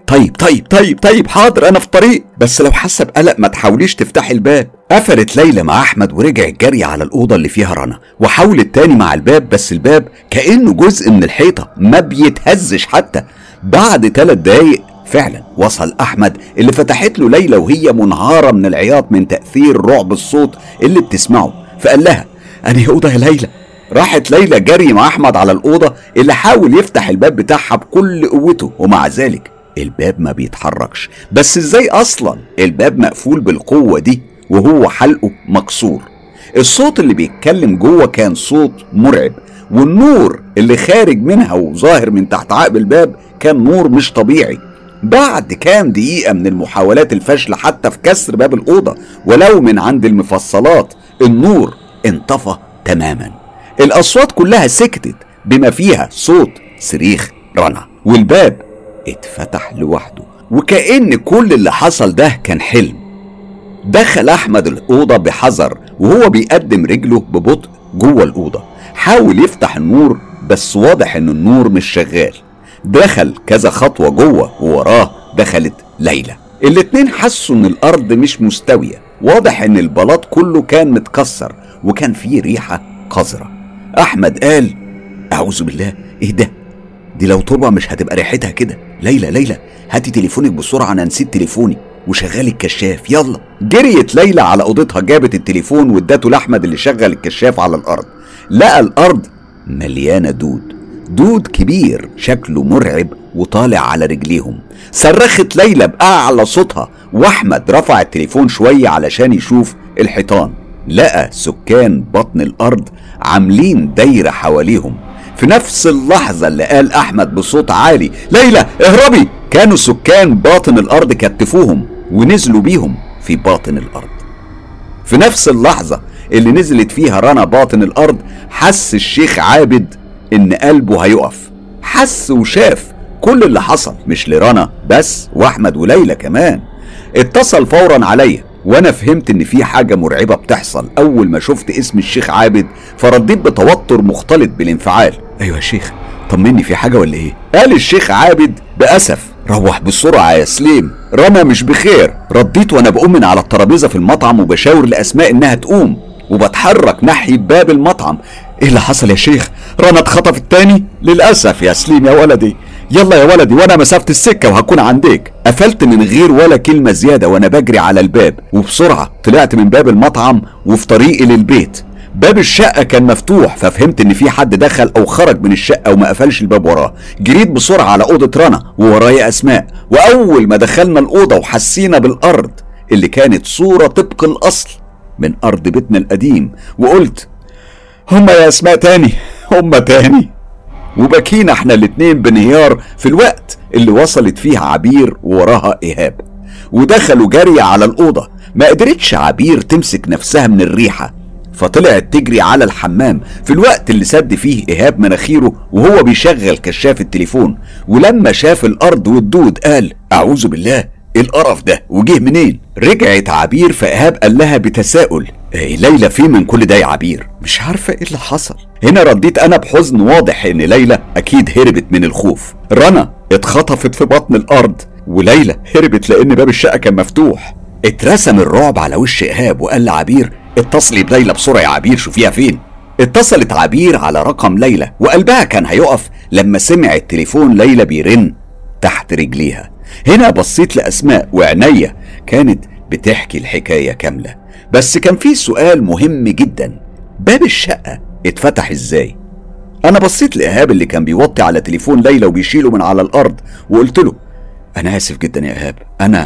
طيب حاضر، انا في طريق، بس لو حاسه بقلق ما تحاوليش تفتحي الباب. قفلت ليلى مع احمد ورجعت جري على الاوضه اللي فيها رنا، وحاولت تاني مع الباب، بس الباب كانه جزء من الحيطه ما بيتهزش حتى. بعد 3 دقايق فعلا وصل احمد اللي فتحت له ليلى وهي منهاره من العياط من تاثير رعب الصوت اللي بتسمعه. فقال لها: انهي اوضه يا ليلى؟ راحت ليلى جري مع احمد على الاوضه اللي حاول يفتح الباب بتاعها بكل قوته، ومع ذلك الباب ما بيتحركش. بس ازاي اصلا الباب مقفول بالقوه دي وهو حلقه مكسور؟ الصوت اللي بيتكلم جوه كان صوت مرعب، والنور اللي خارج منها وظاهر من تحت عقب الباب كان نور مش طبيعي. بعد كام دقيقة من المحاولات الفاشلة حتى في كسر باب الأوضة ولو من عند المفصلات، النور انطفى تماما. الأصوات كلها سكتت بما فيها صوت صريخ رنا، والباب اتفتح لوحده وكأن كل اللي حصل ده كان حلم. دخل أحمد الأوضة بحذر وهو بيقدم رجله ببطء جوه الأوضة، حاول يفتح النور بس واضح إن النور مش شغال. دخل كذا خطوة جوه ووراه دخلت ليلى. الاتنين حسوا إن الأرض مش مستوية، واضح إن البلاط كله كان متكسر وكان فيه ريحة قذرة. أحمد قال: أعوذ بالله، إيه ده؟ دي لو تربة مش هتبقى ريحتها كده. ليلى هاتي تليفونك بسرعة، أنا نسيت تليفوني، وشغلي الكشاف يلا. جريت ليلى على أوضتها، جابت التليفون وادته لأحمد اللي شغل الكشاف على الأرض. لقى الأرض مليانة دود، دود كبير شكله مرعب وطالع على رجليهم. صرخت ليلى بأعلى صوتها، واحمد رفع التليفون شوية علشان يشوف الحيطان. لقى سكان بطن الأرض عاملين دايرة حواليهم. في نفس اللحظة اللي قال أحمد بصوت عالي ليلى اهربي، كانوا سكان باطن الأرض كتفوهم ونزلوا بيهم في باطن الأرض. في نفس اللحظة اللي نزلت فيها رنا باطن الأرض، حس الشيخ عابد إن قلبه هيقف. حس وشاف كل اللي حصل، مش لرنا بس، وأحمد وليلى كمان. اتصل فورا عليا، وانا فهمت ان في حاجة مرعبة بتحصل اول ما شفت اسم الشيخ عابد، فرديت بتوتر مختلط بالانفعال. ايوه يا شيخ، طمني، في حاجة ولا ايه؟ قال الشيخ عابد بأسف. روح بسرعة يا سليم، رنا مش بخير. رديت وانا بقوم من على الترابيزة في المطعم وبشاور لأسماء انها تقوم، وبتحرك ناحية باب المطعم. ايه اللي حصل يا شيخ؟ رنا اتخطفت تاني؟ للأسف يا سليم يا ولدي. يلا يا ولدي وانا مسافة السكة وهكون عندك. قفلت من غير ولا كلمة زيادة وانا بجري على الباب، وبسرعة طلعت من باب المطعم وفي طريقي للبيت. باب الشقة كان مفتوح، ففهمت ان في حد دخل او خرج من الشقة وما قفلش الباب وراه. جريت بسرعة على اوضة رنا وورايا اسماء، واول ما دخلنا الاوضة وحسينا بالارض اللي كانت صورة طبق الاصل من ارض بيتنا القديم، وقلت هما يا اسماء تاني، هما تاني. وبكينا احنا الاتنين بانهيار في الوقت اللي وصلت فيها عبير ووراها ايهاب، ودخلوا جري على الاوضة. ما قدرتش عبير تمسك نفسها من الريحة، فطلعت تجري على الحمام في الوقت اللي سد فيه ايهاب مناخيره وهو بيشغل كشاف التليفون. ولما شاف الارض والدود قال اعوذ بالله، ايه القرف ده وجه منين؟ رجعت عبير، فايهاب قال لها بتساؤل ليلى فين من كل ده يا عبير؟ مش عارفة ايه اللي حصل. هنا رديت انا بحزن واضح ان ليلى اكيد هربت من الخوف. رنا اتخطفت في بطن الارض، وليلى هربت لان باب الشقة كان مفتوح. اترسم الرعب على وش ايهاب وقال لعبير اتصلي بليلى بسرعة يا عبير، شوفيها فين. اتصلت عبير على رقم ليلى، وقلبها كان هيقف لما سمعت تليفون ليلى بيرن تحت رجليها. هنا بصيت لأسماء وعناية كانت بتحكي الحكاية كاملة، بس كان في سؤال مهم جدا، باب الشقة اتفتح ازاي؟ انا بصيت لإيهاب اللي كان بيوطي على تليفون ليلى وبيشيله من على الارض، وقلت له انا اسف جدا يا إيهاب،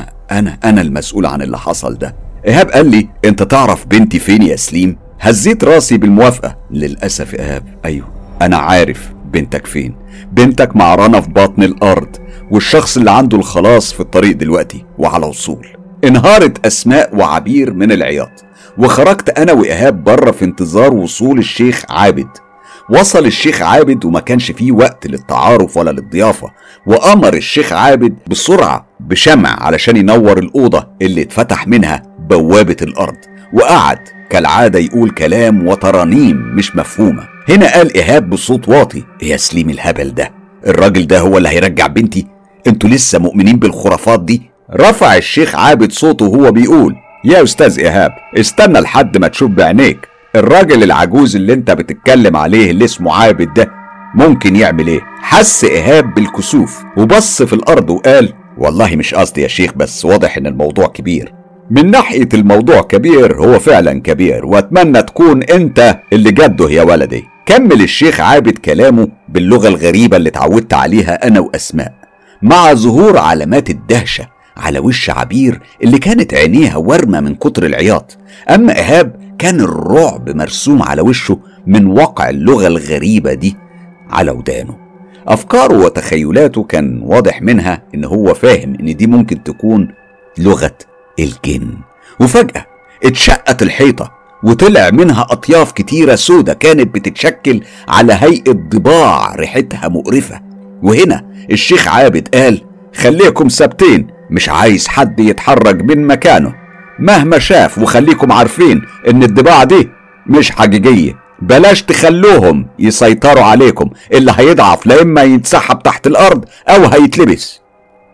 انا المسؤول عن اللي حصل ده. إيهاب قال لي انت تعرف بنتي فين يا سليم؟ هزيت راسي بالموافقة. للأسف يا إيهاب، ايوه انا عارف بنتك فين. بنتك مع رنا في بطن الارض، والشخص اللي عنده الخلاص في الطريق دلوقتي وعلى وصول. انهارت اسماء وعبير من العياط، وخرجت انا وايهاب بره في انتظار وصول الشيخ عابد. وصل الشيخ عابد وما كانش فيه وقت للتعارف ولا للضيافة، وامر الشيخ عابد بسرعة بشمع علشان ينور الأوضة اللي اتفتح منها بوابة الأرض، وقعد كالعادة يقول كلام وترانيم مش مفهومة. هنا قال إيهاب بصوت واطي يا سليم الهبل ده، الراجل ده هو اللي هيرجع بنتي؟ انتوا لسه مؤمنين بالخرافات دي؟ رفع الشيخ عابد صوته وهو بيقول يا أستاذ إيهاب استنى لحد ما تشوف بعينيك، الراجل العجوز اللي انت بتتكلم عليه اللي اسمه عابد ده ممكن يعمل ايه؟ حس إيهاب بالكسوف وبص في الأرض وقال والله مش قصدي يا شيخ، بس واضح ان الموضوع كبير. من ناحية الموضوع كبير، هو فعلا كبير، واتمنى تكون انت اللي جده يا ولدي. كمل الشيخ عابد كلامه باللغة الغريبة اللي اتعودت عليها انا واسماء، مع ظهور علامات الدهشة على وش عبير اللي كانت عينيها ورمة من كتر العياط. اما ايهاب كان الرعب مرسوم على وشه من واقع اللغة الغريبة دي على ودانه. افكاره وتخيلاته كان واضح منها ان هو فاهم ان دي ممكن تكون لغة الجن. وفجأة اتشقت الحيطة وطلع منها اطياف كتيرة سودة كانت بتتشكل على هيئة ضباع ريحتها مقرفة. وهنا الشيخ عابد قال خليكم ثابتين، مش عايز حد يتحرك من مكانه مهما شاف، وخليكم عارفين ان الضباع دي مش حقيقية، بلاش تخلوهم يسيطروا عليكم، اللي هيضعف لا اما يتسحب تحت الارض او هيتلبس.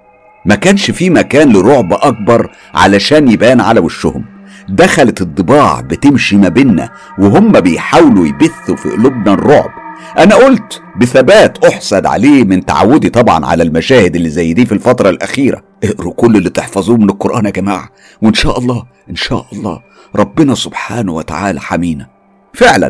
ما كانش في مكان لرعب اكبر علشان يبان على وشهم. دخلت الضباع بتمشي ما بيننا وهم بيحاولوا يبثوا في قلوبنا الرعب. انا قلت بثبات احسد عليه من تعودي طبعا على المشاهد اللي زي دي في الفترة الاخيرة، اقروا كل اللي تحفظوه من القرآن يا جماعة، وان شاء الله ربنا سبحانه وتعالى حمينا. فعلا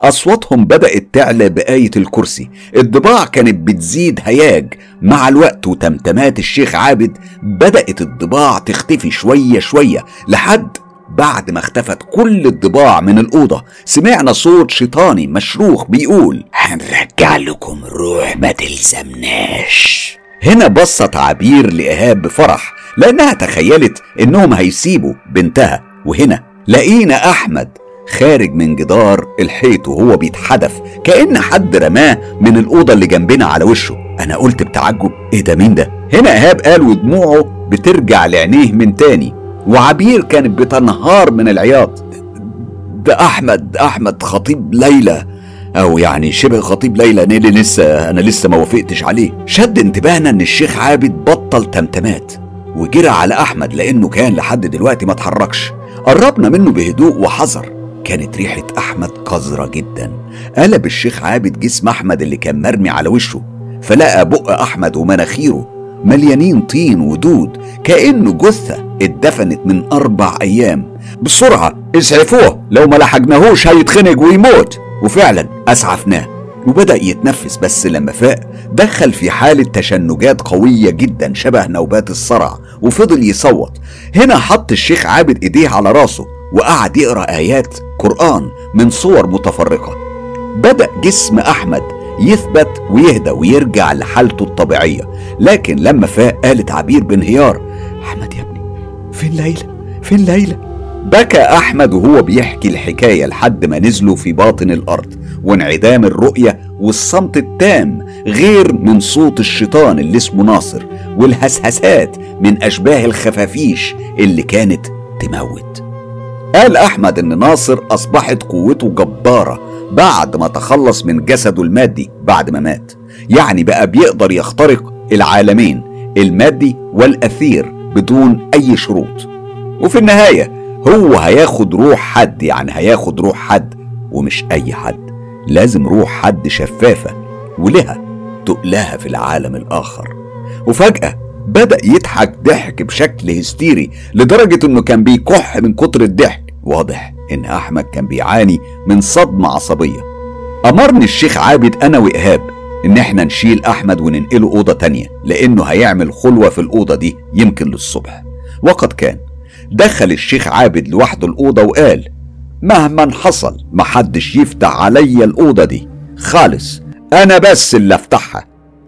أصواتهم بدأت تعلى بآية الكرسي. الضباع كانت بتزيد هياج مع الوقت، وتمتمات الشيخ عابد بدأت الضباع تختفي شوية شوية، لحد بعد ما اختفت كل الضباع من الأوضة سمعنا صوت شيطاني مشروخ بيقول: هنرجع لكم الروح، ما تلزمناش. هنا بصت عبير لإيهاب بفرح لأنها تخيلت إنهم هيسيبوا بنتها. وهنا لقينا أحمد خارج من جدار الحيط وهو بيتحدف كأن حد رماه من الأوضة اللي جنبنا على وشه. أنا قلت بتعجب: إيه ده؟ مين ده؟ هنا إيهاب قال ودموعه بترجع لعينيه من تاني، وعبير كانت بتنهار من العياط: ده أحمد خطيب ليلى، أو يعني شبه خطيب ليلى. أنا لسه ما وافقتش عليه. شد انتباهنا إن الشيخ عابد بطل تمتمات وجرى على أحمد لأنه كان لحد دلوقتي ما اتحركش. قربنا منه بهدوء وحذر. كانت ريحة أحمد قذرة جدا. قلب الشيخ عابد جسم أحمد اللي كان مرمي على وشه، فلقى بق أحمد ومناخيره مليانين طين ودود كأنه جثة اتدفنت من 4 أيام. بسرعة اسعفوه، لو ما لحقناهوش هيتخنق ويموت. وفعلا أسعفناه وبدأ يتنفس، بس لما فاق دخل في حالة تشنجات قوية جدا شبه نوبات الصرع وفضل يصوت. هنا حط الشيخ عابد ايديه على راسه وقعد يقرأ آيات قرآن من صور متفرقة. بدأ جسم أحمد يثبت ويهدى ويرجع لحالته الطبيعية. لكن لما فاق قالت عبير بانهيار: أحمد يا ابني، فين ليلى؟ بكى أحمد وهو بيحكي الحكاية لحد ما نزلوا في باطن الأرض، وانعدام الرؤية والصمت التام غير من صوت الشيطان اللي اسمه ناصر والهسهسات من أشباه الخفافيش اللي كانت تموت. قال أحمد إن ناصر أصبحت قوته جبارة بعد ما تخلص من جسده المادي بعد ما مات، يعني بقى بيقدر يخترق العالمين المادي والأثير بدون أي شروط. وفي النهاية هو هياخد روح حد، يعني هياخد روح حد، ومش أي حد، لازم روح حد شفافة ولها تقلها في العالم الآخر. وفجأة بدأ يضحك ضحك بشكل هستيري لدرجة إنه كان بيكح من كتر الضحك. واضح إن أحمد كان بيعاني من صدمة عصبية. أمرني الشيخ عابد أنا وإيهاب إن إحنا نشيل أحمد وننقله أوضة تانية، لأنه هيعمل خلوة في الأوضة دي يمكن للصبح. وقد كان. دخل الشيخ عابد لوحده الأوضة وقال: مهما حصل محدش يفتح عليا الأوضة دي خالص، أنا بس اللي افتحها.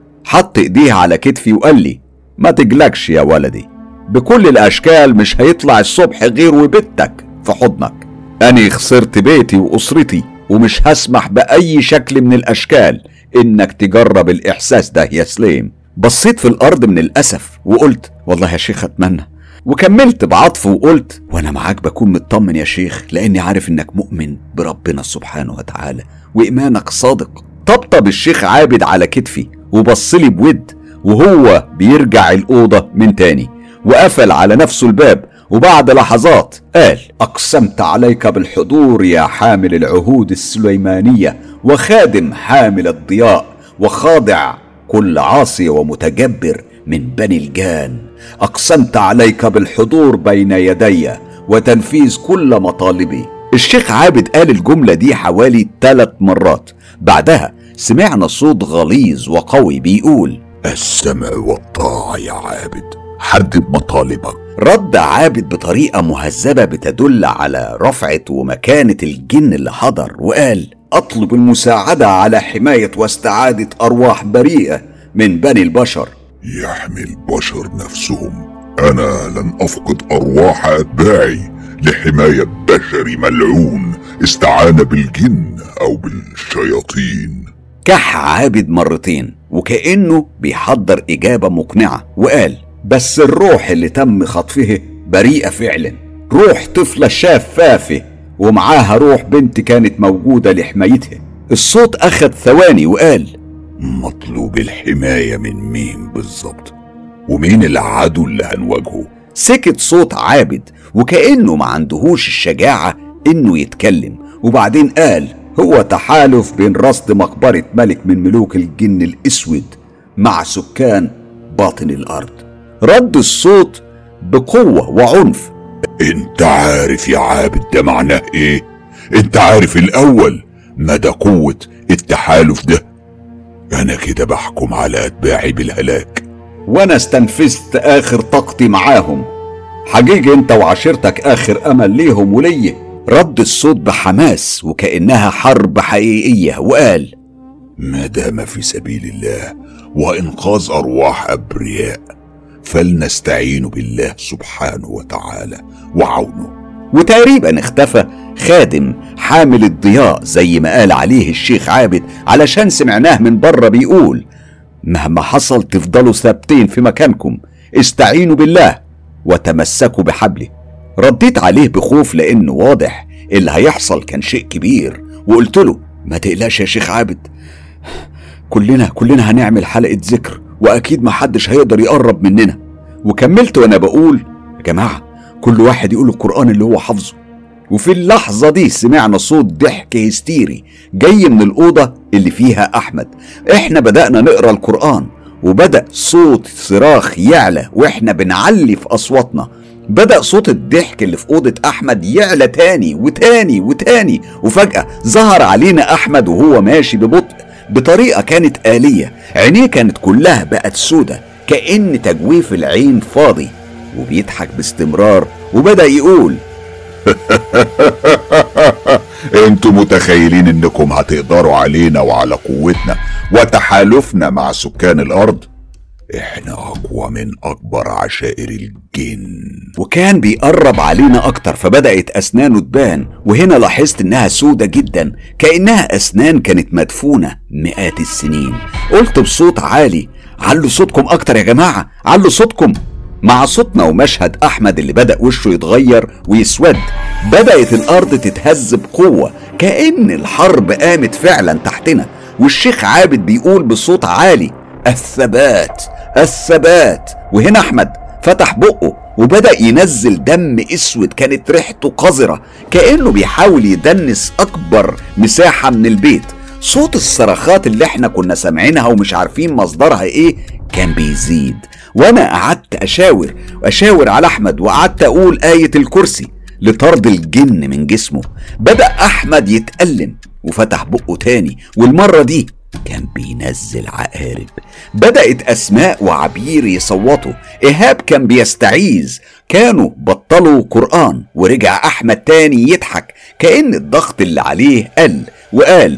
حط إيديه على كتفي وقال لي: ما تقلقش يا ولدي، بكل الأشكال مش هيطلع الصبح غير وبنتك في حضنك. أنا خسرت بيتي وأسرتي ومش هسمح بأي شكل من الأشكال إنك تجرب الإحساس ده يا سليم. بصيت في الأرض من الأسف وقلت: والله يا شيخ أتمنى. وكملت بعطف وقلت: وانا معاك بكون مطمن يا شيخ، لاني عارف انك مؤمن بربنا سبحانه وتعالى وايمانك صادق. طبطب الشيخ عابد على كتفي وبصلي بود وهو بيرجع الأوضة من تاني، وقفل على نفسه الباب. وبعد لحظات قال: أقسمت عليك بالحضور يا حامل العهود السليمانية وخادم حامل الضياء وخاضع كل عاصي ومتجبر من بني الجان. أقسمت عليك بالحضور بين يدي وتنفيذ كل مطالبي. الشيخ عابد قال الجملة دي حوالي 3 مرات. بعدها سمعنا صوت غليظ وقوي بيقول: السمع والطاعة يا عابد، حدد مطالبك. رد عابد بطريقة مهذبة بتدل على رفعة ومكانة الجن اللي حضر وقال: أطلب المساعدة على حماية واستعادة أرواح بريئة من بني البشر. يحمي البشر نفسهم، أنا لن أفقد أرواح أتباعي لحماية بشري ملعون استعان بالجن أو بالشياطين. كح عابد مرتين وكأنه بيحضر إجابة مقنعة وقال: بس الروح اللي تم خطفه بريئة فعلا، روح طفلة شفافة ومعاها روح بنت كانت موجودة لحمايتها. الصوت أخذ ثواني وقال: مطلوب الحماية من مين بالظبط؟ ومين العدو اللي هنواجهه؟ سكت صوت عابد وكأنه ما عندهوش الشجاعة إنه يتكلم، وبعدين قال: هو تحالف بين رصد مقبرة ملك من ملوك الجن الأسود مع سكان باطن الأرض. رد الصوت بقوة وعنف: انت عارف يا عابد ده معناه ايه؟ انت عارف الأول مدى قوة التحالف ده. انا كده بحكم على اتباعي بالهلاك. وانا استنفذت اخر طاقتي معاهم. حقيقي انت وعشيرتك اخر امل ليهم وليه. رد الصوت بحماس وكأنها حرب حقيقية وقال: ما دام في سبيل الله وإنقاذ أرواح أبرياء فلنستعين بالله سبحانه وتعالى وعونه. وتقريبا اختفى خادم حامل الضياء زي ما قال عليه الشيخ عابد، علشان سمعناه من بره بيقول: مهما حصل تفضلوا ثابتين في مكانكم، استعينوا بالله وتمسكوا بحبله. رديت عليه بخوف لأنه واضح اللي هيحصل كان شيء كبير، وقلت له: ما تقلقش يا شيخ عابد، كلنا هنعمل حلقة ذكر وأكيد ما حدش هيقدر يقرب مننا. وكملت وأنا بقول: يا جماعة كل واحد يقول القرآن اللي هو حافظه. وفي اللحظة دي سمعنا صوت ضحك هستيري جاي من الأوضة اللي فيها أحمد. احنا بدأنا نقرأ القرآن وبدأ صوت صراخ يعلى واحنا بنعلي في أصواتنا. بدأ صوت الضحك اللي في أوضة أحمد يعلى تاني وتاني وتاني، وفجأة ظهر علينا أحمد وهو ماشي ببطء بطريقة كانت آلية. عينيه كانت كلها بقت سودة كأن تجويف العين فاضي، وبيضحك باستمرار وبدأ يقول: انتوا متخيلين انكم هتقدروا علينا وعلى قوتنا وتحالفنا مع سكان الارض؟ احنا اقوى من اكبر عشائر الجن. وكان بيقرب علينا اكتر فبدأت اسنانه تبان، وهنا لاحظت انها سودة جدا كأنها اسنان كانت مدفونة مئات السنين. قلت بصوت عالي: علوا صوتكم اكتر يا جماعة، علوا صوتكم. مع صوتنا ومشهد احمد اللي بدأ وشه يتغير ويسود، بدأت الارض تتهز بقوة كأن الحرب قامت فعلا تحتنا. والشيخ عابد بيقول بصوت عالي: الثبات الثبات. وهنا احمد فتح بقه وبدأ ينزل دم اسود كانت ريحته قذرة كأنه بيحاول يدنس اكبر مساحة من البيت. صوت الصرخات اللي احنا كنا سامعينها ومش عارفين مصدرها ايه كان بيزيد، وانا قعدت اشاور على احمد وقعدت اقول آية الكرسي لطرد الجن من جسمه. بدأ احمد يتألم وفتح بقه تاني، والمرة دي كان بينزل عقارب. بدأت أسماء وعبير يصوتوا. إيهاب كان بيستعيذ. كانوا بطلوا قرآن، ورجع أحمد تاني يضحك كأن الضغط اللي عليه قل، وقال: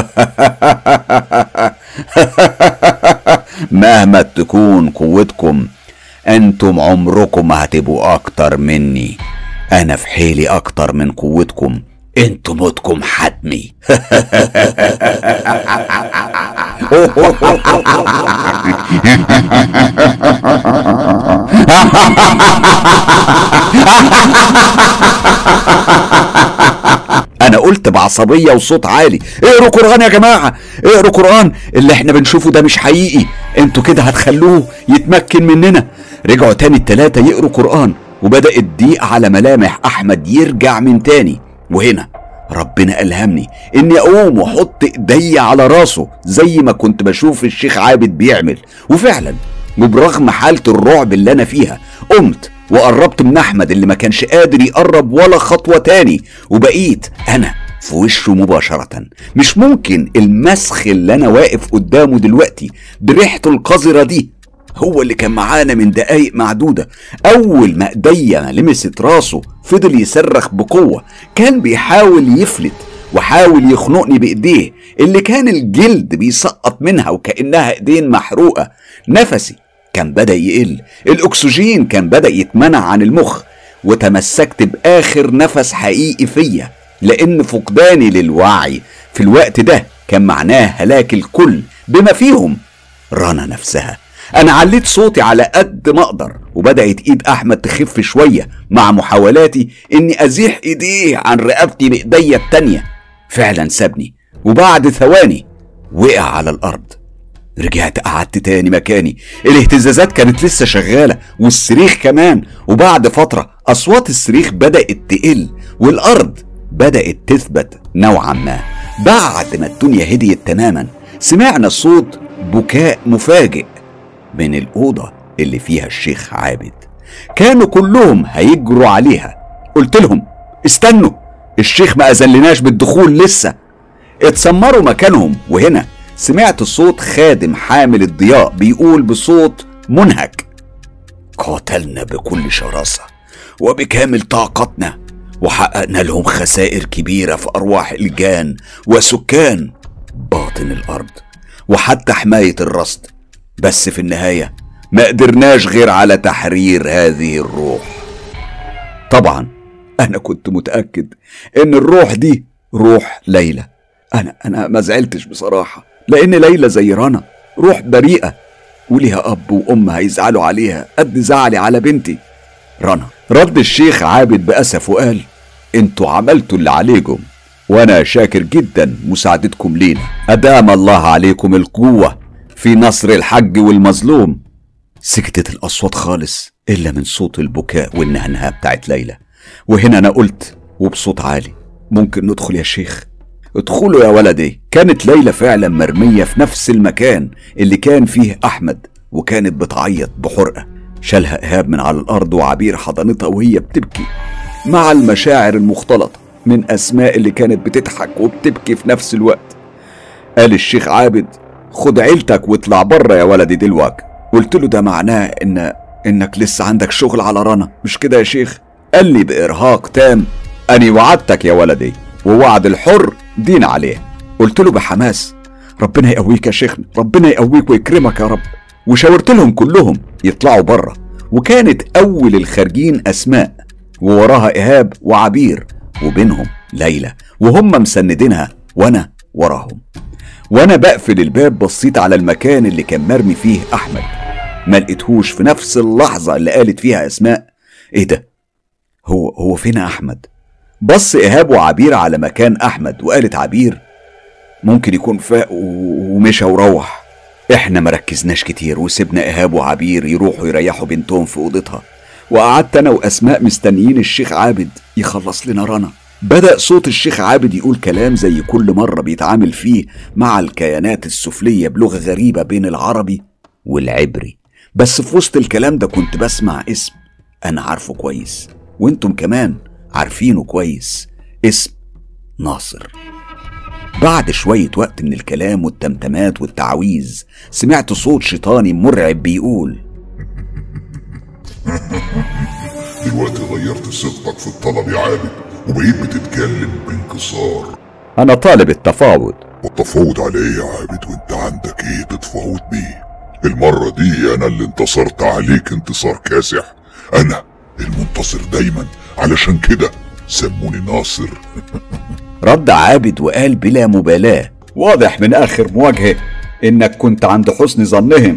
مهما تكون قوتكم أنتم عمركم ما هتبقوا أكتر مني. أنا في حيلي أكتر من قوتكم، انتوا موتكم حتمي. انا قلت بعصبية وصوت عالي: اقروا قرآن يا جماعة، اقروا قرآن، اللي احنا بنشوفه ده مش حقيقي، انتوا كده هتخلوه يتمكن مننا. رجعوا تاني التلاتة يقروا قرآن، وبدأ الضيق على ملامح احمد يرجع من تاني. وهنا ربنا ألهمني اني اقوم واحط ايدي على راسه زي ما كنت بشوف الشيخ عابد بيعمل. وفعلا وبرغم حالة الرعب اللي انا فيها قمت وقربت من احمد اللي ما كانش قادر يقرب ولا خطوة تاني، وبقيت انا في وشه مباشرة. مش ممكن المسخ اللي انا واقف قدامه دلوقتي بريحته القذرة دي هو اللي كان معانا من دقايق معدودة. اول ما ايديا لمست راسه فضل يصرخ بقوة، كان بيحاول يفلت وحاول يخنقني بايديه اللي كان الجلد بيسقط منها وكأنها ايدين محروقة. نفسي كان بدأ يقل، الاكسجين كان بدأ يتمنع عن المخ، وتمسكت باخر نفس حقيقي فيا، لان فقداني للوعي في الوقت ده كان معناه هلاك الكل بما فيهم رنا نفسها. انا عليت صوتي على قد ما اقدر، وبدأت ايد احمد تخف شوية مع محاولاتي اني ازيح ايديه عن رقبتي بايديا التانية. فعلا سابني، وبعد ثواني وقع على الارض. رجعت قعدت تاني مكاني، الاهتزازات كانت لسه شغالة والصريخ كمان، وبعد فترة اصوات الصريخ بدأت تقل والارض بدأت تثبت نوعا ما. بعد ما الدنيا هديت تماما سمعنا صوت بكاء مفاجئ من الأوضة اللي فيها الشيخ عابد. كانوا كلهم هيجروا عليها. قلت لهم: استنوا، الشيخ ما أذنلناش بالدخول لسه. اتسمروا مكانهم. وهنا سمعت صوت خادم حامل الضياء بيقول بصوت منهك: قاتلنا بكل شراسة وبكامل طاقتنا، وحققنا لهم خسائر كبيرة في أرواح الجان وسكان باطن الأرض وحتى حماية الرصد، بس في النهاية ما قدرناش غير على تحرير هذه الروح. طبعا أنا كنت متأكد إن الروح دي روح ليلى. أنا ما زعلتش بصراحة، لأن ليلى زي رنا روح بريئة وليها أب وأم هيزعلوا عليها قد زعلي على بنتي رنا. رد الشيخ عابد بأسف وقال: انتوا عملتوا اللي عليكم، وانا شاكر جدا مساعدتكم لينا. ادام الله عليكم القوة في نصر الحج والمظلوم. سكتت الاصوات خالص الا من صوت البكاء والنهنها بتاعت ليلى. وهنا انا قلت وبصوت عالي: ممكن ندخل يا شيخ؟ ادخلوا يا ولدي. كانت ليلى فعلا مرمية في نفس المكان اللي كان فيه احمد، وكانت بتعيط بحرقة. شالها إيهاب من على الأرض وعبير حضنتها وهي بتبكي مع المشاعر المختلطة من أسماء اللي كانت بتضحك وبتبكي في نفس الوقت. قال الشيخ عابد: خد عيلتك واطلع بره يا ولدي دلوقتي. قلت له: ده معناه إنك لسه عندك شغل على رنا، مش كده يا شيخ؟ قال لي بإرهاق تام: أني وعدتك يا ولدي، ووعد الحر دين عليه. قلت له بحماس: ربنا يقويك يا شيخنا، ربنا يقويك ويكرمك يا رب. وشاورت لهم كلهم يطلعوا بره، وكانت أول الخارجين أسماء، ووراها إيهاب وعبير، وبينهم ليلى، وهم مسندينها وأنا وراهم. وأنا بقفل الباب بصيت على المكان اللي كان مرمي فيه أحمد، ما لقيتهوش في نفس اللحظة اللي قالت فيها أسماء: إيه ده؟ هو فين أحمد؟ بص إيهاب وعبير على مكان أحمد، وقالت عبير: ممكن يكون فاق ومشى وروح. احنا مركزناش كتير وسيبنا إيهاب وعبير يروحوا يريحوا بنتهم في اوضتها، وقعدت انا واسماء مستنيين الشيخ عابد يخلص لنا رنا. بدأ صوت الشيخ عابد يقول كلام زي كل مرة بيتعامل فيه مع الكيانات السفلية بلغة غريبة بين العربي والعبري، بس في وسط الكلام ده كنت بسمع اسم انا عارفه كويس وانتم كمان عارفينه كويس، اسم ناصر. بعد شوية وقت من الكلام والتمتمات والتعويذ سمعت صوت شيطاني مرعب بيقول: دلوقتي غيرت صيغتك في الطلب يا عابد وبقيت بتتكلم بانكسار. أنا طالب التفاوض. والتفاوض على ايه يا عابد وانت عندك ايه تتفاوض بيه؟ المرة دي انا اللي انتصرت عليك انتصار كاسح، انا المنتصر دايما، علشان كده سموني ناصر. رد عابد وقال بلا مبالاة: واضح من آخر مواجهة إنك كنت عند حسن ظنهم.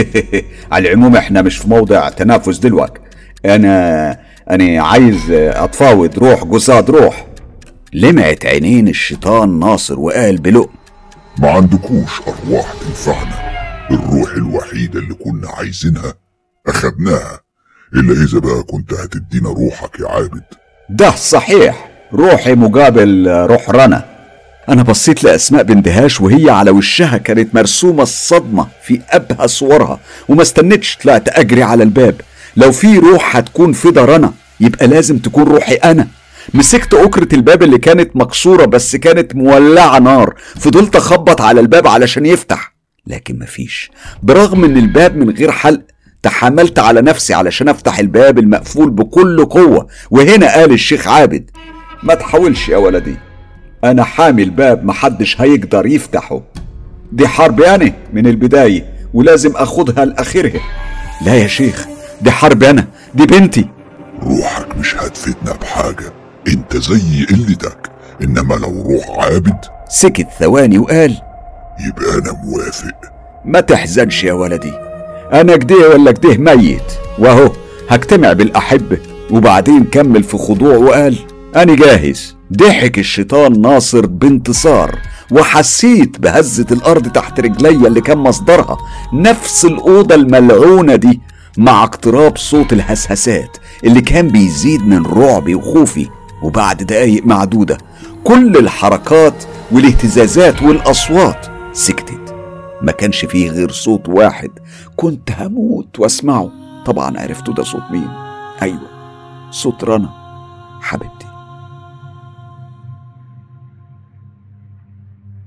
على العموم إحنا مش في موضع تنافس دلوقتي، أنا عايز أتفاوض روح جساد روح. لمعت عينين الشيطان ناصر وقال بلقم: ما عندكوش أرواح تنفعنا، الروح الوحيدة اللي كنا عايزينها أخدناها، إلا إذا بقى كنت هتدينا روحك يا عابد. ده صحيح، روحي مقابل روح رنا. أنا بصيت لأسماء باندهاش وهي على وشها كانت مرسومة الصدمة في أبهى صورها، وما استنتش طلعت أجري على الباب. لو في روح هتكون فدا رنا يبقى لازم تكون روحي أنا. مسكت أكرة الباب اللي كانت مكسورة بس كانت مولعة نار، فضلت أخبط على الباب علشان يفتح لكن مفيش. برغم إن الباب من غير حلق تحملت على نفسي علشان أفتح الباب المقفول بكل قوة. وهنا قال الشيخ عابد: ما تحاولش يا ولدي، أنا حامي الباب محدش هيقدر يفتحه، دي حرب أنا من البداية ولازم أخدها لآخرها. لا يا شيخ، دي حرب أنا، دي بنتي. روحك مش هتفيدنا بحاجة، انت زي قلتك، انما لو روح عابد. سكت ثواني وقال: يبقى انا موافق. ما تحزنش يا ولدي، أنا كده ولا كده ميت، وأهو هجتمع بالأحبة. وبعدين كمل في خضوع وقال: أنا جاهز. ضحك الشيطان ناصر بانتصار، وحسيت بهزة الأرض تحت رجلي اللي كان مصدرها نفس الأوضة الملعونة دي، مع اقتراب صوت الهسهسات اللي كان بيزيد من رعبي وخوفي. وبعد دقايق معدودة كل الحركات والاهتزازات والأصوات سكتت. ما كانش فيه غير صوت واحد كنت هموت واسمعه. طبعا عرفتوا ده صوت مين؟ أيوة، صوت رنا حبيبتي.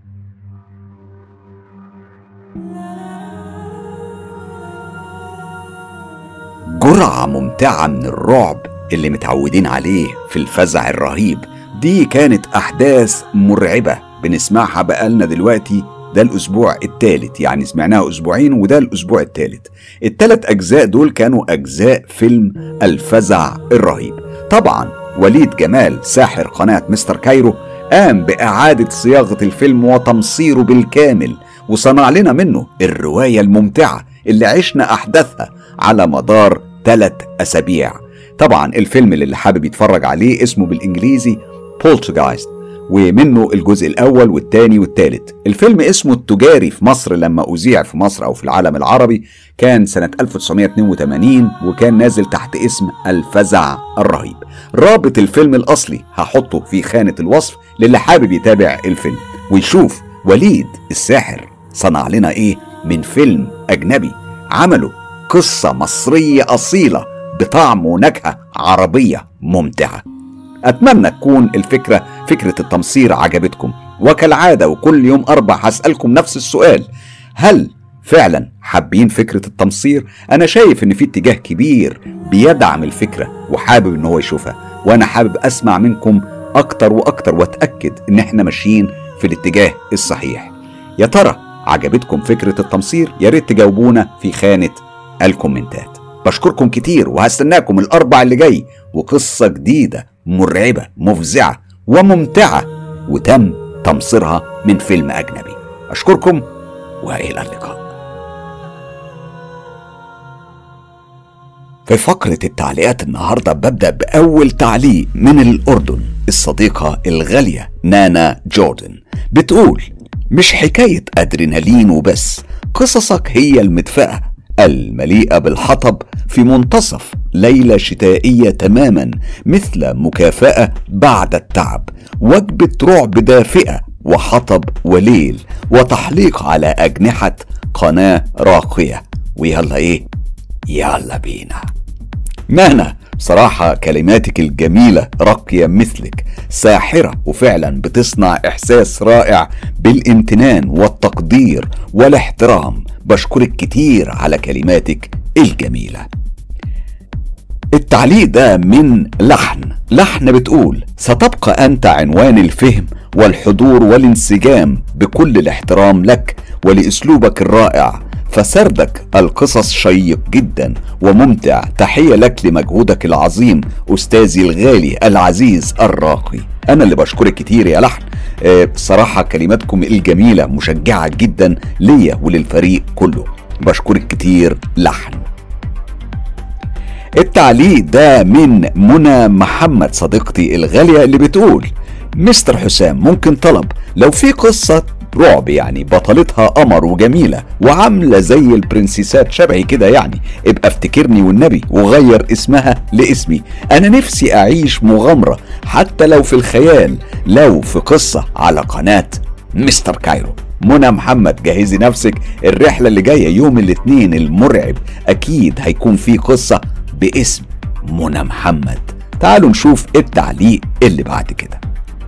جرعة ممتعة من الرعب اللي متعودين عليه في الفزع الرهيب. دي كانت أحداث مرعبة بنسمعها بقالنا دلوقتي، ده الأسبوع الثالث، يعني سمعناها أسبوعين وده الأسبوع الثالث. الثلاث أجزاء دول كانوا أجزاء فيلم الفزع الرهيب. طبعا وليد جمال ساحر قناة مستر كايرو قام بإعادة صياغة الفيلم وتمصيره بالكامل، وصنع لنا منه الرواية الممتعة اللي عشنا أحداثها على مدار 3 أسابيع. طبعا الفيلم اللي حابب يتفرج عليه اسمه بالإنجليزي بولترغايست، ومنه الجزء الأول والثاني والثالث. الفيلم اسمه التجاري في مصر لما أذيع في مصر أو في العالم العربي كان سنة 1982، وكان نازل تحت اسم الفزع الرهيب. رابط الفيلم الأصلي هحطه في خانة الوصف للي حابب يتابع الفيلم ويشوف وليد الساحر صنع لنا إيه من فيلم أجنبي، عمله قصة مصرية أصيلة بطعم ونكهة عربية ممتعة. أتمنى تكون فكرة التمصير عجبتكم، وكالعادة وكل يوم 4 هسألكم نفس السؤال: هل فعلا حابين فكرة التمصير؟ أنا شايف إن في اتجاه كبير بيدعم الفكرة وحابب إن هو يشوفها، وأنا حابب أسمع منكم أكتر وأكتر وأتأكد إن إحنا ماشيين في الاتجاه الصحيح. يا ترى عجبتكم فكرة التمصير؟ يا ريت تجاوبونا في خانة الكومنتات. بشكركم كتير وهستناكم الأربع اللي جاي وقصة جديدة مرعبة مفزعة وممتعة وتم تمصيرها من فيلم أجنبي. أشكركم وإلى اللقاء. في فقرة التعليقات النهاردة ببدأ بأول تعليق من الأردن. الصديقة الغالية نانا جوردن بتقول: مش حكاية أدرينالين وبس، قصصك هي المدفأة المليئة بالحطب في منتصف ليلة شتائية تماما، مثل مكافأة بعد التعب، وجبة رعب دافئة وحطب وليل وتحليق على أجنحة قناة راقية. ويلا إيه؟ يلا بينا. نانا بصراحة كلماتك الجميلة راقية مثلك، ساحرة وفعلا بتصنع إحساس رائع بالامتنان والتقدير والاحترام. بشكرك كتير على كلماتك الجميلة. التعليق ده من لحن بتقول: ستبقى أنت عنوان الفهم والحضور والانسجام بكل الاحترام لك ولأسلوبك الرائع، فسردك القصص شيق جدا وممتع. تحية لك لمجهودك العظيم أستاذي الغالي العزيز الراقي. أنا اللي بشكرك كتير يا لحن، بصراحة كلماتكم الجميلة مشجعة جدا ليا وللفريق كله. بشكرك كتير لحن. التعليق ده من منى محمد صديقتي الغالية اللي بتقول: مستر حسام ممكن طلب؟ لو في قصة رعب يعني بطلتها قمر وجميلة وعاملة زي البرنسيسات شبهي كده، يعني ابقى افتكرني والنبي وغير اسمها لاسمي. انا نفسي اعيش مغامرة حتى لو في الخيال، لو في قصة على قناة مستر كايرو. منى محمد جهزي نفسك، الرحلة اللي جاية يوم الاثنين المرعب اكيد هيكون في قصة باسم منى محمد. تعالوا نشوف التعليق اللي بعد كده.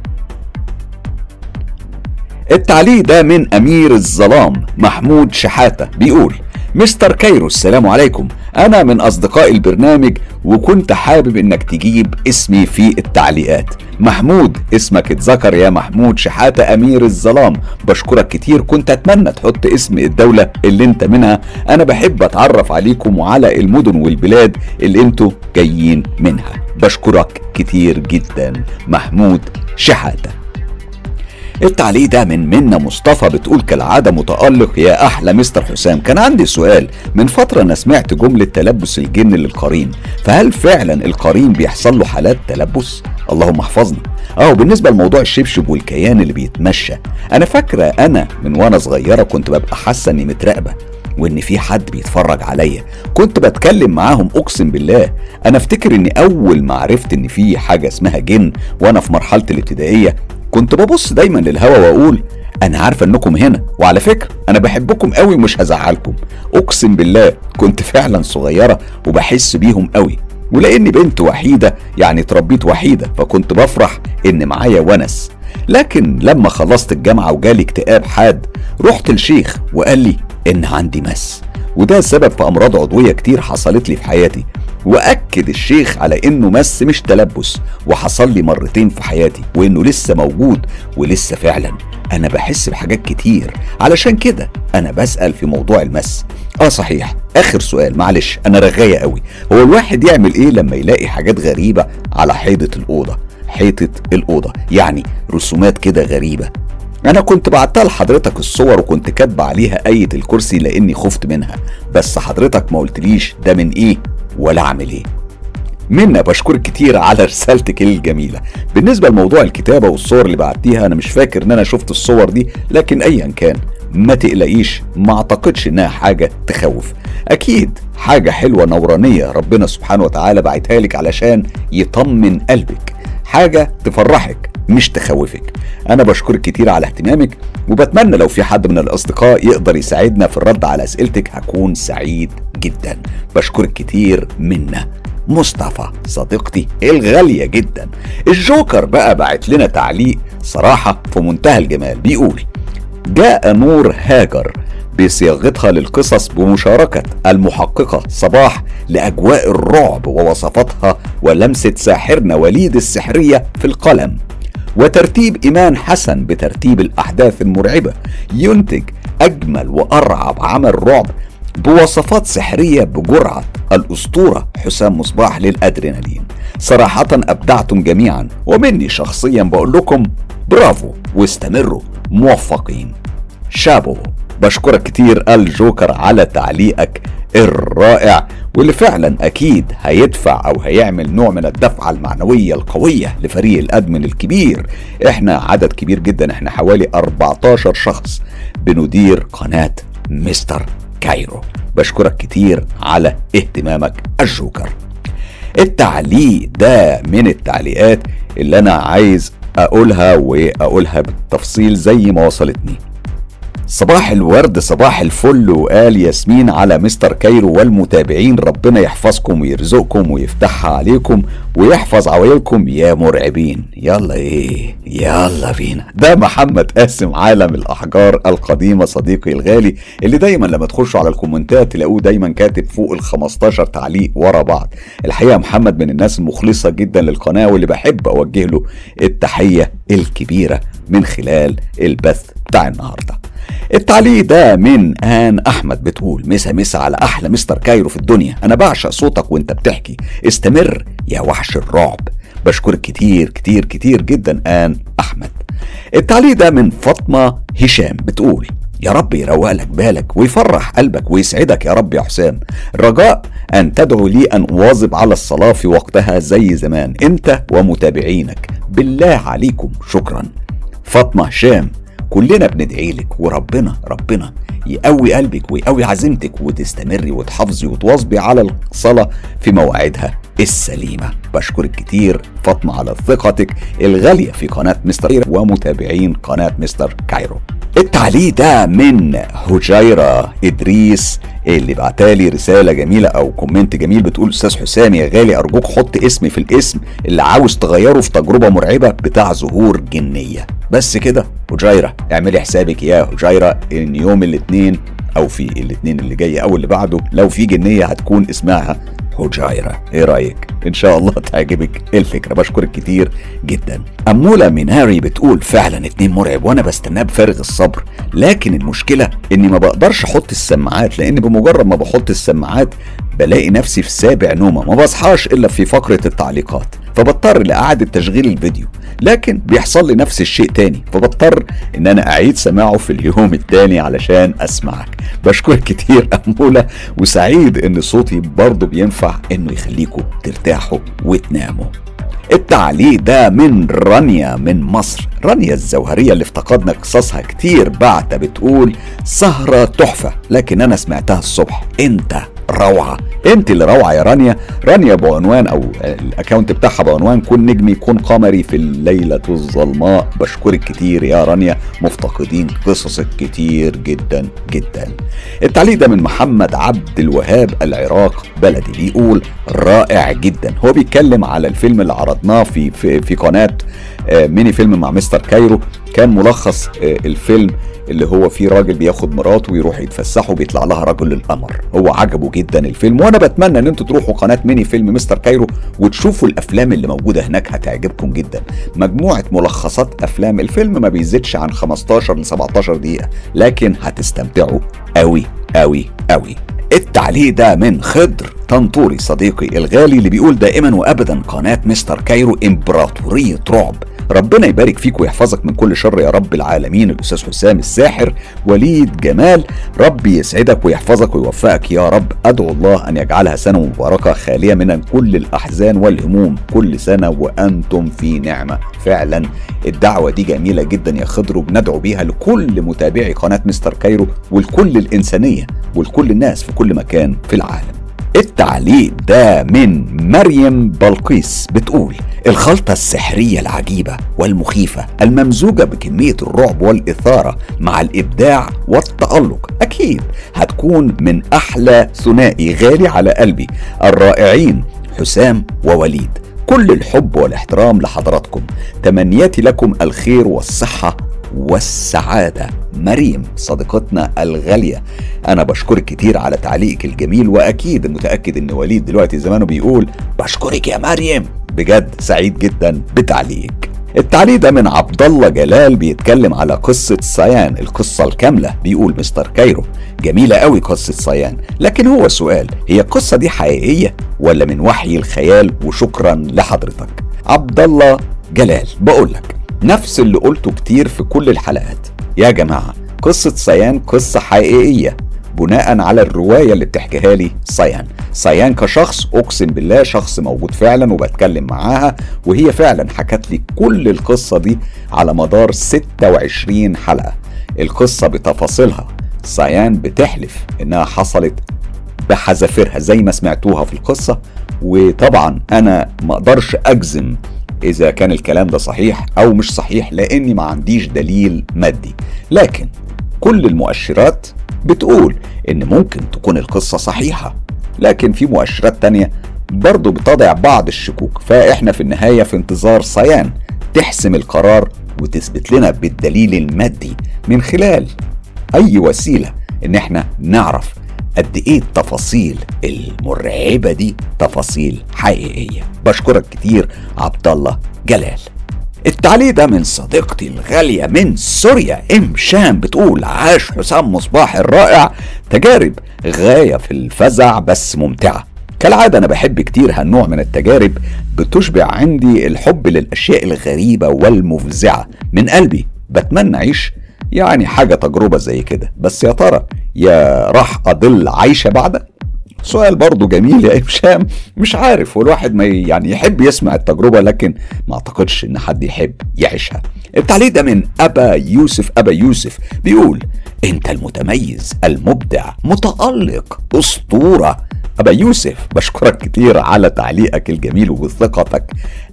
التعليق ده من أمير الظلام محمود شحاتة بيقول: مستر كايرو السلام عليكم، أنا من أصدقاء البرنامج وكنت حابب إنك تجيب اسمي في التعليقات. محمود اسمك اتذكر يا محمود شحاتة أمير الظلام، بشكرك كتير. كنت أتمنى تحط اسم الدولة اللي انت منها، أنا بحب أتعرف عليكم وعلى المدن والبلاد اللي انتوا جايين منها. بشكرك كتير جدا محمود شحاتة. التعليق ده من منى مصطفى بتقول: كالعادة متألق يا أحلى مستر حسام، كان عندي سؤال. من فترة أنا سمعت جملة تلبس الجن للقرين، فهل فعلا القرين بيحصل له حالات تلبس؟ اللهم احفظنا. بالنسبة لموضوع الشبشب والكيان اللي بيتمشى، أنا فاكرة أنا من وأنا صغيرة كنت ببقى حاسة إني متراقبة وإن في حد بيتفرج عليا، كنت بتكلم معاهم أقسم بالله. أنا أفتكر إني أول ما عرفت إن في حاجة اسمها جن وأنا في مرحلة الابتدائية كنت ببص دايما للهوا واقول: انا عارفه انكم هنا، وعلى فكره انا بحبكم قوي مش هزعلكم. اقسم بالله كنت فعلا صغيره وبحس بيهم قوي، ولاني بنت وحيده يعني اتربيت وحيده، فكنت بفرح ان معايا ونس. لكن لما خلصت الجامعه وجالي اكتئاب حاد، رحت للشيخ وقال لي ان عندي مس، وده سبب في امراض عضويه كتير حصلت لي في حياتي. وأكد الشيخ على إنه مس مش تلبس، وحصل لي مرتين في حياتي، وإنه لسه موجود، ولسه فعلا أنا بحس بحاجات كتير، علشان كده أنا بسأل في موضوع المس. صحيح، آخر سؤال معلش أنا رغاية قوي، هو الواحد يعمل إيه لما يلاقي حاجات غريبة على حيطة الأوضة؟ يعني رسومات كده غريبة. أنا كنت بعتها لحضرتك الصور وكنت كاتبة عليها آية الكرسي لأني خفت منها، بس حضرتك ما قلتليش ده من إيه ولا أعمل إيه. منا بشكرك كتير على رسالتك الجميلة. بالنسبة لموضوع الكتابة والصور اللي بعتيها، أنا مش فاكر إن أنا شفت الصور دي، لكن أيا كان ما تقلقيش، ما أعتقدش إنها حاجة تخوف، أكيد حاجة حلوة نورانية ربنا سبحانه وتعالى بعتها لك علشان يطمن قلبك، حاجة تفرحك مش تخوفك. أنا بشكرك كتير على اهتمامك، وبتمنى لو في حد من الأصدقاء يقدر يساعدنا في الرد على أسئلتك هكون سعيد جدا. بشكرك كتير. منا مصطفى صديقتي الغالية جدا. الجوكر بقى بعت لنا تعليق صراحة في منتهى الجمال، بيقول: جاء نور هاجر بصياغتها للقصص بمشاركة المحققة صباح لأجواء الرعب ووصفاتها ولمسة ساحرنا وليد السحرية في القلم، وترتيب إيمان حسن بترتيب الأحداث المرعبة، ينتج أجمل وأرعب عمل رعب بوصفات سحرية بجرعة الأسطورة حسام مصباح للأدرينالين. صراحة أبدعتم جميعا، ومني شخصيا بقول لكم برافو واستمروا موفقين. شابو. بشكرك كتير الجوكر على تعليقك الرائع، واللي فعلا أكيد هيدفع أو هيعمل نوع من الدفعة المعنوية القوية لفريق الأدمن الكبير. احنا عدد كبير جدا، احنا حوالي 14 شخص بندير قناة مستر كايرو. بشكرك كتير على اهتمامك الجوكر. التعليق ده من التعليقات اللي أنا عايز أقولها بالتفصيل زي ما وصلتني. صباح الورد، صباح الفل، وقال ياسمين على مستر كايرو والمتابعين، ربنا يحفظكم ويرزقكم ويفتحها عليكم ويحفظ عوائلكم يا مرعبين. يلا بينا. ده محمد قاسم عالم الأحجار القديمة صديقي الغالي، اللي دايما لما تخشوا على الكومنتات تلاقوه دايما كاتب فوق 15 تعليق ورا بعض. الحقيقة محمد من الناس المخلصة جدا للقناة، واللي بحب أوجه له التحية الكبيرة من خلال البث بتاع النهارده. التعليق ده من آن أحمد، بتقول: مسا على أحلى مستر كايرو في الدنيا، أنا بعشق صوتك وانت بتحكي، استمر يا وحش الرعب. بشكرك كتير كتير كتير جدا آن أحمد. التعليق ده من فاطمة هشام، بتقول: يا رب يروق لك بالك ويفرح قلبك ويسعدك يا رب يا حسام، رجاء أن تدعو لي أن أواظب على الصلاة في وقتها زي زمان، أنت ومتابعينك بالله عليكم. شكرا فاطمة هشام، كلنا بندعي لك، وربنا يقوي قلبك ويقوي عزيمتك وتستمري وتحافظي وتواظبي على الصلاة في مواعيدها السليمة. بشكرك كتير فاطمة على ثقتك الغالية في قناة مستر كايرو ومتابعين قناة مستر كايرو. التعليق ده من هجيرة إدريس، اللي بعتالي رسالة جميلة أو كومنت جميل، بتقول: أستاذ حسام يا غالي أرجوك حط اسمي في الاسم اللي عاوز تغيره في تجربة مرعبة بتاع ظهور جنية. بس كده هجيرة، اعملي حسابك يا هجيرة إن يوم الاثنين أو في الاثنين اللي جاي أو اللي بعده لو في جنية هتكون اسمها هجيرة. ايه رأيك؟ ان شاء الله تعجبك الفكرة. بشكرك كتير جدا. أمولة مناري بتقول: فعلا اتنين مرعب وانا بستناه بفارغ الصبر، لكن المشكلة اني ما بقدرش احط السماعات، لان بمجرد ما بحط السماعات بلاقي نفسي في سابع نومة، ما بصحاش الا في فقرة التعليقات، فبضطر لإعادة تشغيل الفيديو، لكن بيحصل لي نفس الشيء تاني، فبضطر ان انا اعيد سماعه في اليوم التاني علشان اسمعك. بشكرك كتير أمولة، وسعيد ان صوتي برضو بينفع انه يخليكم ترتاحوا وتناموا. التعليق ده من رانيا من مصر، رانيا الزوهرية اللي افتقدنا قصصها كتير، بعتة بتقول: سهرة تحفة، لكن انا سمعتها الصبح، انت روعة، انت اللي روعة يا رانيا. رانيا بعنوان او الاكاونت بتاعها بعنوان كن نجمي كن قمري في الليلة الظلماء. بشكرك كتير يا رانيا، مفتقدين قصصك كتير جدا جدا. التعليق ده من محمد عبد الوهاب العراق بلدي، بيقول: رائع جدا. هو بيتكلم على الفيلم اللي عرضناه في قناة ميني فيلم مع مستر كايرو، كان ملخص الفيلم اللي هو فيه راجل بياخد مراته ويروح يتفسحوا بيطلع لها رجل القمر. هو عجبه جدا الفيلم، وانا بتمنى ان انتوا تروحوا قناة ميني فيلم مستر كايرو وتشوفوا الافلام اللي موجودة هناك، هتعجبكم جدا. مجموعة ملخصات افلام الفيلم ما بيزيدش عن 15 ل 17 دقيقة، لكن هتستمتعوا قوي قوي قوي. التعليق ده من خضر طنطوري صديقي الغالي اللي بيقول دائما وابدا قناة مستر كايرو امبراطورية رعب. ربنا يبارك فيك ويحفظك من كل شر يا رب العالمين. الاستاذ حسام الساحر وليد جمال، ربي يسعدك ويحفظك ويوفقك يا رب. ادعو الله ان يجعلها سنة مباركة خالية من كل الاحزان والهموم، كل سنة وانتم في نعمة. فعلا الدعوة دي جميلة جدا يا خضر، وبندعو بيها لكل متابعي قناة مستر كايرو ولكل الانسانية ولكل الناس في كل مكان في العالم. التعليق ده من مريم بلقيس بتقول الخلطة السحرية العجيبة والمخيفة الممزوجة بكمية الرعب والإثارة مع الإبداع والتألق أكيد هتكون من أحلى ثنائي غالي على قلبي الرائعين حسام ووليد. كل الحب والاحترام لحضراتكم، تمنياتي لكم الخير والصحة والسعادة. مريم صديقتنا الغالية، أنا بشكرك كتير على تعليقك الجميل، وأكيد متأكد إن وليد دلوقتي زمانه بيقول بشكرك يا مريم. بجد سعيد جدا بتعليقك. التعليق ده من عبد الله جلال بيتكلم على قصة صيان القصة الكاملة. بيقول مستر كايرو جميلة قوي قصة صيان، لكن هو سؤال، هي القصة دي حقيقية ولا من وحي الخيال؟ وشكرا لحضرتك عبد الله جلال. بقول لك نفس اللي قلته كتير في كل الحلقات يا جماعة، قصة صيان قصة حقيقية بناء على الرواية اللي بتحكيها لي صيان كشخص أقسم بالله شخص موجود فعلا وبتكلم معاها، وهي فعلا حكت لي كل القصة دي على مدار 26 حلقة. القصة بتفاصيلها، صيان بتحلف انها حصلت بحذافيرها زي ما سمعتوها في القصة، وطبعا انا ما اقدرش اجزم اذا كان الكلام ده صحيح او مش صحيح لاني ما عنديش دليل مادي، لكن كل المؤشرات بتقول ان ممكن تكون القصة صحيحة، لكن في مؤشرات تانية برضو بتضع بعض الشكوك. فاحنا في النهاية في انتظار صيان تحسم القرار وتثبت لنا بالدليل المادي من خلال اي وسيلة ان احنا نعرف قد ايه التفاصيل المرعبة دي تفاصيل حقيقية. بشكرك كتير عبد الله جلال. التعليق ده من صديقتي الغالية من سوريا شام بتقول عاش حسام مصباح الرائع، تجارب غاية في الفزع بس ممتعة كالعادة. أنا بحب كتير هالنوع من التجارب، بتشبع عندي الحب للأشياء الغريبة والمفزعة من قلبي. بتمنى أعيش يعني حاجة تجربة زي كده، بس يا ترى يا راح أضل عايشة بعد؟ سؤال برضو جميل يا شام، مش عارف، والواحد ما يعني يحب يسمع التجربة لكن ما اعتقدش ان حد يحب يعيشها. التعليق ده من أبا يوسف بيقول انت المتميز المبدع متألق أسطورة. أبا يوسف بشكرك كتير على تعليقك الجميل وثقتك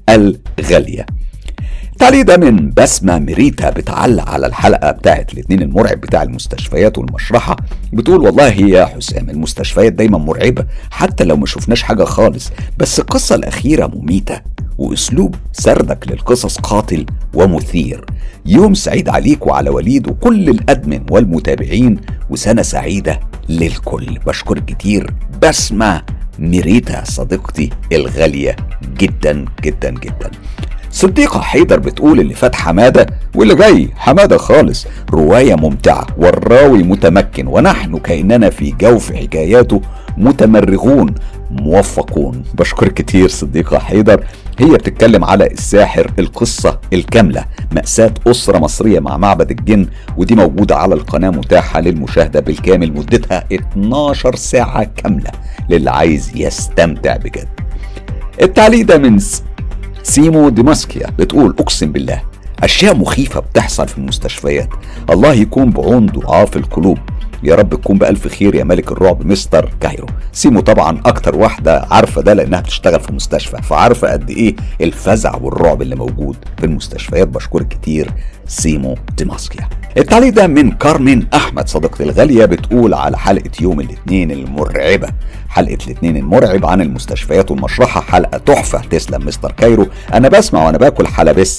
الغالية. التعليق ده من بسمة ميريتا بتعلق على الحلقة بتاعت الاثنين المرعب بتاع المستشفيات والمشرحة. بتقول والله يا حسام المستشفيات دايما مرعبة حتى لو ما شفناش حاجة خالص، بس القصة الأخيرة مميتة وأسلوب سردك للقصص قاتل ومثير. يوم سعيد عليك وعلى وليد وكل الأدمن والمتابعين، وسنة سعيدة للكل. بشكرك كتير بسمة ميريتا صديقتي الغالية جدا جدا جدا. صديقة حيدر بتقول اللي فات حمادة واللي جاي حمادة خالص، رواية ممتعة والراوي متمكن ونحن كأننا في جوف حكاياته متمرغون موفقون. بشكرك كتير صديقة حيدر. هي بتتكلم على الساحر القصة الكاملة، مأساة أسرة مصرية مع معبد الجن، ودي موجودة على القناة متاحة للمشاهدة بالكامل، مدتها 12 ساعة كاملة للي عايز يستمتع بجد. التعليق ده من سيمو ديماسكيا بتقول اقسم بالله اشياء مخيفة بتحصل في المستشفيات، الله يكون بعون ضعاف القلوب. يا رب تكون بألف خير يا ملك الرعب مستر كايرو. سيمو طبعا اكتر واحدة عارفة ده لانها بتشتغل في مستشفى، فعارفة قد ايه الفزع والرعب اللي موجود في المستشفيات. بشكرك كتير سيمو ديماسكيا. التعليق ده من كارمين احمد صديقتي الغالية بتقول على حلقة يوم الاثنين المرعبة، حلقة الاثنين المرعب عن المستشفيات والمشرحة، حلقة تحفة. تسلم مستر كايرو، انا بسمع وانا باكل حلبسة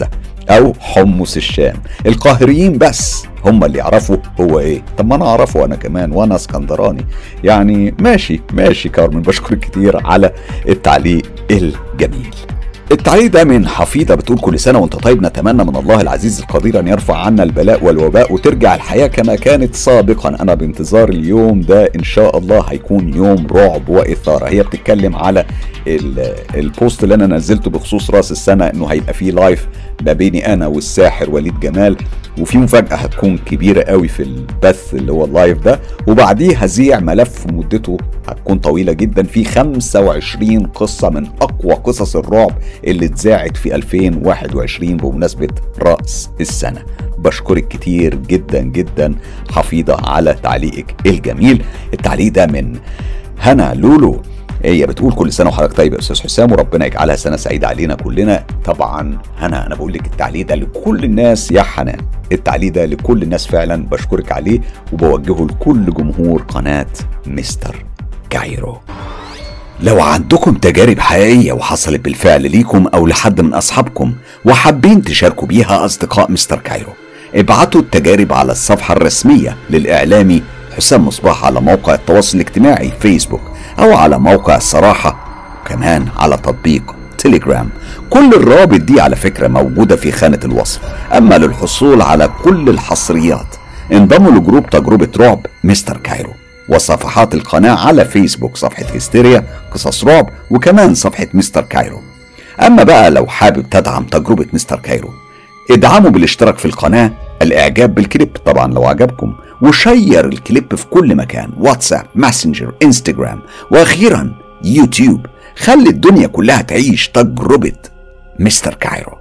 او حمص الشام. القاهريين بس هم اللي يعرفوا هو ايه. طب ما انا اعرفه انا كمان وانا اسكندراني يعني. ماشي كارمن، بشكرك كتير على التعليق الجميل. التعليق ده من حفيظة بتقول كل سنة وانت طيب، نتمنى من الله العزيز القدير ان يرفع عنا البلاء والوباء وترجع الحياة كما كانت سابقا. انا بانتظار اليوم ده ان شاء الله، هيكون يوم رعب واثارة. هي بتتكلم على البوست اللي انا نزلته بخصوص راس السنة، انه هيبقى فيه لايف ما بيني انا والساحر وليد جمال، وفي مفاجأة هتكون كبيرة قوي في البث اللي هو اللايف ده. وبعديه هذيع ملف مدته هتكون طويلة جدا فيه 25 قصة من اقوى قصص الرعب اللي اتذاعت في 2021 بمناسبة رأس السنة. بشكرك كتير جدا جدا حفيظة على تعليقك الجميل. التعليق ده من هنا لولو، هي بتقول كل سنه وحضرتك طيب يا استاذ حسام، وربنا يجعلها سنه سعيده علينا كلنا. طبعا انا بقول لك التعليق ده لكل الناس يا حنان، التعليق ده لكل الناس فعلا، بشكرك عليه وبوجهه لكل جمهور قناه مستر كايرو. لو عندكم تجارب حقيقيه وحصلت بالفعل ليكم او لحد من اصحابكم وحابين تشاركوا بيها اصدقاء مستر كايرو، ابعتوا التجارب على الصفحه الرسميه للاعلامي حسام مصباح على موقع التواصل الاجتماعي فيسبوك، او على موقع الصراحة، وكمان على تطبيق تيليجرام. كل الروابط دي على فكرة موجودة في خانة الوصف. اما للحصول على كل الحصريات انضموا لجروب تجربة رعب مستر كايرو، وصفحات القناة على فيسبوك صفحة هستيريا قصص رعب، وكمان صفحة مستر كايرو. اما بقى لو حابب تدعم تجربة مستر كايرو، ادعموا بالاشتراك في القناة، الاعجاب بالكليب طبعا لو عجبكم، وشير الكليب في كل مكان، واتساب، ماسنجر، انستجرام، واخيرا يوتيوب. خلي الدنيا كلها تعيش تجربة مستر كايرو.